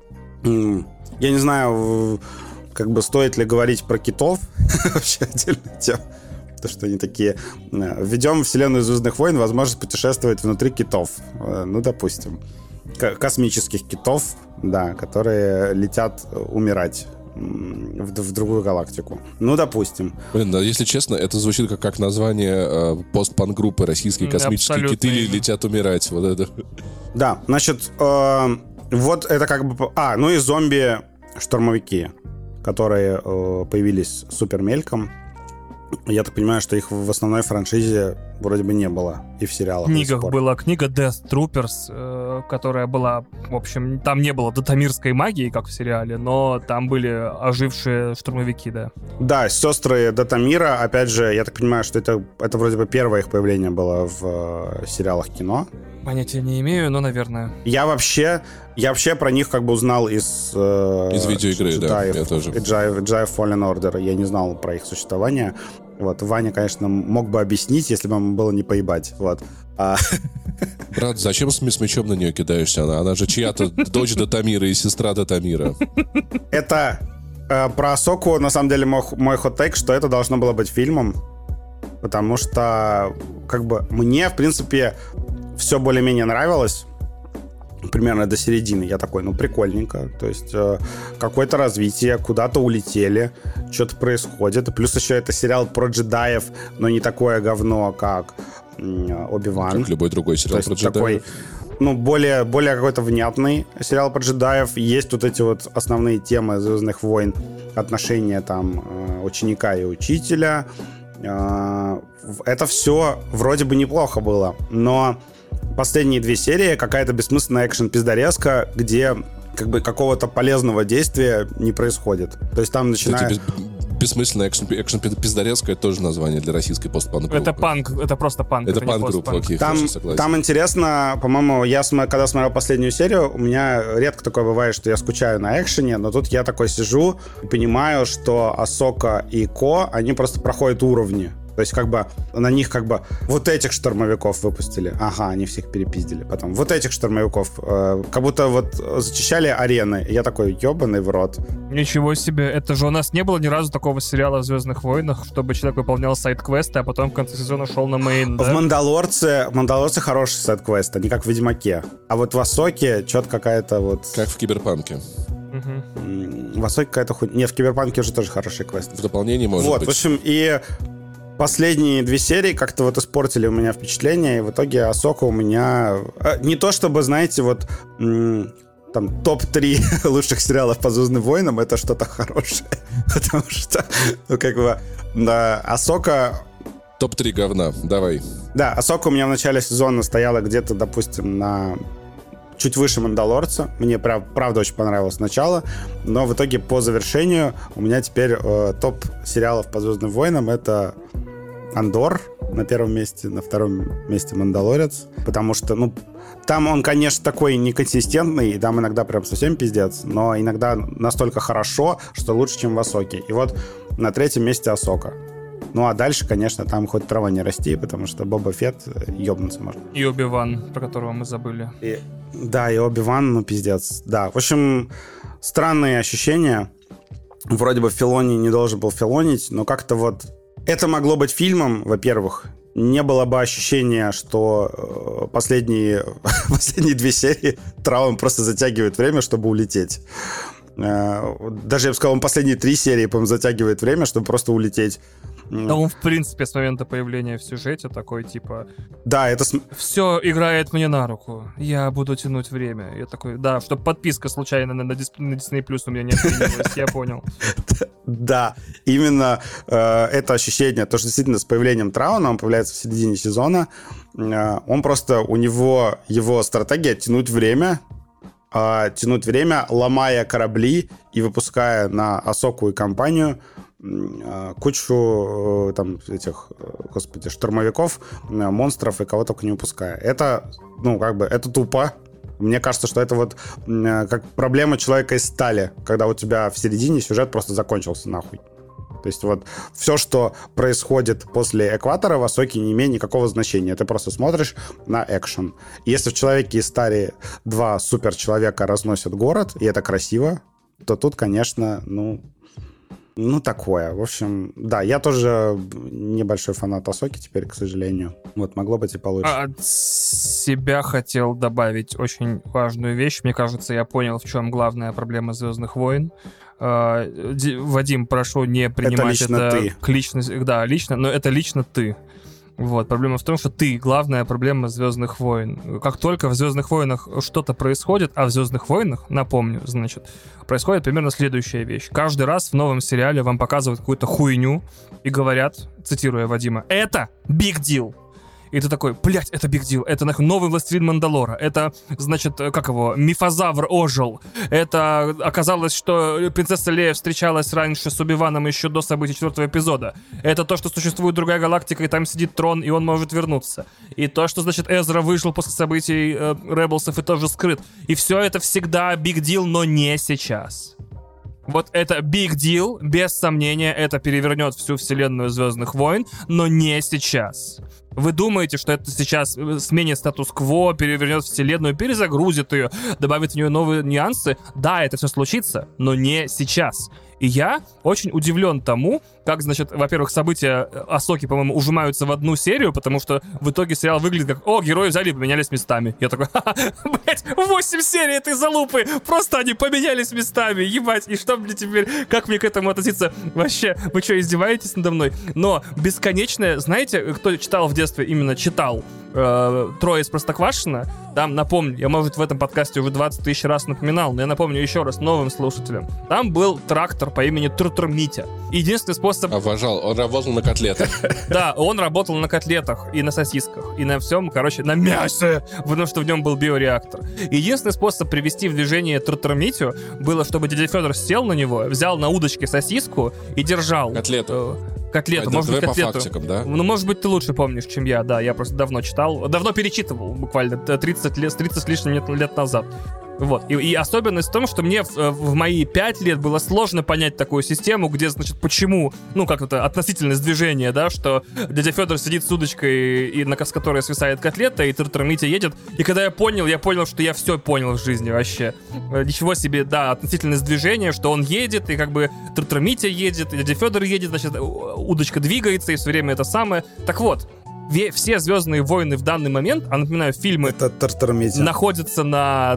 я не знаю, как бы стоит ли говорить про китов. Вообще отдельная тема. То, что они такие... Введем в вселенную «Звездных войн» возможность путешествовать внутри китов. Допустим. Космических китов, да, которые летят умирать в другую галактику. Допустим. Блин, если честно, это звучит как название постпанк-группы «Российские космические киты летят умирать». Вот это. Да, значит, вот это как бы... и зомби-штурмовики, которые появились супер мельком. Я так понимаю, что их в основной франшизе вроде бы не было и в сериалах. В книгах была книга Death Troopers, которая была, в общем, там не было датамирской магии, как в сериале, но там были ожившие штурмовики, да. Да, сестры Датамира, опять же, я так понимаю, что это вроде бы первое их появление было в сериалах кино. Понятия не имею, но, наверное. Я вообще про них как бы узнал из видеоигры, да, я тоже. Jedi Fallen Order. Я не знал про их существование. Вот, Ваня, конечно, мог бы объяснить, если бы ему было не поебать. Вот. Брат, зачем с мечом на нее кидаешься? Она же чья-то дочь Датамира и сестра Датамира. Это про Асоку, на самом деле, мой хот-тейк, что это должно было быть фильмом. Потому что, как бы, мне, в принципе, все более-менее нравилось. Примерно до середины. Я такой, прикольненько. То есть какое-то развитие, куда-то улетели, что-то происходит. Плюс еще это сериал про джедаев, но не такое говно, как Оби-Ван. Как любой другой сериал про джедаев. Такой, более какой-то внятный сериал про джедаев. Есть вот эти вот основные темы «Звездных войн», отношения там ученика и учителя. Это все вроде бы неплохо было, но последние 2 серии какая-то бессмысленная экшен-пиздорезка, где как бы какого-то полезного действия не происходит. То есть там начинает... Бессмысленная экшен-пиздорезка — это тоже название для российской постпанк-группы. Это панк, это просто панк. Это панк-группа, окей, хорошо, согласен. Там интересно, по-моему, я когда смотрел последнюю серию, у меня редко такое бывает, что я скучаю на экшене, но тут я такой сижу и понимаю, что Асока и Ко, они просто проходят уровни. То есть как бы на них как бы вот этих штурмовиков выпустили. Ага, они всех перепиздили. Потом вот этих штурмовиков как будто вот зачищали арены. Я такой, ебаный в рот. Ничего себе. Это же у нас не было ни разу такого сериала в «Звездных войнах», чтобы человек выполнял сайд-квесты, а потом в конце сезона шел на мейн, да? В «Мандалорце» хороший сайд-квест, они как в «Ведьмаке». А вот в «Асоке» что-то какая-то вот... Как в «Киберпанке». В «Асоке» какая-то хуйня. Не, в «Киберпанке» уже тоже хороший квест. В дополнении может быть. Вот, в общем, и... Последние 2 серии как-то вот испортили у меня впечатление, и в итоге Асока у меня... Не то чтобы, знаете, вот там топ-3 лучших сериалов по «Звездным войнам» — это что-то хорошее. Потому что, Асока... Топ-3 говна, давай. Да, Асока у меня в начале сезона стояла где-то, допустим, на... чуть выше «Мандалорца». Мне, правда, очень понравилось начало. Но в итоге по завершению у меня теперь топ сериалов по «Звездным войнам» — это «Андор» на 1-м месте, на 2-м месте «Мандалорец». Потому что, там он, конечно, такой неконсистентный, и там иногда прям совсем пиздец, но иногда настолько хорошо, что лучше, чем в «Асоке». И вот на 3-м месте «Асока». Ну, а дальше, конечно, там хоть трава не расти, потому что Боба Фетт ёбнуться можно. И Оби-Ван, про которого мы забыли. И Оби-Ван, пиздец. Да, в общем, странные ощущения. Вроде бы Филони не должен был филонить, но как-то вот... Это могло быть фильмом, во-первых. Не было бы ощущения, что последние 2 серии Траун просто затягивает время, чтобы улететь. Даже, я бы сказал, он последние 3 серии, по-моему, затягивает время, чтобы просто улететь. Да он, в принципе, с момента появления в сюжете такой, типа... Да, это... Все играет мне на руку. Я буду тянуть время. Я такой, да, чтобы подписка случайно на Disney Plus у меня не отменилась, я понял. Да, именно это ощущение, то, что действительно с появлением Трауна, он появляется в середине сезона, он просто, у него его стратегия тянуть время, ломая корабли и выпуская на Асоку и компанию кучу там этих, штурмовиков, монстров и кого только не выпуская. Это, это тупо. Мне кажется, что это вот как проблема человека из стали, когда у тебя в середине сюжет просто закончился нахуй. То есть вот все, что происходит после экватора в Асоке, не имеет никакого значения. Ты просто смотришь на экшен. Если в «Человеке из стали» 2 суперчеловека разносят город, и это красиво, то тут, конечно, такое. В общем, да, я тоже небольшой фанат Асоки теперь, к сожалению. Вот, могло быть и получше. От себя хотел добавить очень важную вещь. Мне кажется, я понял, в чем главная проблема «Звездных войн». Вадим, прошу не принимать это к личности. Да, лично, но это лично ты. Вот, проблема в том, что ты главная проблема «Звездных войн». Как только в «Звездных войнах» что-то происходит, а в «Звездных войнах», напомню, значит, происходит примерно следующая вещь. Каждый раз в новом сериале вам показывают какую-то хуйню и говорят, цитируя Вадима, «Это big deal». И ты такой, блять, это big deal, это нахуй новый властелин Мандалора, это, значит, мифозавр ожил, это оказалось, что принцесса Лея встречалась раньше с Оби-Ваном еще до событий 4-го эпизода, это то, что существует другая галактика, и там сидит трон, и он может вернуться, и то, что, значит, Эзра выжил после событий Ребелсов и тоже скрыт, и все это всегда big deal, но не сейчас. Вот это big deal, без сомнения, это перевернет всю вселенную «Звездных войн», но не сейчас. Вы думаете, что это сейчас сменит статус-кво, перевернет вселенную, перезагрузит ее, добавит в нее новые нюансы? Да, это все случится, но не сейчас. И я очень удивлен тому, как, значит, во-первых, события Асоки, по-моему, ужимаются в одну серию, потому что в итоге сериал выглядит как: о, герои взяли и поменялись местами. Я такой: блять, 8 серий этой залупы, просто они поменялись местами, ебать, и что мне теперь, как мне к этому относиться? Вообще, вы что, издеваетесь надо мной? Но бесконечное, знаете, кто читал в детстве, именно читал «Трое из Простоквашино», там, напомню, я, может, в этом подкасте уже 20 тысяч раз напоминал, но я напомню еще раз новым слушателям. Там был трактор по имени Трутур Митя. Единственный способ... Обожал, он работал на котлетах. Да, он работал на котлетах и на сосисках, и на всем, короче, на мясе, потому что в нем был биореактор. Единственный способ привести в движение Трутур Митю было, чтобы дядя Федор сел на него, взял на удочке сосиску и держал. Котлету. Может быть, котлету. По фактикам, да? Ну, может быть, ты лучше помнишь, чем я, да. Я просто давно читал, давно перечитывал, буквально 30 с лишним лет назад. Вот. И особенность в том, что мне в мои 5 лет было сложно понять такую систему, где, значит, почему, ну, как это, относительность движения, да, что дядя Федор сидит с удочкой, с которой свисает котлета, и Трутур Митя едет. И когда я понял, что я все понял в жизни вообще. Ничего себе, да, относительность движения, что он едет, и как бы Трутур Митя едет, и дядя Федор едет, значит, удочка двигается, и все время это самое. Так вот, все «Звездные войны» в данный момент, а напоминаю, фильмы находятся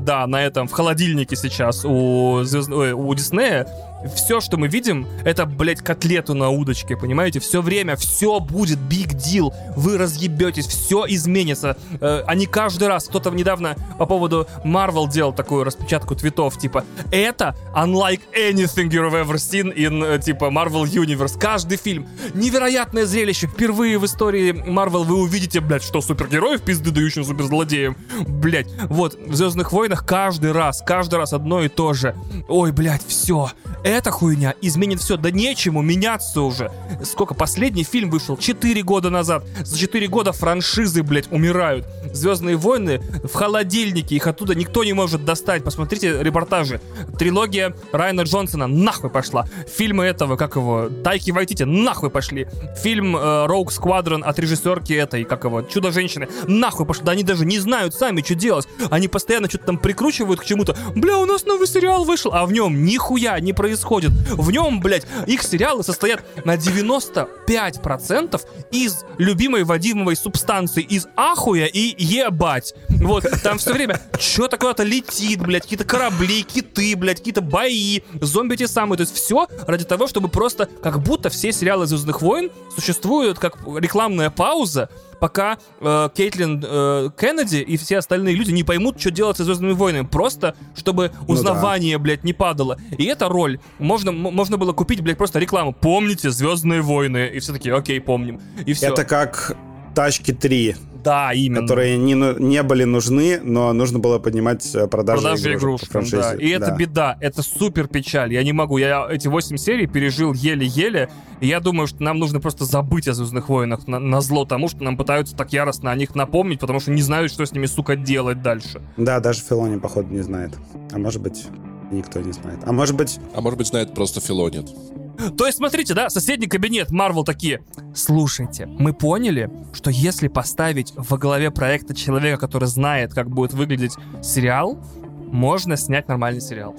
в холодильнике сейчас у Диснея. Все, что мы видим, это, блядь, котлету на удочке, понимаете? Все время, все будет big deal. Вы разъебетесь, все изменится. Они каждый раз, кто-то недавно по поводу Marvel делал такую распечатку твитов, типа, это unlike anything you've ever seen in, типа, Marvel Universe. Каждый фильм. Невероятное зрелище. Впервые в истории Marvel вы увидите, блядь, что супергероев пизды дающим суперзлодеям. Блядь, вот, в «Звездных войнах» каждый раз одно и то же. Ой, блядь, все. Эта хуйня изменит все. Да нечему меняться уже. Сколько? Последний фильм вышел 4 года назад. За 4 года франшизы, блядь, умирают. «Звездные войны» в холодильнике. Их оттуда никто не может достать. Посмотрите репортажи. Трилогия Райана Джонсона нахуй пошла. Фильмы этого, как его, Тайки Вайтити нахуй пошли. Фильм Rogue Squadron от режиссерки этой, как его, Чудо-женщины нахуй пошли. Да они даже не знают сами, что делать. Они постоянно что-то там прикручивают к чему-то. Бля, у нас новый сериал вышел. А в нем нихуя не происходит. В нем, блядь, их сериалы состоят на 95% из любимой Вадимовой субстанции, из ахуя и ебать. Вот, там все время что-то куда-то летит, блядь, какие-то корабли, киты, блядь, какие-то бои, зомби те самые. То есть все ради того, чтобы просто, как будто все сериалы «Звездных войн» существуют как рекламная пауза, пока Кейтлин Кеннеди и все остальные люди не поймут, что делать со «Звездными войнами». Просто, чтобы узнавание, блядь, не падало. И эта роль, можно было купить, блядь, просто рекламу. Помните «Звездные войны»? И все такие, окей, помним. И все. Это как «Тачки 3». Да, именно. Которые не были нужны, но нужно было поднимать продажи игрушек. Да. И это беда, это супер печаль. Я не могу, я эти 8 серий пережил еле-еле, и я думаю, что нам нужно просто забыть о «Звездных войнах» назло тому, что нам пытаются так яростно о них напомнить, потому что не знают, что с ними, сука, делать дальше. Да, даже Филони, походу, не знает. А может быть, никто не знает. А может быть, знает просто Филонит. То есть, смотрите, да, соседний кабинет, Marvel такие: слушайте, мы поняли, что если поставить во главе проекта человека, который знает, как будет выглядеть сериал, можно снять нормальный сериал.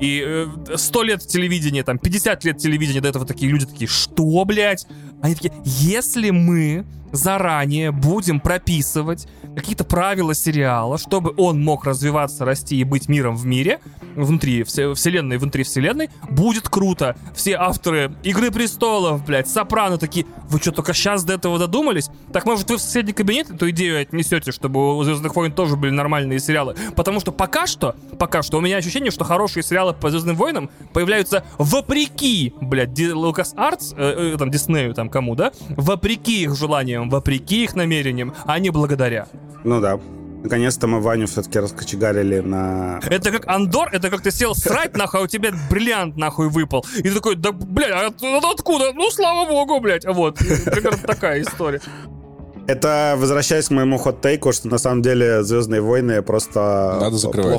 И 100 лет телевидения, там, 50 лет телевидения, до этого такие люди такие: что, блядь? Они такие: если мы заранее будем прописывать какие-то правила сериала, чтобы он мог развиваться, расти и быть миром в мире, внутри вселенной, внутри вселенной, будет круто. Все авторы «Игры престолов», блядь, «Сопрано» такие: вы что, только сейчас до этого додумались? Так, может, вы в соседний кабинет эту идею отнесете, чтобы у «Звездных войн» тоже были нормальные сериалы? Потому что пока что у меня ощущение, что хорошие сериалы по «Звездным войнам» появляются вопреки, блядь, LucasArts, там, Диснею, там, кому, да? Вопреки их желаниям, вопреки их намерениям, а не благодаря. Ну да. Наконец-то мы Ваню все-таки раскочегарили на... Это как Андор, это как ты сел срать, нахуй, а у тебя бриллиант, нахуй, выпал. И ты такой: да, блядь, откуда? Ну, слава богу, блядь. Вот, примерно такая история. Это, возвращаясь к моему хот-тейку, что на самом деле «Звездные войны» просто надо закрывать.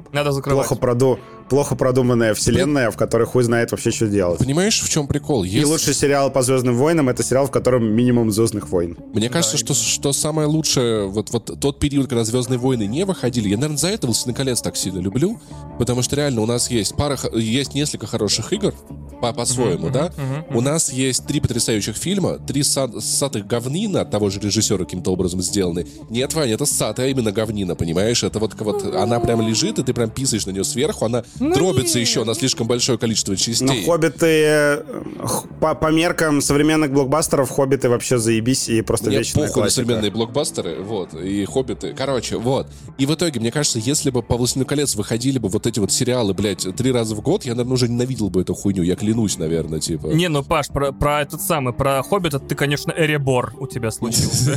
Плохо продуманная вселенная, в которой хуй знает вообще, что делать. Понимаешь, в чем прикол? И лучший сериал по «Звездным войнам» — это сериал, в котором минимум «Звездных войн». Мне кажется, что самое лучшее, вот тот период, когда «Звездные войны» не выходили, я, наверное, за это «Властелин колец» так сильно люблю, потому что реально у нас есть несколько хороших игр, по-своему, да? У нас есть 3 потрясающих фильма, 3 ссатых говнина от того же режиссера каким-то образом сделаны. Нет, Ваня, это ссатая именно говнина, понимаешь? Это вот она прям лежит, и ты прям писаешь на нее сверху, она дробится еще на слишком большое количество частей. Но «Хоббиты», по меркам современных блокбастеров, «Хоббиты» вообще заебись и просто вечная классика. Мне похуй на современные блокбастеры, вот, и «Хоббиты». Короче, вот. И в итоге, мне кажется, если бы по «Властелину колец» выходили бы вот эти вот сериалы, блядь, 3 раза в год, я, наверное, уже ненавидел бы эту хуйню, я клянусь, наверное, типа. Не, ну, Паш, про этот самый, про «Хоббита» ты, конечно, Эребор у тебя случился.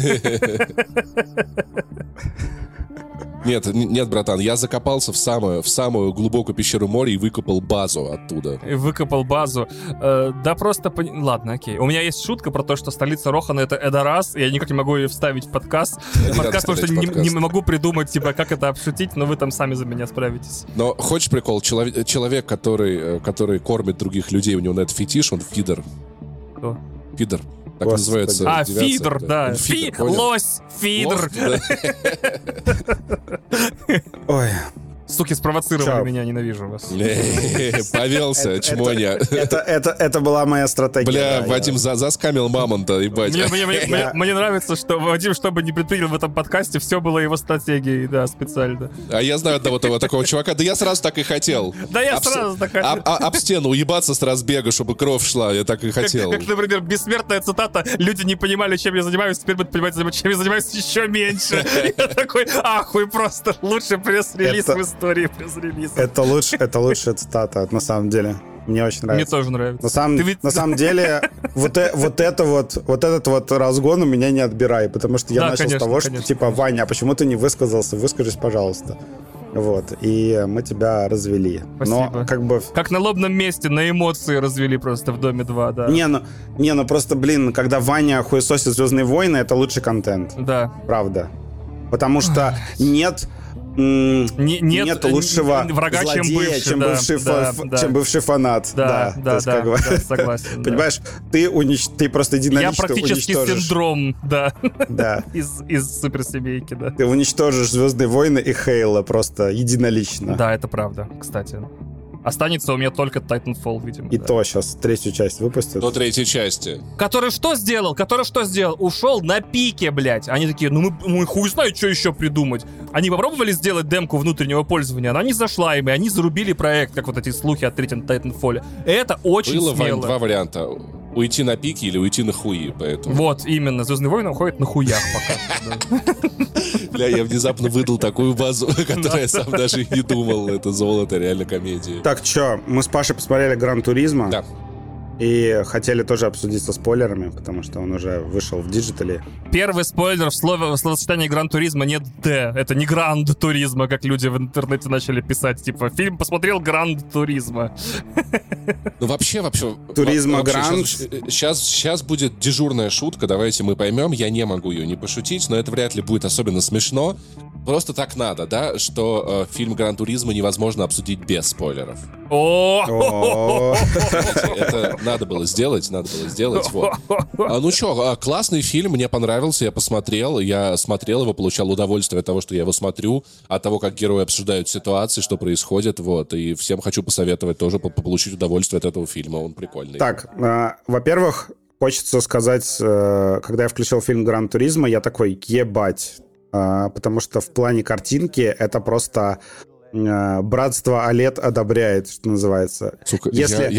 Нет, братан, я закопался в самую глубокую пещеру моря и выкопал базу оттуда. Выкопал базу. Да просто... Ладно, окей. У меня есть шутка про то, что столица Рохана — это Эдорас, и я никак не могу ее вставить в подкаст. Потому что не могу придумать, типа, как это обшутить, но вы там сами за меня справитесь. Но хочешь прикол? Человек, который кормит других людей, у него на это фетиш, он фидер. Кто? Фидер. Так называется. Фидер, да. Лось, фидер. Ой. Суки спровоцировали меня, ненавижу вас. Повелся, чмоня. Это была моя стратегия. Бля, Вадим заскамил мамонта, ебать. Мне нравится, что Вадим, чтобы не предпринял в этом подкасте, все было его стратегией, да, специально. А я знаю одного такого чувака, да я сразу так и хотел. Да я сразу так хотел. Об стену уебаться с разбега, чтобы кровь шла, я так и хотел. Как, например, бессмертная цитата: люди не понимали, чем я занимаюсь, теперь будут понимать, чем я занимаюсь еще меньше. Я такой, ахуй, просто лучший пресс-релиз в истории пресс-релиза. Это лучшая цитата, на самом деле. Мне очень нравится. Мне тоже нравится. На самом деле, вот этот вот разгон у меня не отбирай, потому что я начал с того, что типа, Ваня, а почему ты не высказался? Выскажись, пожалуйста. Вот, и мы тебя развели. Спасибо. Но как бы... Как на лобном месте, на эмоции развели просто в Доме 2, да. Не, просто, блин, когда Ваня хуесосит «Звездные войны», это лучший контент. Да. Правда. Потому что нет лучшего врага, злодея, чем бывший фанат. Да, согласен. Понимаешь, ты просто единолично уничтожишь. Я практически синдром, да. Да. из суперсемейки, да. Ты уничтожишь «Звездные войны» и Хейла просто единолично. Да, это правда, кстати. Останется у меня только Titanfall, видимо. И то сейчас 3-ю часть выпустят. До 3-й части. Который что сделал? Ушел на пике, блядь. Они такие, мы хуй знает, что еще придумать. Они попробовали сделать демку внутреннего пользования, она не зашла им, и они зарубили проект, как вот эти слухи о 3-м Titanfall. Это очень смело. Было, Вань, 2 варианта. Уйти на пике или уйти на хуи, поэтому. Вот, именно. «Звездные войны» уходят на хуях пока. Бля, я внезапно выдал такую базу, которую я сам даже и не думал. Это золото, реально комедии. Так, чё, мы с Пашей посмотрели «Гран Туризмо». Да. И хотели тоже обсудить со спойлерами, потому что он уже вышел в диджитале. Первый спойлер: в словосочетании «Гран Туризмо» нет «Д». Это не «Гранд Туризмо», как люди в интернете начали писать. Типа, фильм посмотрел «Гранд Туризмо». Ну вообще... Туризмо Гранд. Сейчас будет дежурная шутка, давайте мы поймем. Я не могу ее не пошутить, но это вряд ли будет особенно смешно. Просто так надо, да, что фильм «Гран Туризмо» невозможно обсудить без спойлеров. Это надо было сделать, вот. Ну что, классный фильм, мне понравился, я посмотрел, его, получал удовольствие от того, что я его смотрю, от того, как герои обсуждают ситуации, что происходит, вот, и всем хочу посоветовать тоже получить удовольствие от этого фильма, он прикольный. Так, во-первых, хочется сказать, когда я включил фильм «Гран Туризмо», я такой, ебать, потому что в плане картинки это просто... Братство OLED одобряет, что называется. Сука,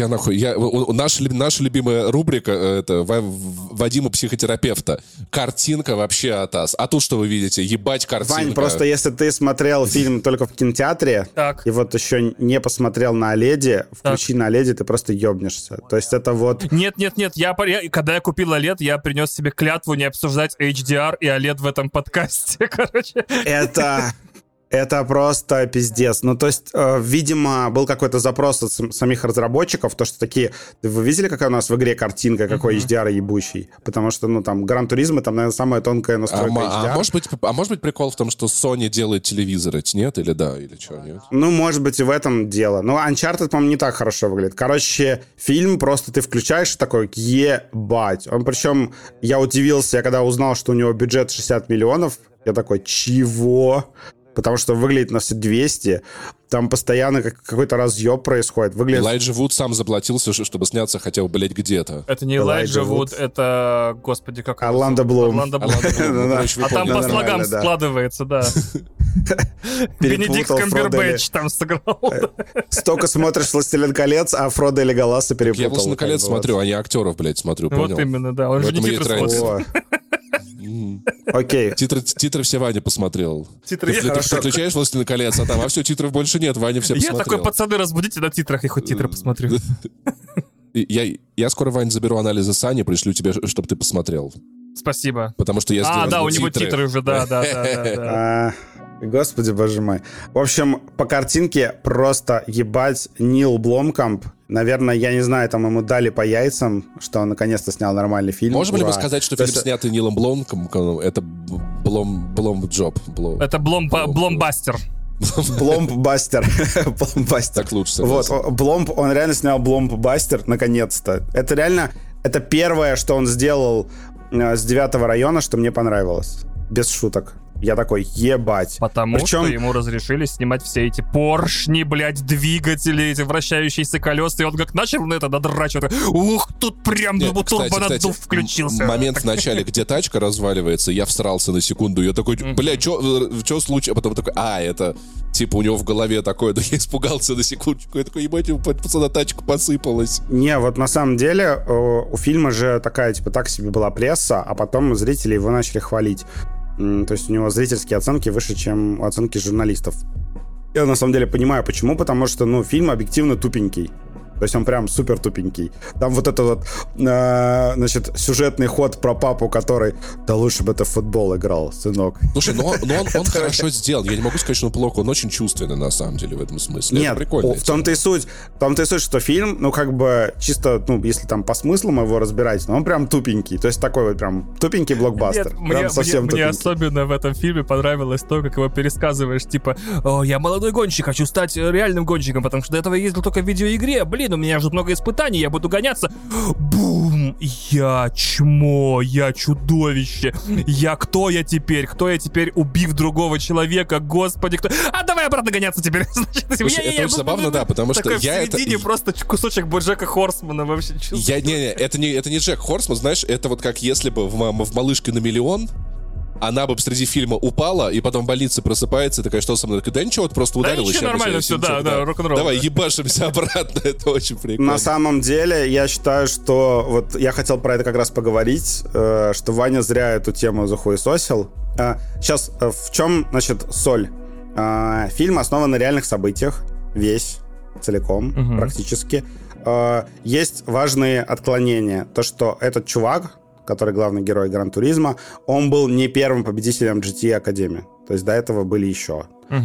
наша любимая рубрика это Вадима психотерапевта. Картинка вообще атас. А тут что вы видите? Ебать картинка. Вань, просто если ты смотрел фильм только в кинотеатре, и вот еще не посмотрел на OLED, включи на OLED, ты просто ебнешься. То есть это вот... Нет, когда я купил OLED, я принес себе клятву не обсуждать HDR и OLED в этом подкасте, короче. Это просто пиздец. Ну, то есть, видимо, был какой-то запрос от самих разработчиков, то, что такие... Вы видели, какая у нас в игре картинка, какой HDR ебучий? Потому что, ну, там, Гран Туризмо, там, наверное, самая тонкая настройка HDR. А может быть прикол в том, что Sony делает телевизоры, нет? Или да, или что, нет? Ну, может быть, и в этом дело. Но Uncharted, по-моему, не так хорошо выглядит. Короче, фильм просто ты включаешь и такой, ебать. Он, причем, я удивился, когда узнал, что у него бюджет 60 миллионов. Я такой, чего? потому что выглядит на все 200. Там постоянно какой-то разъеб происходит. Выглядит... Элайджа Вуд сам заплатился, чтобы сняться хотя бы, блядь, где-то. Это не Элайджа Вуд, это, господи, как Орландо Блум. А там по слогам складывается, да. Бенедикт Камбербэтч там сыграл. Столько смотришь «Властелин колец», а Фродо и Леголаса перепутал. Я «Властелин колец» смотрю, а не актеров, блядь, смотрю, понял? Вот именно, да. Он же не титры смотрит. Окей. Титры все Ваня посмотрел. Ты включаешь «Властелин колец», а там, все, титров больше нет, Ваня все посмотрел. Я такой, пацаны, разбудите на титрах, я хоть титры посмотрю. Я скоро, Вань, заберу анализы Сани, пришлю тебе, чтобы ты посмотрел. Спасибо. Потому что я сделал да, у него титры уже, да. Господи, боже мой. В общем, по картинке просто ебать Нил Бломкамп. Наверное, я не знаю, там ему дали по яйцам, что он наконец-то снял нормальный фильм. Можем ли мы сказать, что фильм, снятый Нилом Бломкампом, это Бломджоп? Это Бломбастер. Бломбастер. Так лучше. Вот, Бломб, он реально снял Бломбастер, наконец-то. Это реально, это первое, что он сделал с 9-го района, что мне понравилось. Без шуток. Я такой, ебать. Потому что ему разрешили снимать все эти поршни, блядь, двигатели, эти вращающиеся колеса, и он как начал на это надрачивать. Ух, тут прям турбонаддув включился. Момент в начале, где тачка разваливается, я всрался на секунду, я такой, блядь, что случилось? А потом такой, это, типа, у него в голове такое, да я испугался на секундочку, я такой, ебать, пацана, тачка посыпалась. Не, вот на самом деле у фильма же такая, типа, так себе была пресса, а потом зрители его начали хвалить. То есть у него зрительские оценки выше, чем оценки журналистов. Я на самом деле понимаю, почему. Потому что, фильм объективно тупенький. То есть он прям супер тупенький. Там вот этот вот, значит, сюжетный ход про папу, который, да лучше бы это в футбол играл, сынок. Слушай, но он хорошо сделал. Я не могу сказать, что он плохо. Он очень чувственный, на самом деле, в этом смысле. Нет, в том-то и суть, что фильм, как бы, чисто, если там по смыслам его разбирать, он прям тупенький. То есть такой вот прям тупенький блокбастер. Нет, прям совсем мне особенно в этом фильме понравилось то, как его пересказываешь, типа, я молодой гонщик, хочу стать реальным гонщиком, потому что до этого я ездил только в видеоигре, у меня ждут много испытаний, я буду гоняться. Бум! Я чмо, я чудовище. Кто я теперь? Кто я теперь, убив другого человека? Господи, кто... давай обратно гоняться теперь. Слушай, это очень забавно, да, потому что я в середине просто кусочек Боджека Хорсмана вообще чувствую. Это не Джек Хорсман, знаешь, это вот как если бы в «Малышке на миллион» она бы посреди фильма упала, и потом в больнице просыпается, и такая, что со мной? Да ничего, вот просто ударилась. Да ничего, нормально все, да, рок-н-ролл. Давай, ебашимся обратно, это очень прикольно. На самом деле, я считаю, что... Вот я хотел про это как раз поговорить, что Ваня зря эту тему захуесосил. Сейчас, в чем, значит, соль? Фильм основан на реальных событиях, весь, целиком, практически. Есть важные отклонения. То, что этот чувак, который главный герой Гран-туризма, он был не первым победителем GT Академии. То есть до этого были еще.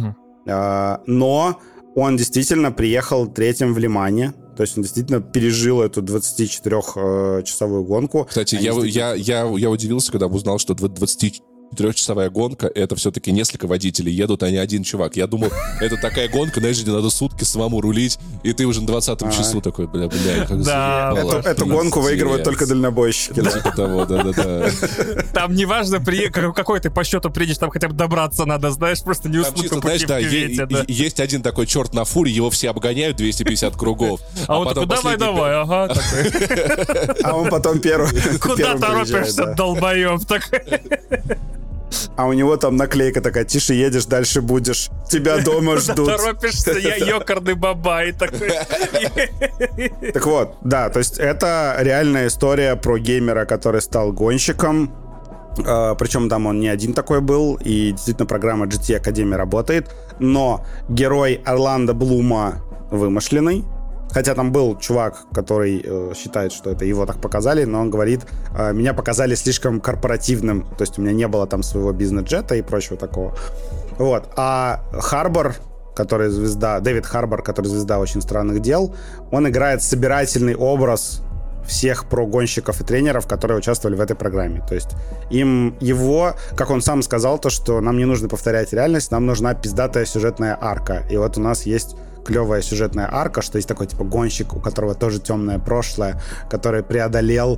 Но он действительно приехал третьим в Лимане. То есть он действительно пережил эту 24-часовую гонку. Кстати, я удивился, когда узнал, что 24-часовая гонка, это все-таки несколько водителей едут, а не один чувак. Я думал, это такая гонка, знаешь, где надо сутки самому рулить, и ты уже на 20-м часу такой, бля, как заебало. Эту гонку выигрывают только дальнобойщики. Типа того, да. Там неважно, какой ты по счету приедешь, там хотя бы добраться надо, знаешь, просто не уснуть по пути в кювете. Есть один такой черт на фуре, его все обгоняют 250 кругов. А он такой, давай, ага. А он потом первым. Куда торопишься, долбоеб? А у него там наклейка такая: тише едешь, дальше будешь. Тебя дома ждут. Торопишься, я ёкарный бабай такой. Так вот, да, то есть это реальная история про геймера, который стал гонщиком. Причем там он не один такой был, и действительно программа GT Академия работает. Но герой Орландо Блума вымышленный. Хотя там был чувак, который считает, что это его так показали, но он говорит, меня показали слишком корпоративным, то есть у меня не было там своего бизнес-джета и прочего такого. Вот. А Харбор, который звезда, Дэвид Харбор, который звезда «Очень странных дел», он играет собирательный образ всех прогонщиков и тренеров, которые участвовали в этой программе. То есть как он сам сказал, то, что нам не нужно повторять реальность, нам нужна пиздатая сюжетная арка. И вот у нас есть клевая сюжетная арка, что есть такой типа гонщик, у которого тоже темное прошлое, который преодолел,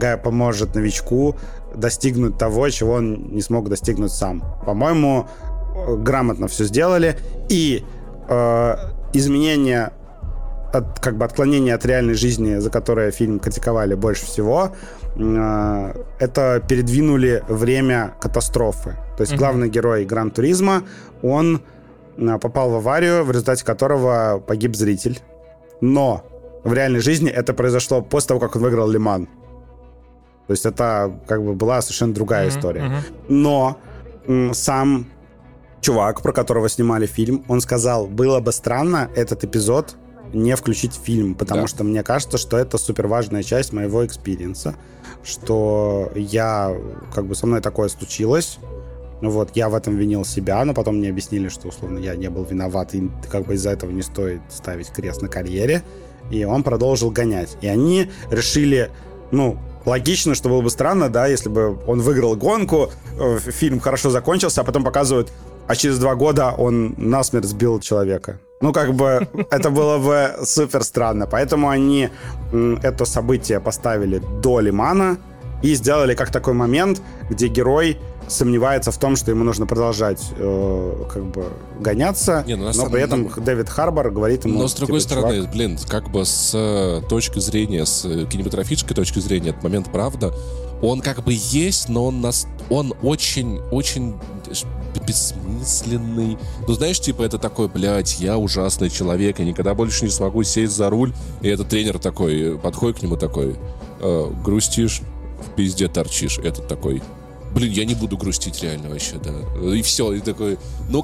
поможет новичку достигнуть того, чего он не смог достигнуть сам. По-моему, грамотно все сделали, и изменения, отклонения от реальной жизни, за которые фильм критиковали больше всего, это передвинули время катастрофы. То есть главный герой Гран-туризмо, он попал в аварию, в результате которого погиб зритель. Но в реальной жизни это произошло после того, как он выиграл Ле-Ман. То есть это была совершенно другая история. Но сам чувак, про которого снимали фильм, он сказал, было бы странно этот эпизод не включить в фильм, потому что мне кажется, что это супер важная часть моего экспириенса, что со мной такое случилось. Я в этом винил себя, но потом мне объяснили, что, условно, я не был виноват, и из-за этого не стоит ставить крест на карьере. И он продолжил гонять. И они решили, логично, что было бы странно, да, если бы он выиграл гонку, фильм хорошо закончился, а потом показывают, а через 2 года он насмерть сбил человека. Это было бы супер странно. Поэтому они это событие поставили до Ле-Мана и сделали как такой момент, где герой сомневается в том, что ему нужно продолжать гоняться, но при этом Дэвид Харбор говорит ему... Но с другой стороны, с точки зрения, с кинематографической точки зрения, этот момент правда, он есть, но он очень бессмысленный. Знаешь, это такой, я ужасный человек, я никогда больше не смогу сесть за руль. И этот тренер такой, подходит к нему такой, грустишь, в пизде торчишь. Этот такой, я не буду грустить реально вообще, да. И все, и такой,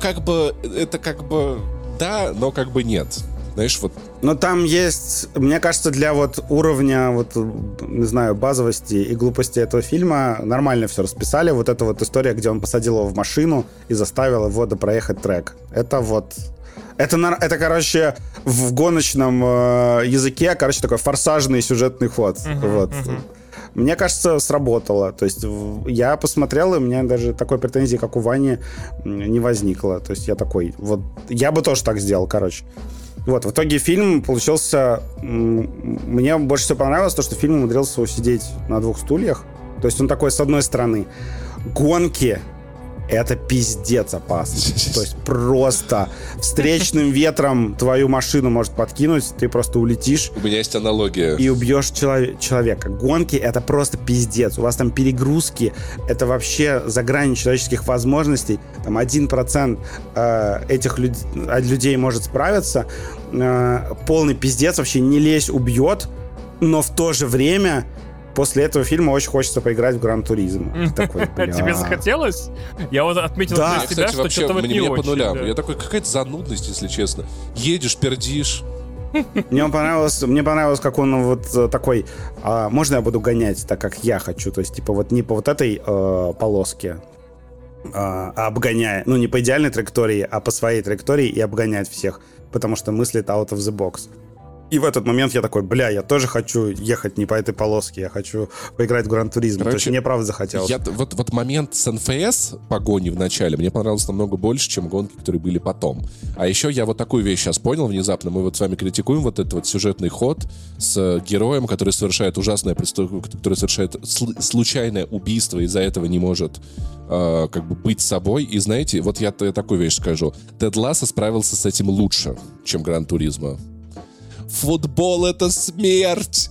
да, но нет. Знаешь, Но там есть, мне кажется, для уровня, не знаю, базовости и глупости этого фильма нормально все расписали. Эта история, где он посадил его в машину и заставил его допроехать трек. Это, короче, в гоночном языке, такой форсажный сюжетный ход. Мне кажется, сработало. То есть я посмотрел, и у меня даже такой претензии, как у Вани, не возникло. То есть я такой, я бы тоже так сделал, короче. В итоге фильм получился... Мне больше всего понравилось то, что фильм умудрился усидеть на 2 стульях. То есть он такой, с одной стороны, гонки — это пиздец опасно. То есть просто встречным ветром твою машину может подкинуть, ты просто улетишь. У меня есть аналогия. И убьешь человека. Гонки — это просто пиздец. У вас там перегрузки, это вообще за гранью человеческих возможностей. Там 1% этих людей может справиться. Полный пиздец, вообще не лезь, убьет. Но в то же время... После этого фильма очень хочется поиграть в Гран-туризмо. Тебе захотелось? Я отметил для себя, что что-то не очень. По нулям. Я такой, какая-то занудность, если честно. Едешь, пердишь. Мне понравилось, как он такой, можно я буду гонять так, как я хочу? То есть, не по этой полоске, а обгоняя, не по идеальной траектории, а по своей траектории и обгонять всех, потому что мыслит out of the box. И в этот момент я такой, я тоже хочу ехать не по этой полоске, я хочу поиграть в Гран-туризмо. То есть мне правда захотелось. Момент с НФС погони в начале мне понравился намного больше, чем гонки, которые были потом. А еще я такую вещь сейчас понял внезапно. Мы с вами критикуем этот сюжетный ход с героем, который совершает ужасное преступление, который совершает случайное убийство, и из-за этого не может быть собой. И знаете, я такую вещь скажу. Тед Лассо справился с этим лучше, чем Гран-туризмо. Футбол — это смерть.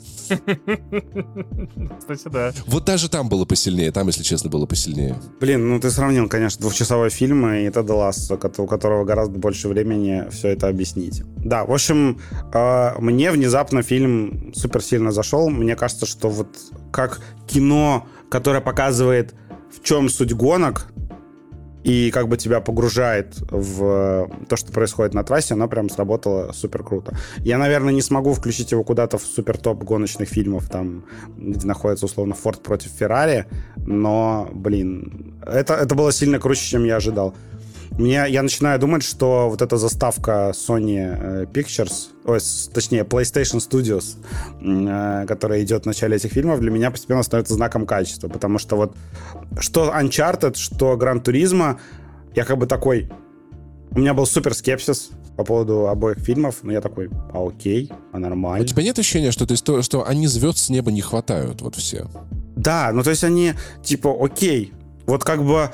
Кстати, да. Даже там было посильнее. Там, если честно, было посильнее. Ты сравнил, конечно, 2-часовой фильм и Теда Лассо, у которого гораздо больше времени все это объяснить. Да, в общем, мне внезапно фильм супер сильно зашел. Мне кажется, что как кино, которое показывает, в чем суть гонок, и тебя погружает в то, что происходит на трассе, оно прям сработало супер круто. Я, наверное, не смогу включить его куда-то в супер топ гоночных фильмов, там, где находится, условно, Форд против Феррари, но, это было сильно круче, чем я ожидал. Я начинаю думать, что эта заставка Sony Pictures, точнее, PlayStation Studios, которая идет в начале этих фильмов, для меня постепенно становится знаком качества, потому что что Uncharted, что Gran Turismo, я такой... У меня был супер скепсис по поводу обоих фильмов, но я такой, окей, нормально. У тебя нет ощущения, что они звезд с неба не хватают, все? Да, то есть они, окей, Вот как бы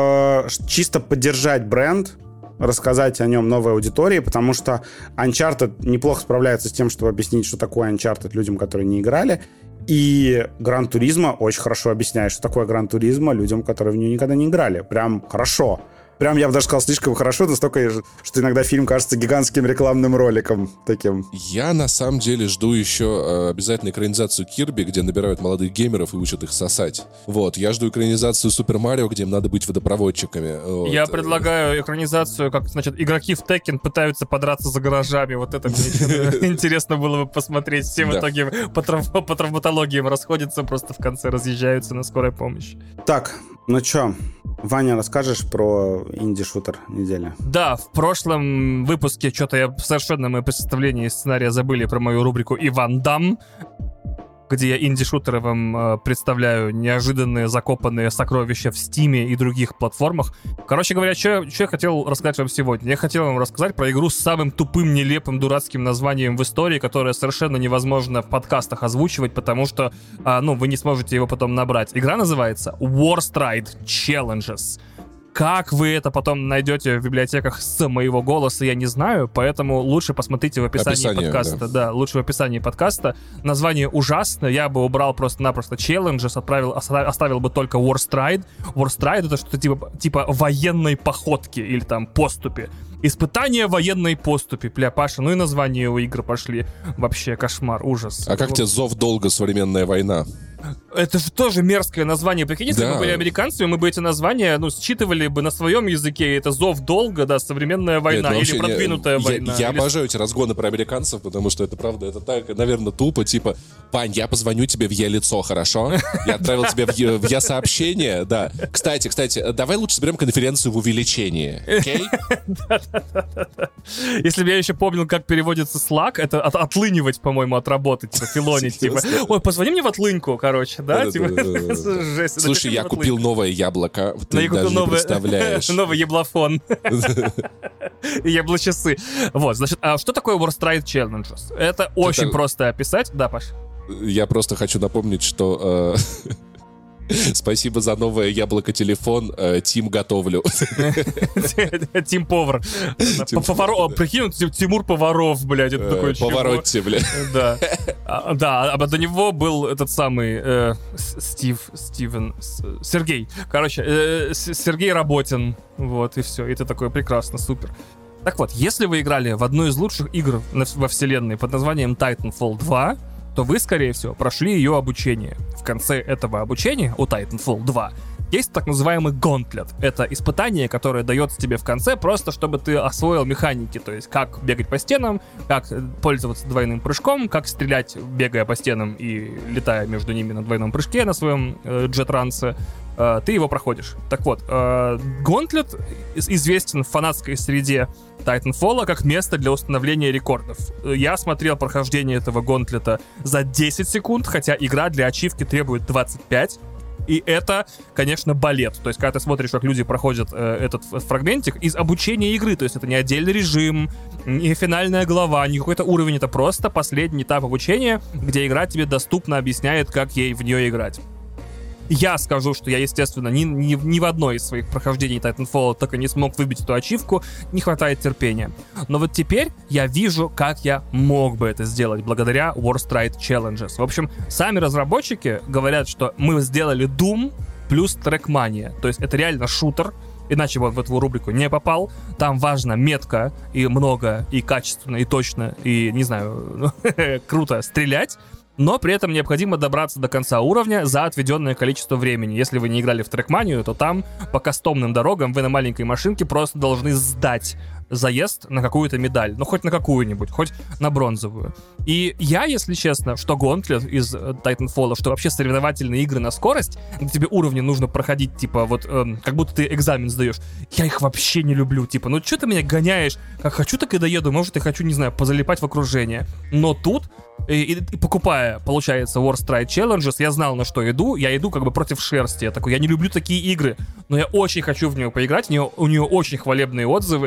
чисто поддержать бренд, рассказать о нем новой аудитории, потому что Uncharted неплохо справляется с тем, чтобы объяснить, что такое Uncharted людям, которые не играли, и Gran Turismo очень хорошо объясняет, что такое Gran Turismo людям, которые в нее никогда не играли. Прям хорошо. Прям, я бы даже сказал, слишком хорошо, настолько, что иногда фильм кажется гигантским рекламным роликом таким. Я, на самом деле, жду еще обязательно экранизацию Кирби, где набирают молодых геймеров и учат их сосать. Вот, я жду экранизацию Супер Марио, где им надо быть водопроводчиками. Вот. Я предлагаю экранизацию, как, значит, игроки в Tekken пытаются подраться за гаражами. Вот это мне интересно было бы посмотреть. Все в итоге по травматологиям расходятся, просто в конце разъезжаются на скорой помощи. Так, ну чё, Ваня, расскажешь про инди-шутер недели? Да, в прошлом выпуске что-то совершенно мы представление сценария забыли про мою рубрику «Иван Дам», где я инди-шутеры вам представляю неожиданные закопанные сокровища в Стиме и других платформах. Короче говоря, что я хотел рассказать вам сегодня? Я хотел вам рассказать про игру с самым тупым, нелепым, дурацким названием в истории, которое совершенно невозможно в подкастах озвучивать, потому что, вы не сможете его потом набрать. Игра называется Warstride Challenges. Как вы это потом найдете в библиотеках с моего голоса, я не знаю, поэтому лучше посмотрите в описании подкаста. Да, лучше в описании подкаста. Название ужасно, я бы убрал просто-напросто Challenges, оставил бы только Warstride. Warstride — это что-то типа военной походки или там поступи. Испытание военной поступи. Бля, Паша, ну и названия у игры пошли. Вообще кошмар, ужас. А как тебе «Зов долга. Современная война»? Это же тоже мерзкое название. Прикинь, если бы мы были американцами, мы бы эти названия, считывали бы на своем языке. Это «Зов долга», да, «Современная война» или «Продвинутая война». Я обожаю эти разгоны про американцев, потому что это правда, это так, наверное, тупо. Типа, Пань, я позвоню тебе в Е-лицо, хорошо? Я отправил тебе в Е-сообщение, да. Кстати, давай лучше соберем конференцию в увеличении, окей? Если бы я еще помнил, как переводится Slack, это отлынивать, по-моему, от работы, типа, филонить, типа, ой, позвони мне в отлыньку, короче, да? Жесть. Слушай, я купил новое яблоко, ты даже не представляешь. Новый яблофон. Яблочасы. Вот, значит, а что такое Warstride Challenges? Это очень просто описать. Да, Паш? Я просто хочу напомнить, что... Спасибо за новое яблоко-телефон. Тим готовлю. Тим повар. Прикинь, Тимур Поваров, блядь. Это такой Поворотти, блядь. Да. Да, а до него был этот самый Сергей. Короче, Сергей Работин. Вот, и все. И ты такой, прекрасно, супер. Так вот, если вы играли в одну из лучших игр во вселенной под названием Titanfall 2, то вы, скорее всего, прошли ее обучение. В конце этого обучения у Titanfall 2 есть так называемый Gauntlet. Это испытание, которое дается тебе в конце просто, чтобы ты освоил механики, то есть как бегать по стенам, как пользоваться двойным прыжком, как стрелять, бегая по стенам и летая между ними на двойном прыжке на своем джетрансе. Ты его проходишь. Так вот, Gauntlet известен в фанатской среде Titanfall как место для установления рекордов. Я смотрел прохождение этого Gauntlet за 10 секунд, хотя игра для ачивки требует 25. И это, конечно, балет. То есть, когда ты смотришь, как люди проходят этот фрагментик из обучения игры, то есть это не отдельный режим, не финальная глава, не какой-то уровень, это просто последний этап обучения, где игра тебе доступно объясняет, как ей в нее играть. Я скажу, что я, естественно, ни в одной из своих прохождений Titanfall так и не смог выбить эту ачивку, не хватает терпения. Но вот теперь я вижу, как я мог бы это сделать благодаря Warstride Challenges. В общем, сами разработчики говорят, что мы сделали Doom плюс Trackmania. То есть это реально шутер, иначе бы в эту рубрику не попал. Там важно метко, и много, и качественно, и точно, и, не знаю, круто стрелять. Но при этом необходимо добраться до конца уровня за отведенное количество времени. Если вы не играли в Trackmania, то там по кастомным дорогам вы на маленькой машинке просто должны сдать заезд на какую-то медаль. Ну, хоть на какую-нибудь, хоть на бронзовую. И я, если честно, что Gauntlet из Titanfall, что вообще соревновательные игры на скорость, где тебе уровни нужно проходить, типа, вот, как будто ты экзамен сдаешь, я их вообще не люблю. Типа, ну, что ты меня гоняешь? Как хочу, так и доеду. Может, и хочу, не знаю, позалипать в окружение. Но тут, и покупая, получается, Warstride Challenges, я знал, на что иду. Я иду как бы против шерсти. Я такой, я не люблю такие игры, но я очень хочу в нее поиграть. У нее очень хвалебные отзывы. И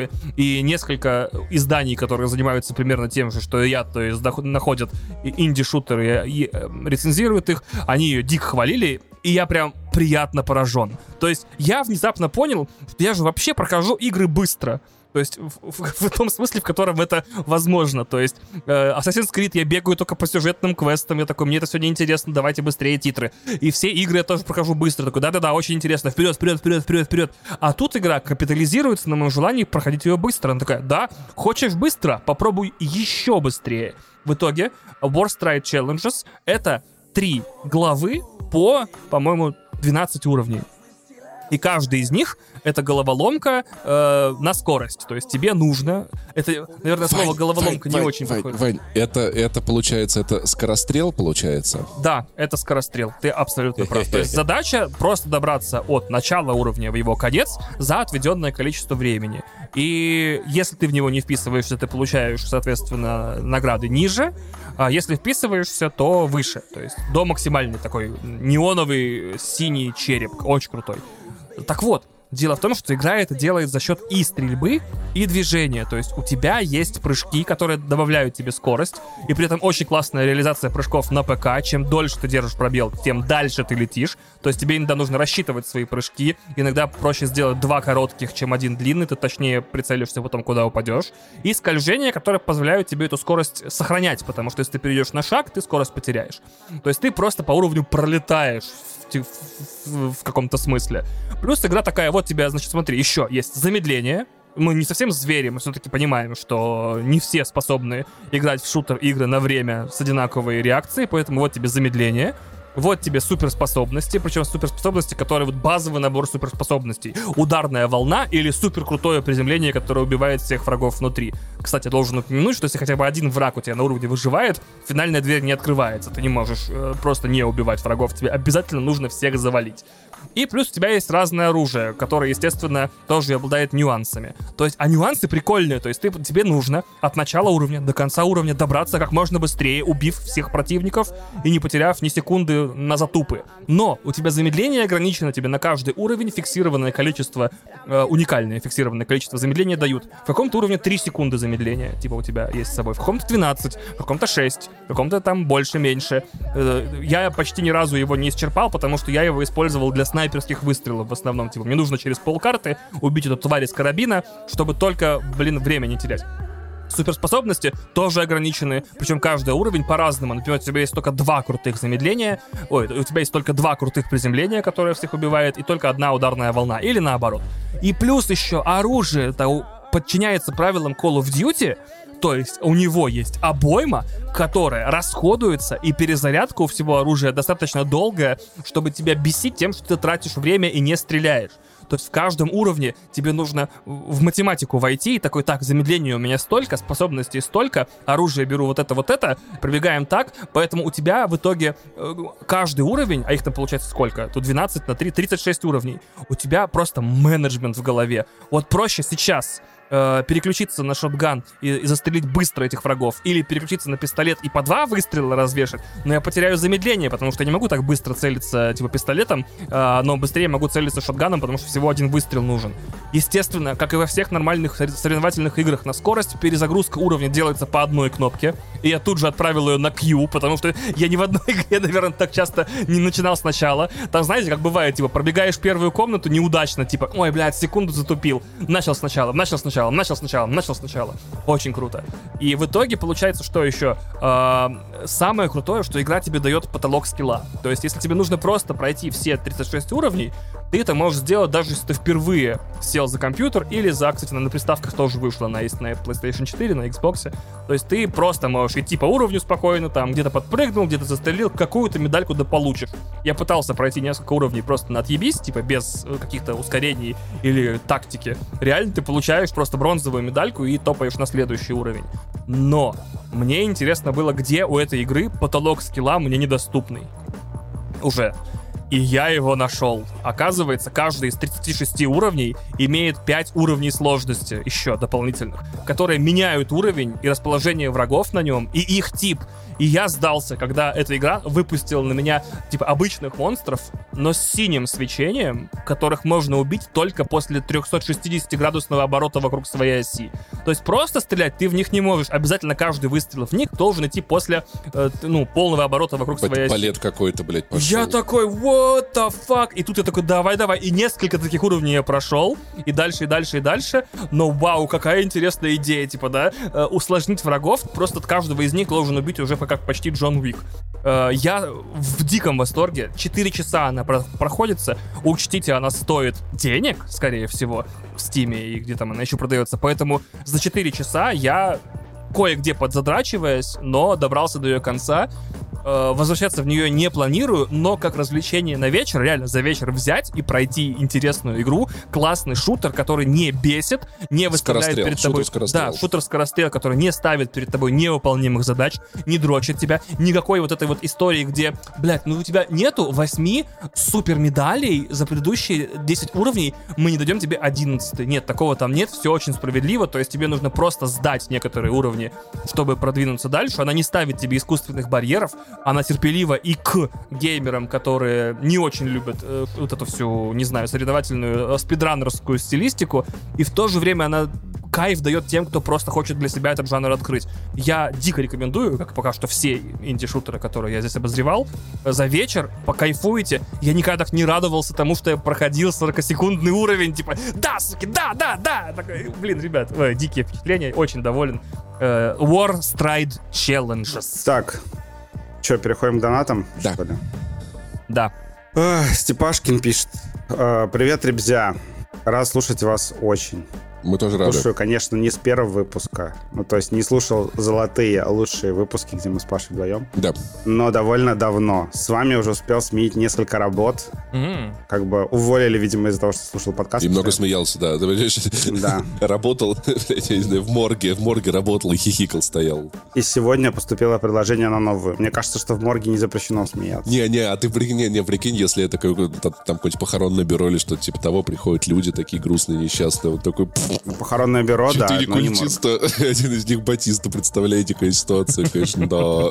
и несколько изданий, которые занимаются примерно тем же, что и я, то есть находят инди-шутеры и рецензируют их, они ее дико хвалили, и я прям приятно поражен. То есть я внезапно понял, что я же вообще прохожу игры быстро. То есть в том смысле, в котором это возможно. То есть Assassin's Creed я бегаю только по сюжетным квестам. Я такой, мне это все неинтересно, давайте быстрее титры. И все игры я тоже прохожу быстро. Такой, да-да-да, очень интересно, вперед, вперед, вперед, вперед, вперед. А тут игра капитализируется на моем желании проходить ее быстро. Она такая, да, хочешь быстро? Попробуй еще быстрее. В итоге War Stride Challenges — это 3 главы по-моему, 12 уровней. И каждый из них — это головоломка на скорость. То есть тебе нужно... Это, наверное, слово головоломка не очень подходит. Вань, это получается, это скорострел получается? Да, это скорострел. Ты абсолютно прав. То есть задача просто добраться от начала уровня в его конец за отведенное количество времени. И если ты в него не вписываешься, ты получаешь, соответственно, награды ниже. А если вписываешься, то выше. То есть до максимальной такой неоновый синий череп. Очень крутой. Так вот, дело в том, что игра это делает за счет и стрельбы, и движения. То есть у тебя есть прыжки, которые добавляют тебе скорость, и при этом очень классная реализация прыжков на ПК. Чем дольше ты держишь пробел, тем дальше ты летишь. То есть тебе иногда нужно рассчитывать свои прыжки. Иногда проще сделать 2 коротких, чем 1 длинный. Ты точнее прицелишься потом, куда упадешь. И скольжения, которые позволяют тебе эту скорость сохранять, потому что если ты перейдешь на шаг, ты скорость потеряешь. То есть ты просто по уровню пролетаешь в каком-то смысле. Плюс игра такая, вот тебе, значит, смотри, еще есть замедление. Мы не совсем звери, мы все-таки понимаем, что не все способны играть в шутер-игры на время с одинаковой реакцией, поэтому вот тебе замедление. Вот тебе суперспособности, причем суперспособности, которые вот базовый набор суперспособностей. Ударная волна или суперкрутое приземление, которое убивает всех врагов внутри. Кстати, должен упомянуть, что если хотя бы один враг у тебя на уровне выживает, финальная дверь не открывается. Ты не можешь просто не убивать врагов, тебе обязательно нужно всех завалить. И плюс у тебя есть разное оружие, которое, естественно, тоже обладает нюансами. То есть, а нюансы прикольные. То есть тебе нужно от начала уровня до конца уровня добраться как можно быстрее, убив всех противников и не потеряв ни секунды на затупы. Но у тебя замедление ограничено, тебе на каждый уровень фиксированное количество, уникальное фиксированное количество замедления дают. В каком-то уровне 3 секунды замедления, типа у тебя есть с собой, в каком-то 12, в каком-то 6, в каком-то там больше-меньше. Я почти ни разу его не исчерпал, потому что я его использовал для снайперских выстрелов в основном. Типа мне нужно через полкарты убить эту тварь из карабина, чтобы только, время не терять. Суперспособности тоже ограничены, причем каждый уровень по-разному. Например, у тебя есть только 2 крутых замедления, у тебя есть только 2 крутых приземления, которые всех убивает, и только 1 ударная волна, или наоборот. И плюс еще оружие подчиняется правилам Call of Duty. То есть у него есть обойма, которая расходуется, и перезарядка у всего оружия достаточно долгая, чтобы тебя бесить тем, что ты тратишь время и не стреляешь. То есть в каждом уровне тебе нужно в математику войти и такой, так, замедление у меня столько, способностей столько, оружие беру вот это, пробегаем так, поэтому у тебя в итоге каждый уровень, а их там получается сколько? Тут 12 на 3, 36 уровней. У тебя просто менеджмент в голове. Вот проще сейчас переключиться на шотган и застрелить быстро этих врагов, или переключиться на пистолет и по 2 выстрела развешать, но я потеряю замедление, потому что я не могу так быстро целиться типа пистолетом, но быстрее могу целиться шотганом, потому что всего 1 выстрел нужен. Естественно, как и во всех нормальных соревновательных играх на скорость, перезагрузка уровня делается по одной кнопке, и я тут же отправил ее на Q, потому что я ни в одной игре, наверное, так часто не начинал сначала. Там, знаете, как бывает, типа, пробегаешь первую комнату неудачно, типа, ой, блядь, секунду затупил, начал сначала. Очень круто. И в итоге получается, что еще? Самое крутое, что игра тебе дает потолок скилла. То есть, если тебе нужно просто пройти все 36 уровней, ты это можешь сделать, даже если ты впервые сел за компьютер или за, кстати, на приставках тоже вышло, она есть на PlayStation 4, на Xbox. То есть ты просто можешь идти по уровню спокойно, там где-то подпрыгнул, где-то застрелил, какую-то медальку да получишь. Я пытался пройти несколько уровней просто на отъебись, типа без каких-то ускорений или тактики. Реально ты получаешь просто бронзовую медальку и топаешь на следующий уровень. Но мне интересно было, где у этой игры потолок скилла мне недоступный. Уже. И я его нашел. Оказывается, каждый из 36 уровней имеет 5 уровней сложности, еще дополнительных, которые меняют уровень и расположение врагов на нем, и их тип. И я сдался, когда эта игра выпустила на меня, типа, обычных монстров, но с синим свечением, которых можно убить только после 360-градусного оборота вокруг своей оси. То есть просто стрелять ты в них не можешь. Обязательно каждый выстрел в них должен идти после, полного оборота вокруг своей оси. Балет какой-то, блядь, пошел. Я такой, what the fuck? И тут я такой, давай. И несколько таких уровней я прошел. И дальше. Но вау, какая интересная идея, типа, да? Усложнить врагов. Просто от каждого из них должен убить уже как почти Джон Уик. Я в диком восторге. 4 часа она проходится. Учтите, она стоит денег, скорее всего, в Стиме и где там она еще продается. Поэтому за 4 часа я кое-где подзадрачиваясь, но добрался до ее конца. Возвращаться в нее не планирую, но как развлечение на вечер, реально за вечер взять и пройти интересную игру, классный шутер, который не бесит, не выставляет перед тобой... Шутер-скорострел, который не ставит перед тобой невыполнимых задач, не дрочит тебя, никакой вот этой вот истории, где, блядь, у тебя нету 8 супер медалей за предыдущие 10 уровней, мы не дадем тебе 11. Нет, такого там нет, все очень справедливо, то есть тебе нужно просто сдать некоторые уровни, чтобы продвинуться дальше, она не ставит тебе искусственных барьеров, она терпелива и к геймерам, которые не очень любят вот эту всю, не знаю, соревновательную спидранерскую стилистику, и в то же время она кайф дает тем, кто просто хочет для себя этот жанр открыть. Я дико рекомендую, как пока что все инди-шутеры, которые я здесь обозревал, за вечер покайфуйте. Я никогда так не радовался тому, что я проходил 40-секундный уровень, типа, да, суки, да. Такой, блин, ребят, дикие впечатления, очень доволен. War Stride Challenges. Так, что, переходим к донатам? Да. Что ли? Да. Степашкин пишет. Привет, ребзя. Рад слушать вас очень. Мы тоже рады. Слушаю, конечно, не с первого выпуска. То есть не слушал золотые, лучшие выпуски, где мы с Пашей вдвоем. Да. Но довольно давно. С вами уже успел сменить несколько работ. Как бы уволили, видимо, из-за того, что слушал подкаст. И много смеялся, да. Да. Работал, я не знаю, в морге работал и хихикал, стоял. И сегодня поступило предложение на новую. Мне кажется, что в морге не запрещено смеяться. А ты прикинь, если это там какое-то похоронное бюро или что-то типа того, приходят люди такие грустные, несчастные, вот такой... Похоронное бюро, да, 4 но не культиста, один из них Батиста, представляете, какая ситуация, конечно, да.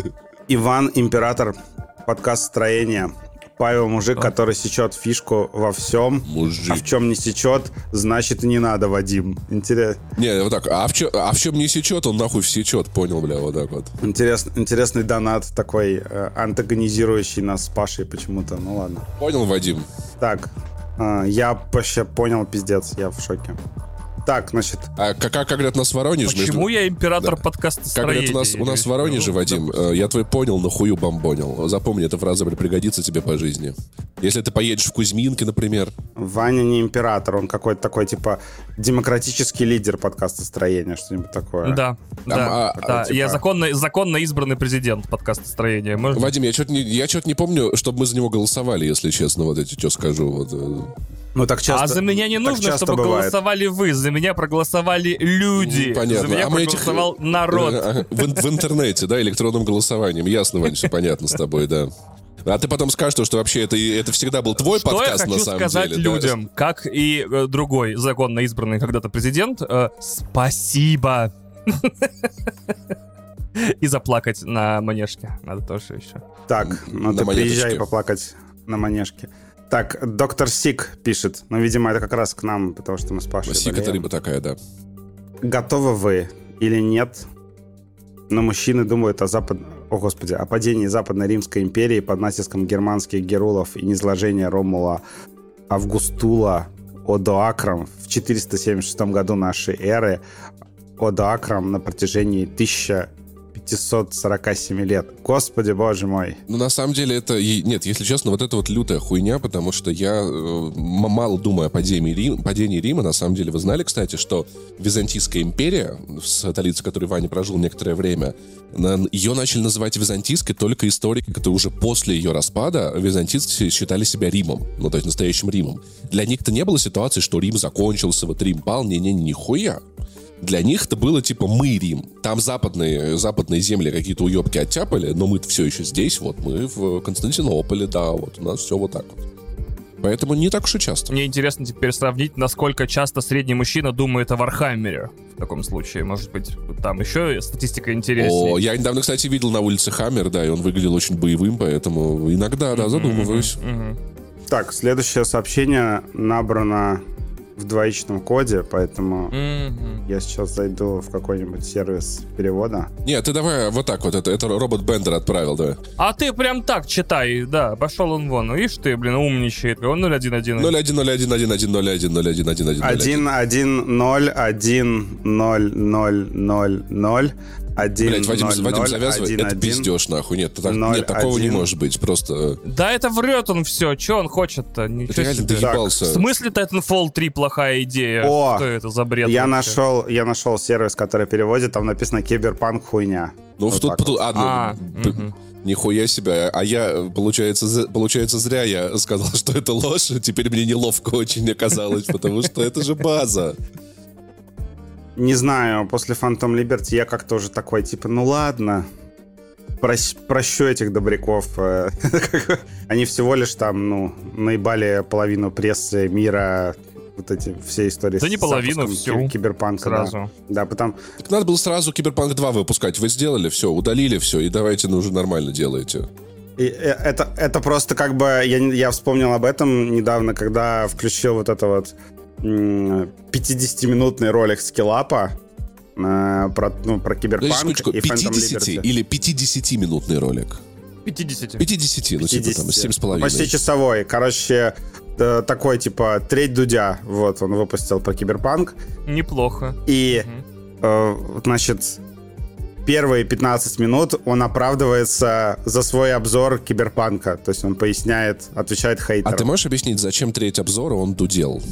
Иван, император, подкаст «Строение». Павел мужик, который сечет фишку во всем. Мужик. А в чем не сечет, значит и не надо, Вадим. Интересно. Не, вот так, а в чем не сечет, он нахуй всечет, понял, бля, вот так вот. Интересный донат такой, антагонизирующий нас с Пашей почему-то, ну ладно. Понял, Вадим? Так, я вообще понял, пиздец, я в шоке. Так, значит... А как говорят у нас в Воронеже... Почему я император подкаста «Строение»? Как говорят у нас в Воронеже, Вадим, я твой понял, но хую бомбонил. Запомни, эта фраза пригодится тебе по жизни. Если ты поедешь в Кузьминки, например... Ваня не император, он какой-то такой, типа, демократический лидер подкаста «Строение», что-нибудь такое. Да. типа... Я законно избранный президент подкаста «Строение». Можно? Вадим, я что-то не помню, чтобы мы за него голосовали, если честно, вот эти, что скажу, вот... Ну, так часто, а за меня не нужно, чтобы бывает. Голосовали вы. За меня проголосовали люди. Понятно. За меня проголосовал народ. В интернете, да, электронным голосованием. Ясно, Вань, все понятно с тобой, да. А ты потом скажешь, что вообще это всегда был твой подкаст, на самом деле. Что я хочу сказать людям, как и другой законно избранный когда-то президент, спасибо. И заплакать на Манежке. Надо тоже еще. Так, ну ты приезжай поплакать на Манежке. Так, доктор Сик пишет. Ну, видимо, это как раз к нам, потому что мы с Пашей Сик это либо такая, да. Готовы вы или нет? Но мужчины думают о падении Западной Римской империи под натиском германских герулов и низложения Ромула Августула Одоакром в 476 году нашей эры. Одоакром на протяжении 1547 лет. Господи, боже мой. Ну, на самом деле, это... Нет, если честно, вот это вот лютая хуйня, потому что я мало думаю о падении Рима. На самом деле, вы знали, кстати, что Византийская империя, в столице которой Ваня прожил некоторое время, ее начали называть византийской только историки, которые уже после ее распада византийцы считали себя Римом. Ну, то есть настоящим Римом. Для них-то не было ситуации, что Рим закончился, вот Рим пал. Не-не-не, нихуя. Для них это было типа мы Рим. Там западные земли какие-то уебки оттяпали, но мы-то все еще здесь, вот мы в Константинополе, да, вот у нас все вот так вот. Поэтому не так уж и часто. Мне интересно теперь сравнить, насколько часто средний мужчина думает о Вархаммере в таком случае. Может быть, там еще статистика интереснее. О, я недавно, кстати, видел на улице Хаммер, да, и он выглядел очень боевым, поэтому иногда, да, задумываюсь. Так, следующее сообщение набрано в двоичном коде, поэтому я сейчас зайду в какой-нибудь сервис перевода. Нет, ты давай вот так вот, это робот Бендер отправил, да. А ты прям так читай, да, пошел он вон. Ну, видишь ты, блин, умничает. Он 011. 1-1-1-1-1-1-1-1-0-1-0-0-0-0. Блять, Вадим завязывай, это пиздешь, нахуй. Нет, такого не может быть, просто... Да это врет он все, что он хочет-то? Ты реально доебался. В смысле Titanfall 3 плохая идея? О, что это за бред? Я нашел сервис, который переводит, там написано «Киберпанк хуйня». Ну, вот тут... Нихуя себе. А я, получается, зря я сказал, что это ложь. Теперь мне неловко очень оказалось, потому что это же база. Не знаю, после Phantom Liberty я как-то уже такой, типа, ну ладно, прощу этих добряков. Они всего лишь там, ну, наебали половину прессы мира, вот эти все истории да с не половину, всю Киберпанка. Сразу. Да, потом... Так надо было сразу Киберпанк 2 выпускать. Вы сделали все, удалили все, и давайте, ну, уже нормально делаете. И это просто как бы... Я вспомнил об этом недавно, когда включил вот это вот 50-минутный ролик Скиллапа про Киберпанк и Phantom Liberty. Или 50-минутный ролик? 50. 50, ну типа там 7,5. Почти часовой. Короче, такой типа треть Дудя. Вот, он выпустил про Киберпанк. Неплохо. И, значит, первые 15 минут он оправдывается за свой обзор Киберпанка. То есть он поясняет, отвечает хейтерам. А ты можешь объяснить, зачем треть обзора он дудел?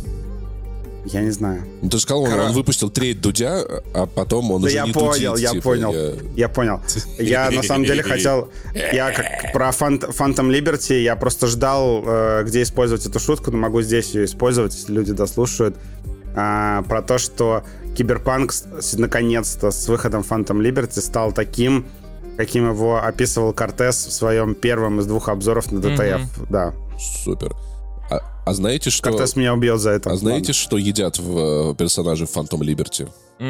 Я не знаю. Ну, ты же сказал, он выпустил треть Дудя, а потом он уже не дудит. Я понял. Я на самом деле хотел... Я как про Phantom Liberty, я просто ждал, где использовать эту шутку, но могу здесь ее использовать, если люди дослушают. Про то, что Киберпанк наконец-то с выходом Phantom Liberty стал таким, каким его описывал Кортес в своем первом из 2 обзоров на ДТФ. Да. Супер. А знаете, что... Кортес меня убьет за это. А знаете, что едят в персонаже Phantom Liberty?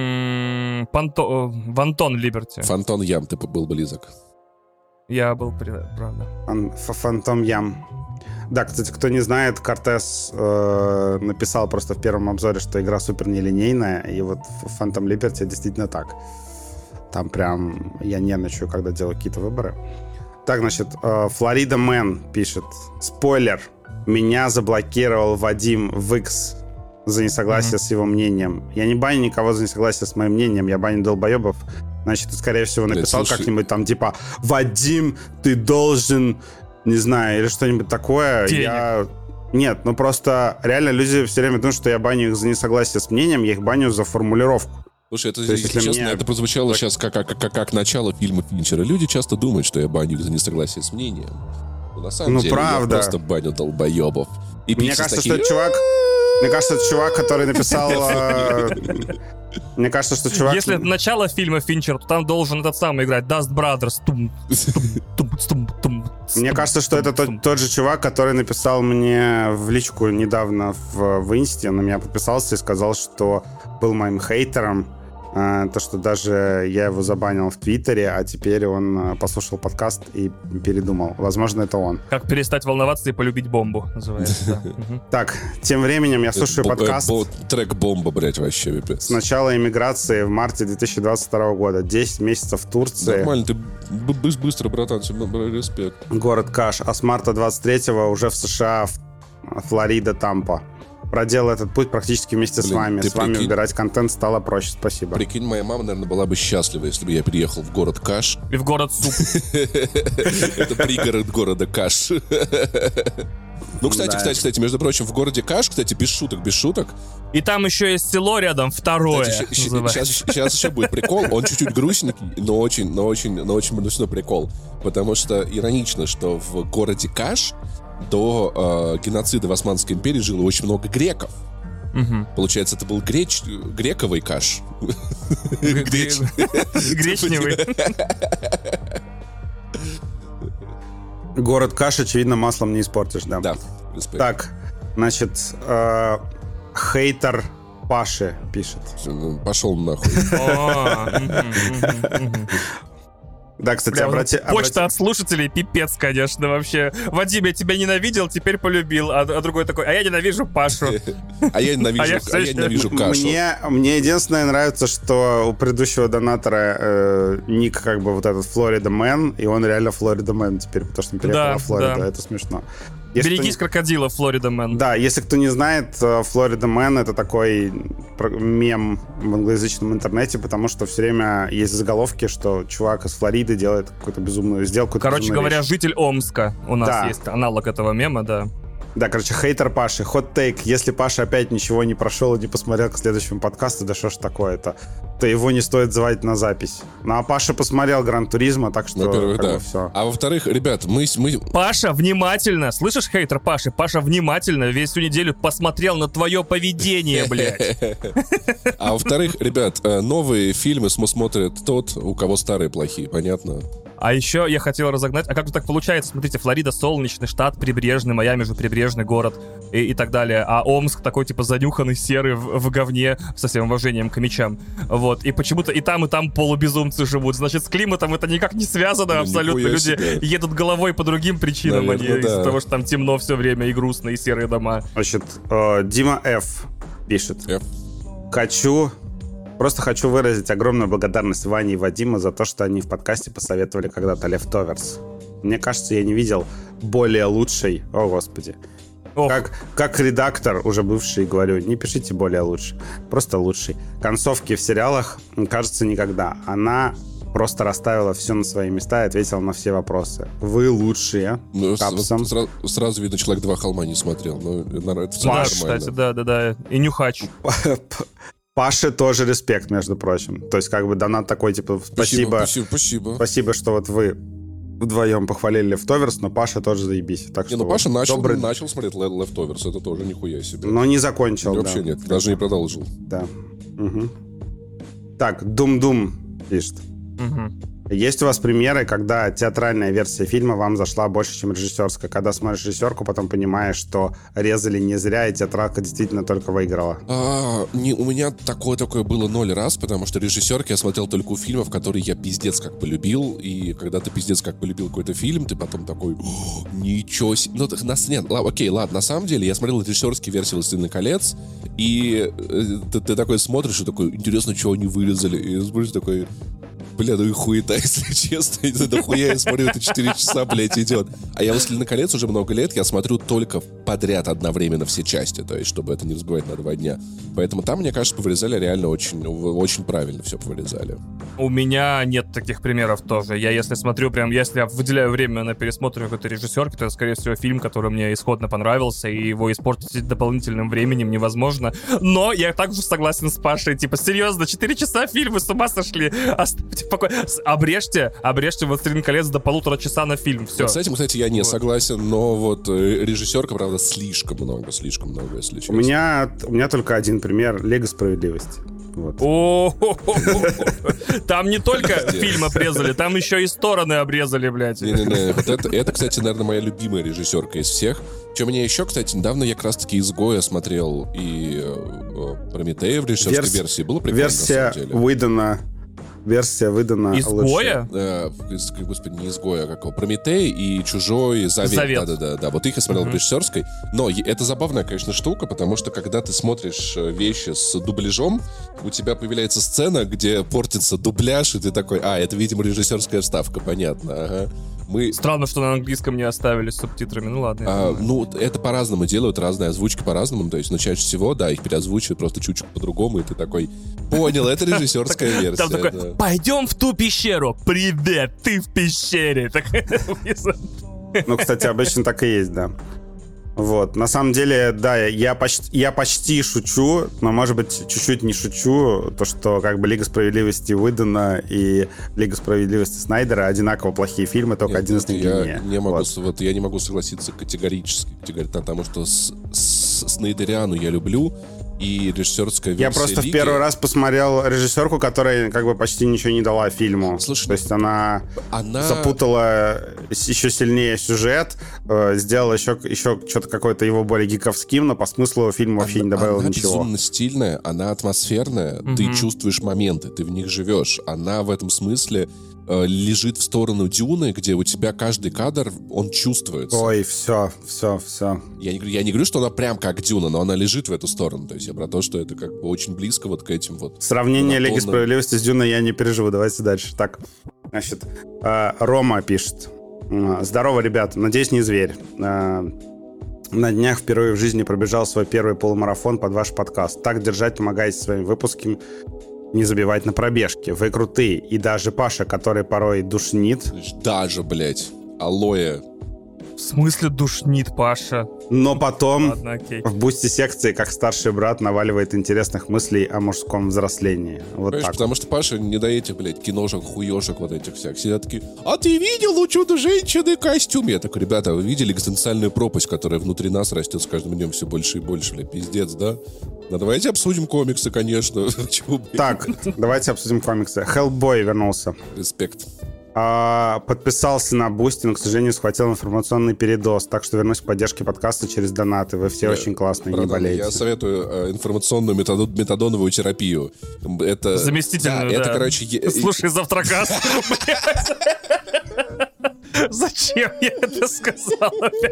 Вантон Либерти. Фантон Ям, ты был близок. Я был, правда. Фантом Ям. Да, кстати, кто не знает, Кортес написал просто в первом обзоре, что игра супер нелинейная, и вот в Phantom Liberty действительно так. Там прям я нервничаю, когда делаю какие-то выборы. Так, значит, Флорида Мэн пишет. Спойлер. Меня заблокировал Вадим в X за несогласие с его мнением. Я не баню никого за несогласие с моим мнением, я баню долбоебов. Значит, ты, скорее всего, написал как-нибудь там, типа, Вадим, ты должен, не знаю, или что-нибудь такое. Нет, ну просто реально люди все время думают, что я баню их за несогласие с мнением, я их баню за формулировку. Слушай, это, если честно, это прозвучало сейчас как начало фильма Финчера. Люди часто думают, что я баню их за несогласие с мнением. Но на самом деле правда. Я просто баню долбоебов. И мне кажется, что это чувак... Мне кажется, это чувак, который написал... Мне кажется, что чувак... Если это начало фильма Финчер, то там должен этот самый играть Dust Brothers. Мне кажется, что это тот же чувак, который написал мне в личку недавно в Инсте, на меня подписался и сказал, что был моим хейтером. То, что даже я его забанил в Твиттере, а теперь он послушал подкаст и передумал. Возможно, это он. Как перестать волноваться и полюбить бомбу, называется. Так, тем временем я слушаю подкаст. Трек «Бомба», блядь, вообще, пипец. С начала эмиграции в марте 2022 года. 10 месяцев в Турции. Нормально, ты быстро, братан, респект. Город Каш. А с марта 23-го уже в США, Флорида, Тампа. Проделал этот путь практически вместе с вами. С вами выбирать контент стало проще. Спасибо. Прикинь, моя мама, наверное, была бы счастлива, если бы я переехал в город Каш. И в город Суп. Это пригород города Каш. Ну, кстати, между прочим, в городе Каш, кстати, без шуток. И там еще есть село рядом, второе. Сейчас еще будет прикол. Он чуть-чуть грустненький, но очень смешной прикол. Потому что иронично, что в городе Каш до геноцида в Османской империи жило очень много греков. Получается, это был грековый каш. Гречневый. Город каш, очевидно, маслом не испортишь, да. Да. Так, значит, хейтер Паши пишет. Пошел нахуй. Да, кстати, почта от слушателей пипец, конечно, вообще. Вадим, я тебя ненавидел, теперь полюбил. А другой такой, а я ненавижу Пашу. А я ненавижу кашу. Мне единственное нравится, что у предыдущего донатора ник как бы вот этот Флорида Мэн, и он реально Флорида Мэн теперь, потому что он переехал во Флориду. Это смешно. Берегись крокодила, Флорида Мэн. Да, если кто не знает, Флорида Мэн — это такой мем в англоязычном интернете, потому что все время есть заголовки, что чувак из Флориды делает какую-то безумную сделку. Короче говоря, житель Омска. У нас есть аналог этого мема, да. Да, короче, хейтер Паши. Хот-тейк. Если Паша опять ничего не прошел и не посмотрел к следующему подкасту, да что ж такое-то, то его не стоит звать на запись. Ну, а Паша посмотрел Гран-туризмо, так что во-первых, да. Все. А во-вторых, ребят, мы... Паша, внимательно! Слышишь, хейтер Паши? Паша, внимательно весь всю неделю посмотрел на твое поведение, блядь. А во-вторых, ребят, новые фильмы смотрит тот, у кого старые плохие, понятно? А еще я хотел разогнать, а как же так получается? Смотрите, Флорида солнечный штат, прибрежный, Майами же прибрежный город и так далее. А Омск такой, типа, занюханный, серый, в говне, со всем уважением к мечам. Вот. И почему-то и там полубезумцы живут. Значит, с климатом это никак не связано абсолютно. Люди едут головой по другим причинам, наверное, а не из-за того, что там темно все время и грустно, и серые дома. Значит, Дима Ф. пишет. Просто хочу выразить огромную благодарность Ване и Вадиму за то, что они в подкасте посоветовали когда-то Leftovers. Мне кажется, я не видел более лучшей... О, Господи. Как редактор, уже бывший, говорю, не пишите более лучше. Просто лучший. Концовки в сериалах, кажется, никогда. Она просто расставила все на свои места и ответила на все вопросы. Вы лучшие. Сразу видно, человек «Два холма» не смотрел. Это все нормально. Кстати, да. И Нюхач. Паше тоже респект, между прочим. То есть, как бы, донат такой, типа, спасибо. Спасибо, что вот вы вдвоем похвалили Leftovers, но Паша тоже заебись. Так что Паша начал смотреть Leftovers, это тоже нихуя себе. Но не закончил, вообще нет, даже не продолжил. Да. Угу. Так, Дум-Дум пишет. Есть у вас примеры, когда театральная версия фильма вам зашла больше, чем режиссерская? Когда смотришь режиссерку, потом понимаешь, что резали не зря, и театралка действительно только выиграла. У меня такое было 0 раз, потому что режиссерки я смотрел только у фильмов, которые я пиздец как полюбил, и когда ты пиздец как полюбил какой-то фильм, ты потом такой, ничего себе. Ну, окей, ладно, на самом деле я смотрел режиссерские версии «Властелина колец», и ты такой смотришь, и такой, интересно, что они вырезали, и смотришь такой... Бля, ну и хуета, если честно. Это хуя, я смотрю, это 4 часа, блядь, идет. А я «Властелин колец» уже много лет, я смотрю только подряд одновременно все части, то есть, чтобы это не разбивать на 2 дня. Поэтому там, мне кажется, повырезали реально очень, очень правильно все повырезали. У меня нет таких примеров тоже. Я, если смотрю, если я выделяю время на пересмотр какой-то режиссерки, то это, скорее всего, фильм, который мне исходно понравился, и его испортить дополнительным временем невозможно. Но я также согласен с Пашей, типа, серьезно, 4 часа фильма, с ума сошли. Оставьте покой. Обрежьте «Властелин колец» до 1,5 часа на фильм. Все. Вот с этим, кстати, я не согласен, но вот режиссерка, правда, слишком много, если честно. У меня только один пример. «Лига справедливости». Вот. Там не только фильм обрезали, там еще и стороны обрезали, блядь. Не-не-не, вот это, кстати, наверное, моя любимая режиссерка из всех. Что мне еще, кстати, недавно я как раз-таки «Изгоя» смотрел и «Прометея» в режиссерской версии. Было прикольно, на самом деле. Версия выдана «Изгоя»? Господи, не «Изгоя», а какого? «Прометей» и «Чужой завет». Да. Вот их я смотрел в режиссерской. Но это забавная, конечно, штука, потому что когда ты смотришь вещи с дубляжом, у тебя появляется сцена, где портится дубляж, и ты такой, это, видимо, режиссерская вставка, понятно, ага. Странно, что на английском не оставили с субтитрами, ну ладно. Это по-разному делают, разные озвучки по-разному, то есть, чаще всего, да, их переозвучивают просто чуть-чуть по-другому, и ты такой, понял, это режиссерская версия. Там такой, пойдем в ту пещеру, привет, ты в пещере. Ну, кстати, обычно так и есть, да. Вот, на самом деле, да, я почти шучу, но, может быть, чуть-чуть не шучу, то, что, как бы, «Лига справедливости» Уидона и «Лига справедливости» Снайдера одинаково плохие фильмы, только один из них гения. Я не могу согласиться категорически, потому что Снайдериану я люблю, и режиссерская версия Я просто Лиги. в первый раз посмотрел режиссерку, которая как бы почти ничего не дала фильму. Слушай, то есть она запутала еще сильнее сюжет, сделала еще что-то какое-то его более гиковским, но по смыслу фильм вообще не добавила ничего. Она безумно стильная, она атмосферная, ты чувствуешь моменты, ты в них живешь. Она в этом смысле лежит в сторону Дюны, где у тебя каждый кадр, он чувствуется. Ой, все. Я не говорю, что она прям как Дюна, но она лежит в эту сторону. То есть я про то, что это как бы очень близко вот к этим вот... Сравнение Лиги Справедливости с Дюной я не переживу. Давайте дальше. Так, значит, Рома пишет. Здорово, ребята. Надеюсь, не зверь. На днях впервые в жизни пробежал свой первый полумарафон под ваш подкаст. Так держать, помогаете своими выпусками. Не забивать на пробежки. Вы крутые. И даже Паша, который порой душнит. Даже, блядь. Алоэ. В смысле душнит, Паша? Но потом Ладно, окей. в бусти-секции, как старший брат, наваливает интересных мыслей о мужском взрослении. Вот Понимаешь, так. потому что Паша не до этих, блядь, киношек, хуёшек вот этих всех. Сидят такие, а ты видел у Чудо-женщины костюм? Я такой, ребята, вы видели экзистенциальную пропасть, которая внутри нас растет с каждым днем все больше и больше, блядь, пиздец, да? Ну, давайте обсудим комиксы, конечно. Так, давайте обсудим комиксы. Hellboy вернулся. Респект. Подписался на Бусти, но, к сожалению, схватил информационный передоз. Так что вернусь к поддержке подкаста через донаты. Вы все очень классные, не болейте. Я советую информационную метадоновую терапию. Это... Заместительную, да. Это, короче... Слушай, завтракас. Зачем я это сказал опять?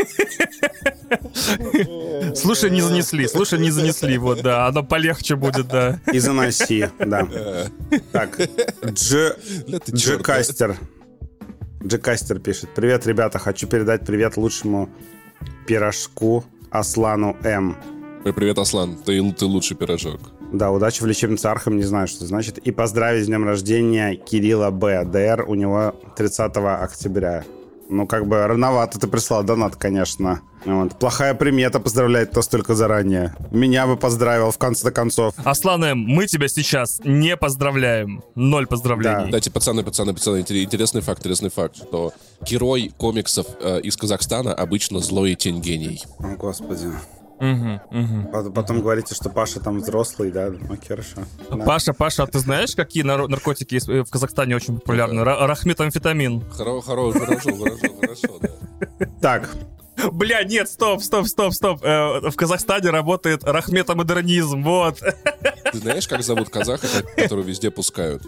Слушай, не занесли, вот, да, оно полегче будет, да. И заноси, да. Так, Джекастер пишет. Привет, ребята, хочу передать привет лучшему пирожку Аслану М. Привет, Аслан, ты лучший пирожок. Да, удачи в лечебнице Архам, не знаю, что значит. И поздравить с днем рождения Кирилла Б. ДР у него 30 октября. Ну, как бы рановато ты прислал донат, конечно. Вот. Плохая примета поздравлять то столько заранее. Меня бы поздравил в конце концов. Аслан М, мы тебя сейчас не поздравляем. 0 поздравлений. Кстати, пацаны, интересный факт, что герой комиксов из Казахстана обычно злой тень гений. О, господи. Потом говорите, что Паша там взрослый, да? Окей, хорошо. Да. Паша, а ты знаешь, какие наркотики в Казахстане очень популярны? Рахметамфетамин. Хорошо, да. Так. Бля, нет, стоп. В Казахстане работает рахметамодернизм, вот. Ты знаешь, как зовут казаха, которого везде пускают?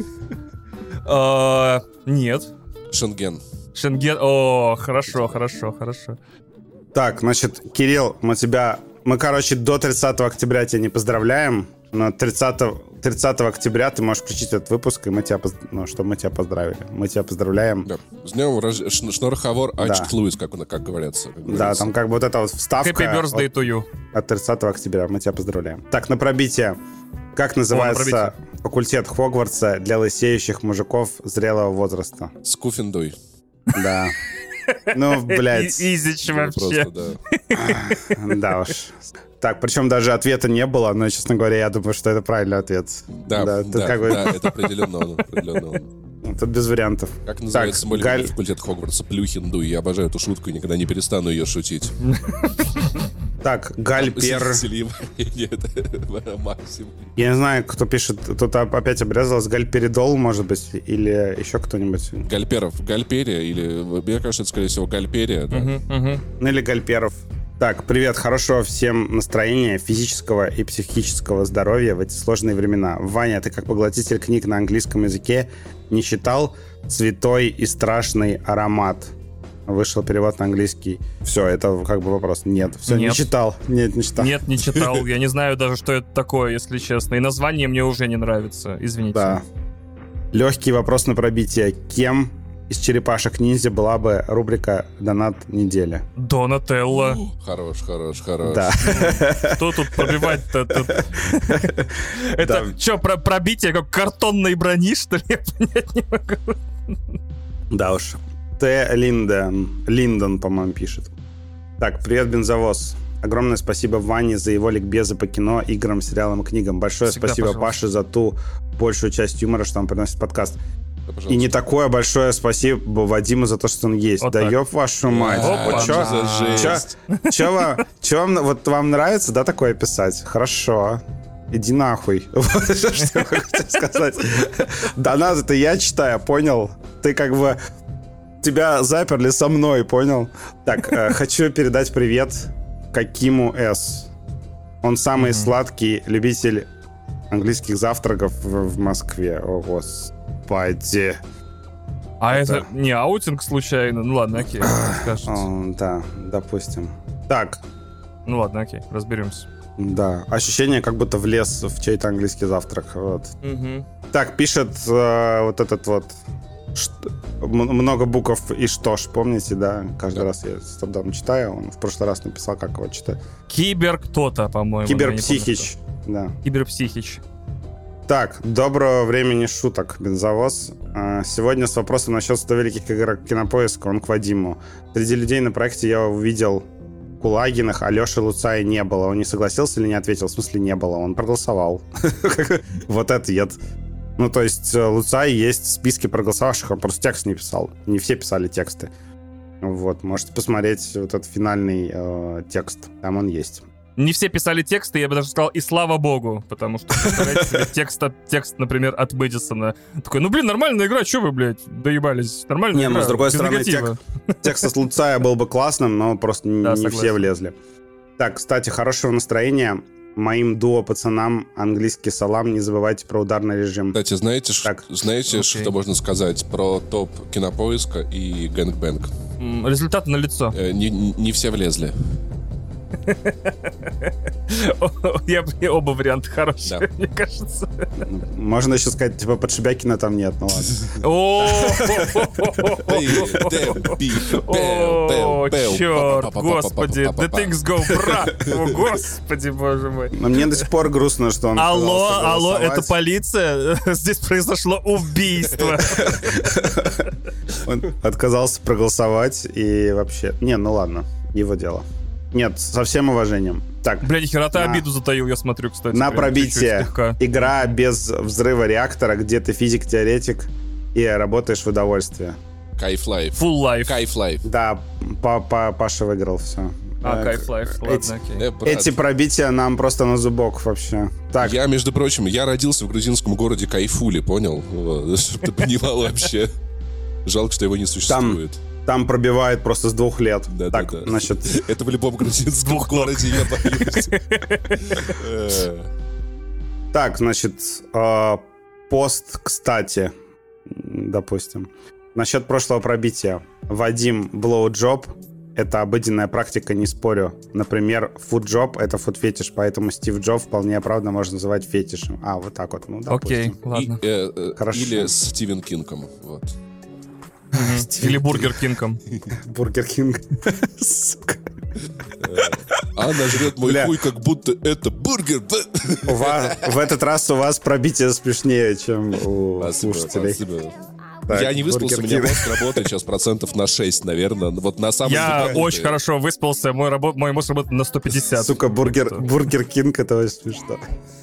Нет. Шенген. О, хорошо. Так, значит, Кирилл, мы, короче, до 30 октября тебя не поздравляем, но 30 октября ты можешь включить этот выпуск, и мы тебя, чтобы мы тебя поздравили. Мы тебя поздравляем. Да. С днем Шнорхавор Ачт Луис, как говорится. Да, там как бы вот эта вот вставка. Happy birthday to you. От 30 октября мы тебя поздравляем. Так, на пробитие. Как называется факультет Хогвартса для лысеющих мужиков зрелого возраста? Скуфендуй. Да. Ну, блядь. Изич вообще. Просто, да. Да уж. Так, причем даже ответа не было, но, честно говоря, я думаю, что это правильный ответ. Да, это определенно он. Тут без вариантов. Как называется мой любимый факультет Хогвартса? Плюхиндуй. Я обожаю эту шутку и никогда не перестану ее шутить. Так, Гальпер. Я не знаю, кто пишет. Тут опять обрезалось. Гальперидол, может быть, или еще кто-нибудь. Гальперия, или, мне кажется, это, скорее всего, Гальперия. Да. Ну или Гальперов. Так, привет, хорошего всем настроения, физического и психического здоровья в эти сложные времена. Ваня, ты как поглотитель книг на английском языке не читал «Святой и страшный аромат»? Вышел перевод на английский. Все, это как бы вопрос. Нет, все, Нет. не читал. Нет, не читал. Нет, не читал. Я не знаю даже, что это такое, если честно. И название мне уже не нравится. Извините. Да. Легкий вопрос на пробитие. Кем из черепашек-ниндзя была бы рубрика «Донат недели»? Донателло. Хорош. Да. Что тут пробивать-то? Это что, пробитие как картонной брони, что ли? Я понять не могу. Да уж. Т. Линдон, по-моему, пишет. Так, привет, бензовоз. Огромное спасибо Ване за его ликбезы по кино, играм, сериалам и книгам. Большое Всегда, спасибо пожалуйста. Паше за ту большую часть юмора, что он приносит в подкаст. И не такое большое спасибо Вадиму за то, что он есть. Вот да так. ёб вашу мать. Вот чё вам, вот вам нравится, да, такое писать? Хорошо. Иди нахуй. Что я хотел сказать. Донаты-то я читаю, понял? Ты как бы... Тебя заперли со мной, понял? Так, хочу передать привет Какиму С. Он самый сладкий любитель английских завтраков в Москве. О, господи. А это не аутинг случайно? Ну ладно, окей, скажете. Да, допустим. Так, Ну ладно, окей, разберемся. да. Ощущение, как будто влез в чей-то английский завтрак. Вот. Угу. Так, пишет вот этот вот... Много букв и что ж, помните, да? Каждый раз я с трудом читаю. Он в прошлый раз написал, как его читать. Кибер кто-то, по-моему. Киберпсихич. Да. Киберпсихич. Так, доброго времени шуток, Бензовоз. Сегодня с вопросом насчет 100 великих игр Кинопоиска, он к Вадиму. Среди людей на проекте я увидел Кулагиных, а Лёши Луцая не было. Он не согласился или не ответил? В смысле не было? Он проголосовал. Вот ответ. Ну, то есть Луцай есть в списке проголосовавших, он просто текст не писал. Не все писали тексты. Вот, можете посмотреть вот этот финальный текст. Там он есть. Не все писали тексты, я бы даже сказал, и слава богу, потому что, представляете себе, текст, например, от Мэдисона. Такой, ну, блин, нормальная игра, что вы, блядь, доебались? Нормальная игра, Не, ну, с другой без стороны, негатива. текст от Луцая был бы классным, но просто не согласен. все влезли. Так, кстати, хорошего настроения. Моим дуо-пацанам английский салам. Не забывайте про ударный режим. Кстати, знаете, Так. знаете, что можно сказать про топ Кинопоиска и Гэнгбэнг? Результаты налицо. Не все влезли. Оба варианта хорошие, Да. мне кажется. Можно еще сказать, типа, Подшибякина там нет, ну ладно. О, черт, господи, the things go, брат. О, господи, боже мой. Но мне до сих пор грустно, что он Алло, отказался это голосовать. полиция? Здесь произошло убийство. Он отказался проголосовать и вообще... Не, ну ладно, его дело. Нет, со всем уважением. Так, Бля, нихера ты На- обиду затаил, я смотрю, кстати. на прям пробитие. чуть-чуть слегка. Игра без взрыва реактора, где ты физик-теоретик и работаешь в удовольствие. Кайф лайф. Full life. Кайф лайф. Да, Паша выиграл, все. Кайф лайф, ладно, окей. Эти пробития нам просто на зубок вообще. Так, Я, между прочим, я родился в грузинском городе Кайфуле, понял? Вот, чтобы ты понимал вообще. Жалко, что его не существует. там пробивает просто с 2 лет. Да, Так, да, да. значит... Это в любом грузинском городе, я боюсь. Так, значит, пост, кстати, допустим. Насчет прошлого пробития. Вадим, блоуджоп — это обыденная практика, не спорю. Например, фуджоп — это фуд-фетиш, поэтому Стив Джоб вполне оправданно можно называть фетишем. Вот так вот, ну, допустим. Окей, ладно. Хорошо. Или с Стивен Кингом. Вот. Или Бургер Кингом. Бургер Кинг. Сука. Она жрет мой Бля. хуй, как будто это бургер. В этот раз у вас пробитие смешнее, чем у Спасибо, слушателей. спасибо. Так, Я не выспался, у Бургер меня Кинг. мозг работает сейчас 6%, наверное. Вот на самом Я деле- очень хорошо выспался, мой мозг работает на 150. Сука, Бургер Кинг, это очень смешно.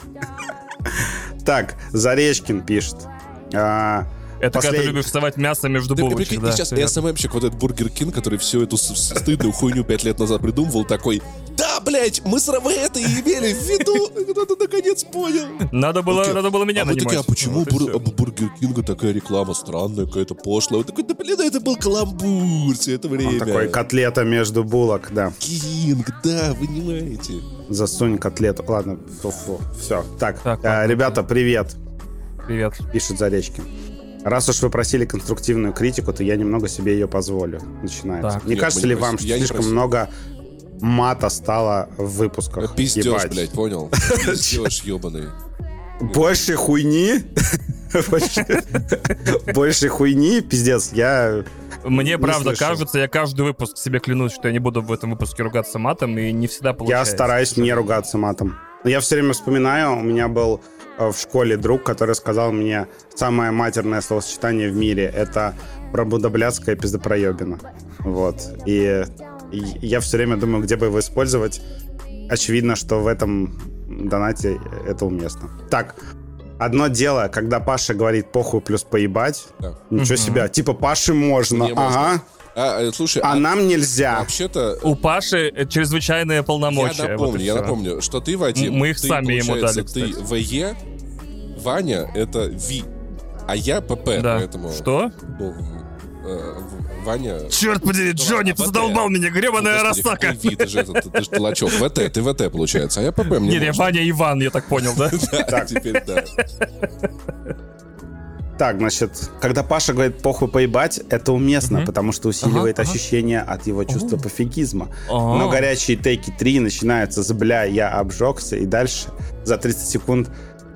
Так, Заречкин пишет. Это когда ты любишь вставать мясо между Ты булочек. прикинь, Да, ты сейчас всё верно. СММщик, вот этот Бургер Кинг, который всю эту стыдную хуйню 5 лет назад придумывал, такой: да, блять, мы это и имели в виду. Кто-то наконец понял. Надо было меня А вы нанимать. такие, а почему Вот и всё. Бургер Кинга такая реклама странная, какая-то пошлая? Он такой, да блин, это был каламбур все это время. Он такой, котлета между булок, да. Кинг, да, вы понимаете. Засунь котлету. Ладно, все. Так, Так, ладно, ребята, привет, Привет. пишет Заречкин. Раз уж вы просили конструктивную критику, то я немного себе ее позволю. Начинается. Так. Не Нет, кажется мы не ли вам, просили. что Я не слишком просил. много мата стало в выпусках? Пиздеж, Ебать. блядь, понял? Пиздеж ебаный. Больше хуйни? Больше хуйни? Пиздец, я... Мне Не правда слышал. кажется, я каждый выпуск себе клянусь, что я не буду в этом выпуске ругаться матом, и не всегда Я получается. стараюсь не ругаться матом. Но я все время вспоминаю, у меня был в школе друг, который сказал мне, самое матерное словосочетание в мире — это пробудоблядская пиздопроебина. Вот. И я все время думаю, где бы его использовать. Очевидно, что в этом донате это уместно. Так, Одно дело, когда Паша говорит похуй плюс поебать. Да. Ничего себе. Типа Паше можно. Мне можно. Ага. Слушай, нам нельзя. Вообще-то... У Паши чрезвычайные полномочия. Я напомню, что ты, Вадим, мы их сами ему дали, ты ВЕ, Ваня — это Ви, а я ПП, Да. Поэтому... Что? Ну, Ваня... Черт подери, Джонни, ты задолбал меня, гребаная Росака. Ты же толочок. ВТ, ты ВТ, получается, а я ПП. Нет, я Ваня Иван, я так понял, да? Да, теперь да. Так, значит, когда Паша говорит похуй поебать, это уместно, потому что усиливает ощущение от его чувства пофигизма. Но горячие тейки 3 начинаются с «бля, я обжегся», и дальше за 30 секунд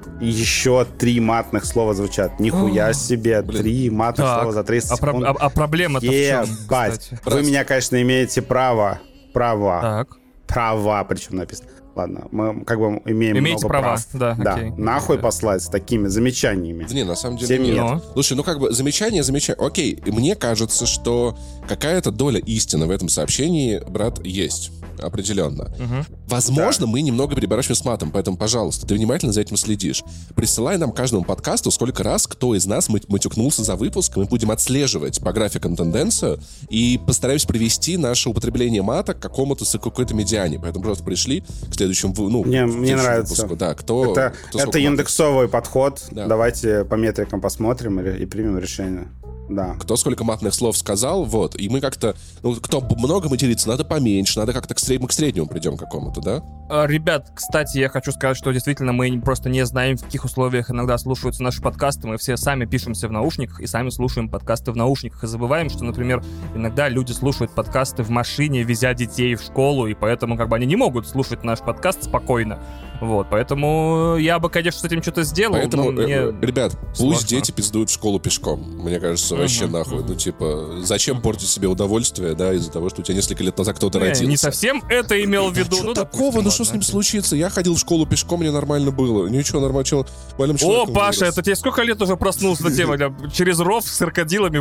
еще 3 матных слова звучат. Нихуя себе, 3 матных слова за 30 секунд. А проблема-то в чем, кстати? Вы меня, конечно, имеете право, Так. причем написано. Ладно, мы как бы имеем Имеете много права, прав. да, окей. Нахуй послать с такими замечаниями. Да не, на самом деле Всем нет. нет. Слушай, ну как бы замечание. Окей, мне кажется, что какая-то доля истины в этом сообщении, брат, есть. Определенно. Возможно, мы немного переборачиваем с матом, поэтому, пожалуйста, ты внимательно за этим следишь. Присылай нам каждому подкасту, сколько раз кто из нас матюкнулся за выпуск, мы будем отслеживать по графикам тенденцию и постараемся привести наше употребление мата к какой-то медиане. Поэтому просто пришли к следующему, Мне нравится. выпуску. Да, кто Это сколько индексовый подход. Да. Давайте по метрикам посмотрим и примем решение. Да. Кто сколько матных слов сказал, вот. И мы как-то... кто много матерится, надо поменьше, надо как-то мы к среднему придем к какому-то, да? Ребят, кстати, я хочу сказать, что действительно мы просто не знаем, в каких условиях иногда слушаются наши подкасты. Мы все сами пишемся в наушниках и сами слушаем подкасты в наушниках. И забываем, что, например, иногда люди слушают подкасты в машине, везя детей в школу, и поэтому как бы они не могут слушать наш подкаст спокойно. Вот, поэтому я бы, конечно, с этим что-то сделал, Поэтому, но мне ребят, сложно. пусть дети пиздуют в школу пешком. Мне кажется, вообще нахуй. Ну, типа, зачем портить себе удовольствие, да, из-за того, что у тебя несколько лет назад кто-то родился. Не совсем это имел в виду. Что такого? Ну что с ним случится? Я ходил в школу пешком, мне нормально было. Ничего, нормально. Больным О, человеком Паша, вырос. это тебе сколько лет уже проснулся на тему? Через ров с крокодилами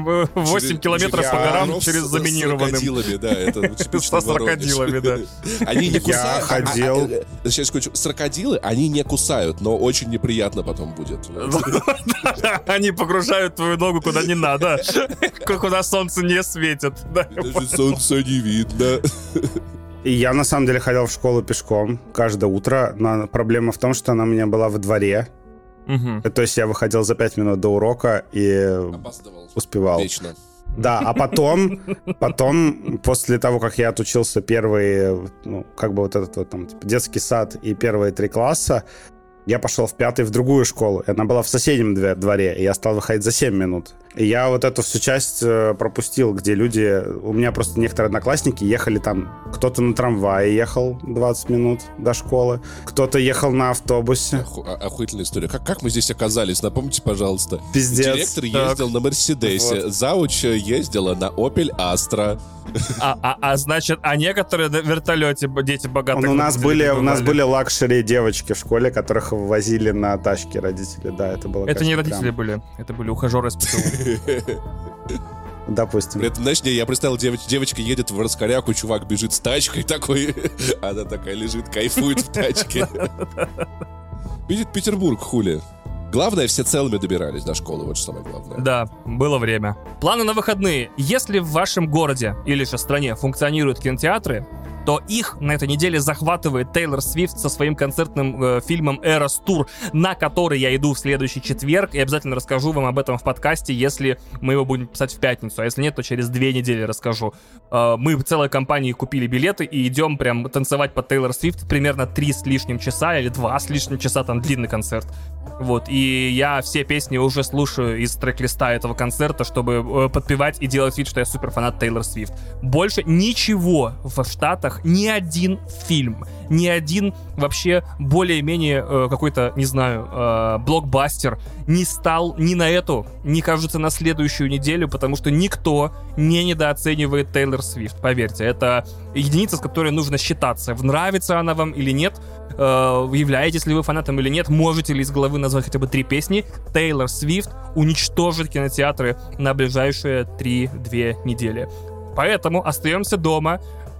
8 километров по горам ров через с заминированным. крокодилами, да, это типичный С крокодилами, да. Они не Я кусают. ходил. Сейчас скажу, крокодилы, они не кусают, но очень неприятно потом будет. Они погружают твою ногу куда не надо, куда солнце не светит. Да. Даже солнца не видно. И я, на самом деле, ходил в школу пешком каждое утро, но проблема в том, что она у меня была во дворе. То есть я выходил за 5 минут до урока и Опаздывал. успевал. Вечно. Да, а потом, после того, как я отучился первые, как бы вот этот вот там типа, детский сад и первые 3 класса, я пошел в 5-й в другую школу. И она была в соседнем дворе, и я стал выходить за 7 минут. И я вот эту всю часть пропустил, где люди... У меня просто некоторые одноклассники ехали там... Кто-то на трамвае ехал 20 минут до школы, кто-то ехал на автобусе. Охуительная история. Как мы здесь оказались? Напомните, пожалуйста. Пиздец. Директор ездил на Мерседесе, Вот. Зауч ездила на Opel Astra. Значит, а некоторые на вертолете дети богатых... У нас бывали. были лакшери девочки в школе, которых возили на тачке родители. Да, это было, Это не конечно, родители были, это были ухажеры из ПТУ. Допустим. При этом, знаешь, я представил, девочка едет в раскоряку, чувак бежит с тачкой такой, она такая лежит, кайфует в тачке. Петербург, хули. Главное, все целыми добирались до школы, вот что самое главное. Да, было время. Планы на выходные. Если в вашем городе или же стране функционируют кинотеатры, то их на этой неделе захватывает Тейлор Свифт со своим концертным фильмом «Эрос Тур», на который я иду в следующий четверг, и обязательно расскажу вам об этом в подкасте, если мы его будем писать в пятницу, а если нет, то через 2 недели расскажу. Мы целой компанией купили билеты и идем прям танцевать под Тейлор Свифт примерно 3 с лишним часа или 2 с лишним часа, там длинный концерт. Вот, и я все песни уже слушаю из трек-листа этого концерта, чтобы подпевать и делать вид, что я суперфанат Тейлор Свифт. Больше ничего в Штатах, ни один фильм, ни один вообще более-менее какой-то, не знаю, блокбастер не стал ни на эту, ни, кажется, на следующую неделю, потому что никто не недооценивает Тейлор Свифт, поверьте. Это единица, с которой нужно считаться. Нравится она вам или нет, являетесь ли вы фанатом или нет, можете ли из головы назвать хотя бы 3 песни. Тейлор Свифт уничтожит кинотеатры на ближайшие 3-2 недели. Поэтому остаемся дома,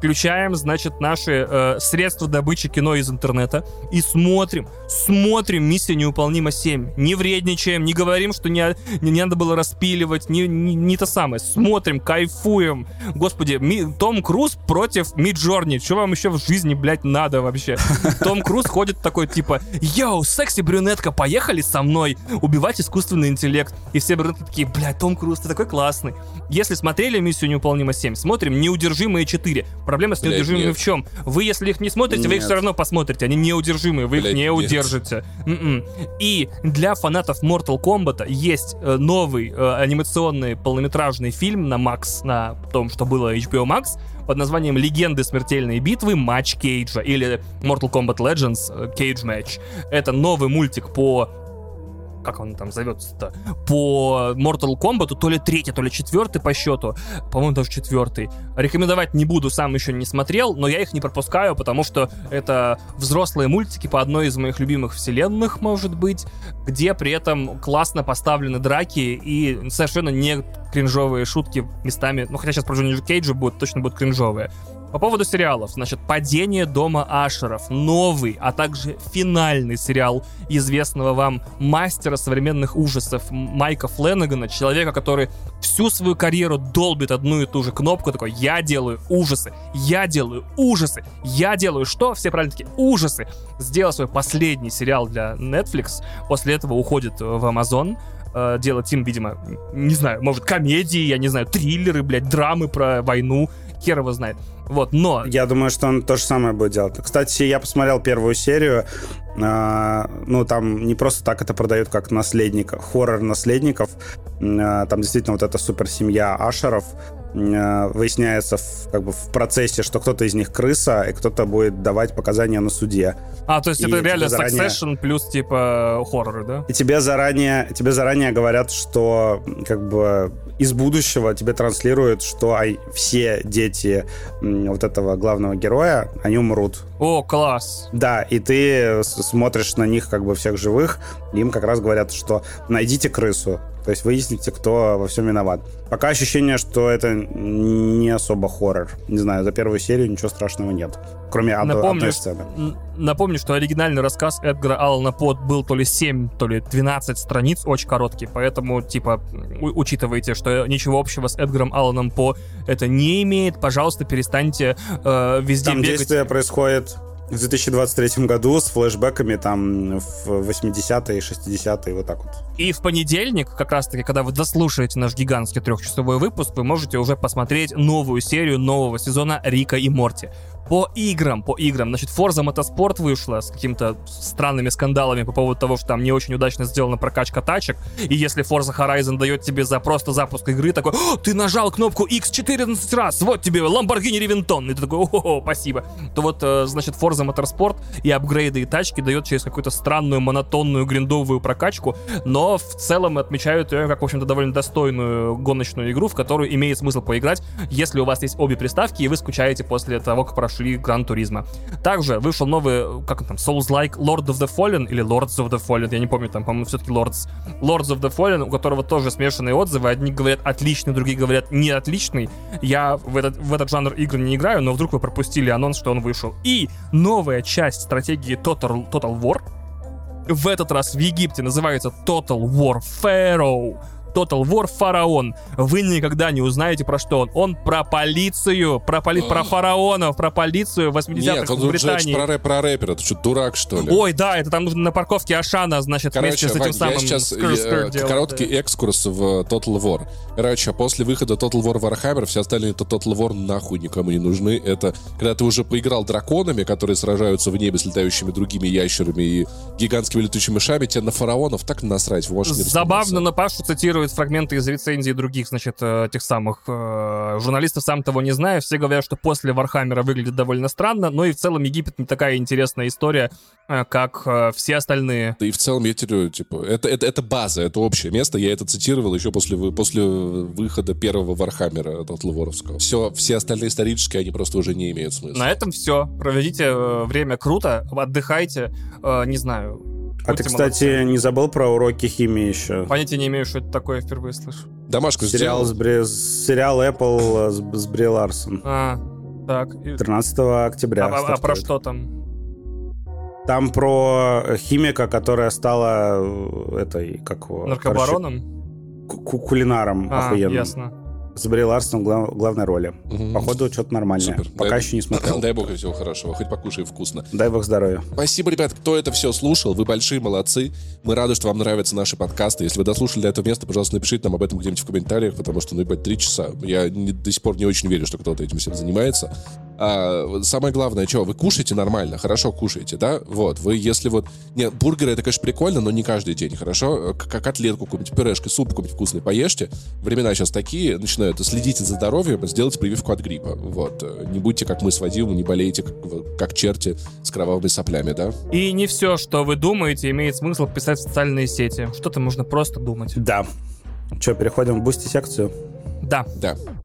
включаем, значит, наши средства добычи кино из интернета и смотрим «Миссия невыполнима 7». Не вредничаем, не говорим, что не надо было распиливать, не то самое. Смотрим, кайфуем. Господи, Том Круз против Миджорни. Что вам еще в жизни, блядь, надо вообще? Том Круз ходит такой, типа, йоу, секси-брюнетка, поехали со мной убивать искусственный интеллект. И все брюнетки такие, блядь, Том Круз, ты такой классный. Если смотрели «Миссию невыполнима 7», смотрим «Неудержимые 4». Проблема с «Неудержимыми» в чем? Вы, если их не смотрите, вы их все равно посмотрите. Они неудержимые, вы их не удержите. И для фанатов Mortal Kombat есть новый анимационный полнометражный фильм на Max, на том, что было HBO Max, под названием «Легенды смертельной битвы. Матч Кейджа» или Mortal Kombat Legends Cage Match. Это новый мультик по... Как он там зовется-то? По Mortal Kombat, то ли 3-й, то ли 4-й по счету. По-моему, даже 4-й. Рекомендовать не буду, сам еще не смотрел, но я их не пропускаю, потому что это взрослые мультики по одной из моих любимых вселенных, может быть, где при этом классно поставлены драки и совершенно не кринжовые шутки местами. Ну, хотя сейчас про Джонни Кейджа точно будут кринжовые. По поводу сериалов, значит, «Падение дома Ашеров», новый, а также финальный сериал известного вам мастера современных ужасов Майка Фленнегана, человека, который всю свою карьеру долбит одну и ту же кнопку, такой: я делаю ужасы, я делаю ужасы, я делаю что? Все правильно такие: ужасы. Сделал свой последний сериал для Netflix, после этого уходит в Amazon, делать им, видимо, не знаю, может, комедии, я не знаю, триллеры, блядь, драмы про войну, хер его знает. Вот, но... Я думаю, что он то же самое будет делать. Кстати, я посмотрел первую серию. Ну, там не просто так это продают как наследников, хоррор наследников. Там действительно вот эта суперсемья Ашеров. Выясняется в процессе, что кто-то из них крыса, и кто-то будет давать показания на суде. То есть это реально Succession плюс типа хорроры, да? И тебе заранее говорят, что как бы из будущего тебе транслируют, что все дети вот этого главного героя, они умрут. О, класс! Да, и ты смотришь на них как бы всех живых, и им как раз говорят, что найдите крысу. То есть выясните, кто во всем виноват. Пока ощущение, что это не особо хоррор. Не знаю, за первую серию ничего страшного нет. Кроме одной сцены. Напомню, что оригинальный рассказ Эдгара Аллана По был то ли 7, то ли 12 страниц, очень короткий. Поэтому, типа, учитывайте, что ничего общего с Эдгаром Алланом По это не имеет. Пожалуйста, перестаньте везде там бегать. Там действие происходит в 2023 году с флешбэками там в 80-е, 60-е, вот так вот. И в понедельник, как раз-таки, когда вы дослушаете наш гигантский 3-часовой выпуск, вы можете уже посмотреть новую серию нового сезона Рика и Морти. По играм. Значит, Forza Motorsport вышла с какими-то странными скандалами по поводу того, что там не очень удачно сделана прокачка тачек. И если Forza Horizon дает тебе за просто запуск игры такой: ты нажал кнопку X 14 раз, вот тебе Lamborghini Reventон. И ты такой: о, спасибо. То вот, значит, Forza Motorsport и апгрейды и тачки дает через какую-то странную, монотонную, гриндовую прокачку. Но в целом отмечают ее как, в общем-то, довольно достойную гоночную игру, в которую имеет смысл поиграть, если у вас есть обе приставки, и вы скучаете после того, как прошли Гран Туризмо. Также вышел новый, как он там, Souls-like Lord of the Fallen или Lords of the Fallen, я не помню, там, по-моему, все-таки Lords of the Fallen, у которого тоже смешанные отзывы. Одни говорят отличный, другие говорят не отличный. Я в этот жанр игр не играю, но вдруг вы пропустили анонс, что он вышел. И новая часть стратегии Total War, в этот раз в Египте, называется Total War Pharaoh. Total War Фараон. Вы никогда не узнаете, про что он. Он про полицию, про фараонов, про полицию 80-х в Британии. Нет, про рэпера. Ты что, дурак, что ли? Ой, да, это там на парковке Ашана, значит, вместе с этим самым... Я сейчас короткий экскурс в Total War. Короче, после выхода Total War Warhammer все остальные Total War нахуй никому не нужны. Это когда ты уже поиграл драконами, которые сражаются в небе с летающими другими ящерами и гигантскими летучими мышами, тебе на фараонов так насрать. Забавно, но Пашу цитирует фрагменты из рецензий других, значит, тех самых журналистов, сам того не знаю. Все говорят, что после Вархаммера выглядит довольно странно, но и в целом Египет не такая интересная история, как все остальные. Да и в целом, я тебе типа, это база, это общее место. Я это цитировал еще после выхода первого Вархаммера Total War'овского. Все остальные исторические, они просто уже не имеют смысла. На этом все. Проведите время круто, отдыхайте, не знаю. А ты, кстати, молодцы. Не забыл про уроки химии еще? Понятия не имею, что это такое, я впервые слышу. Домашку сериал Apple с Бри Ларсон. Так. 13 октября. А про что там? Там про химика, которая стала этой, как его... Наркобароном? Кулинаром охуенным. Ясно. С Бри Ларсон в главной роли. Походу, что-то нормальное. Супер. Пока еще не смотрел. Дай бог всего хорошего, хоть покушай вкусно. Дай бог здоровья. Спасибо, ребят, кто это все слушал. Вы большие молодцы. Мы рады, что вам нравятся наши подкасты. Если вы дослушали до этого места, пожалуйста, напишите нам об этом где-нибудь в комментариях, потому что, 3 часа. Я до сих пор не очень верю, что кто-то этим всем занимается. Самое главное, что, вы кушаете нормально, хорошо кушаете, да? Вот, вы если вот... Нет, бургеры, это, конечно, прикольно, но не каждый день, хорошо? Котлетку купить, пюрешкой, суп купить вкусный, поешьте. Времена сейчас такие, начинают. Следите за здоровьем, сделайте прививку от гриппа. Вот. Не будьте, как мы с Вадимом, не болейте, как черти с кровавыми соплями, да? И не все, что вы думаете, имеет смысл писать в социальные сети. Что-то можно просто думать. Да. Что, переходим в бусти-секцию? Да. Да.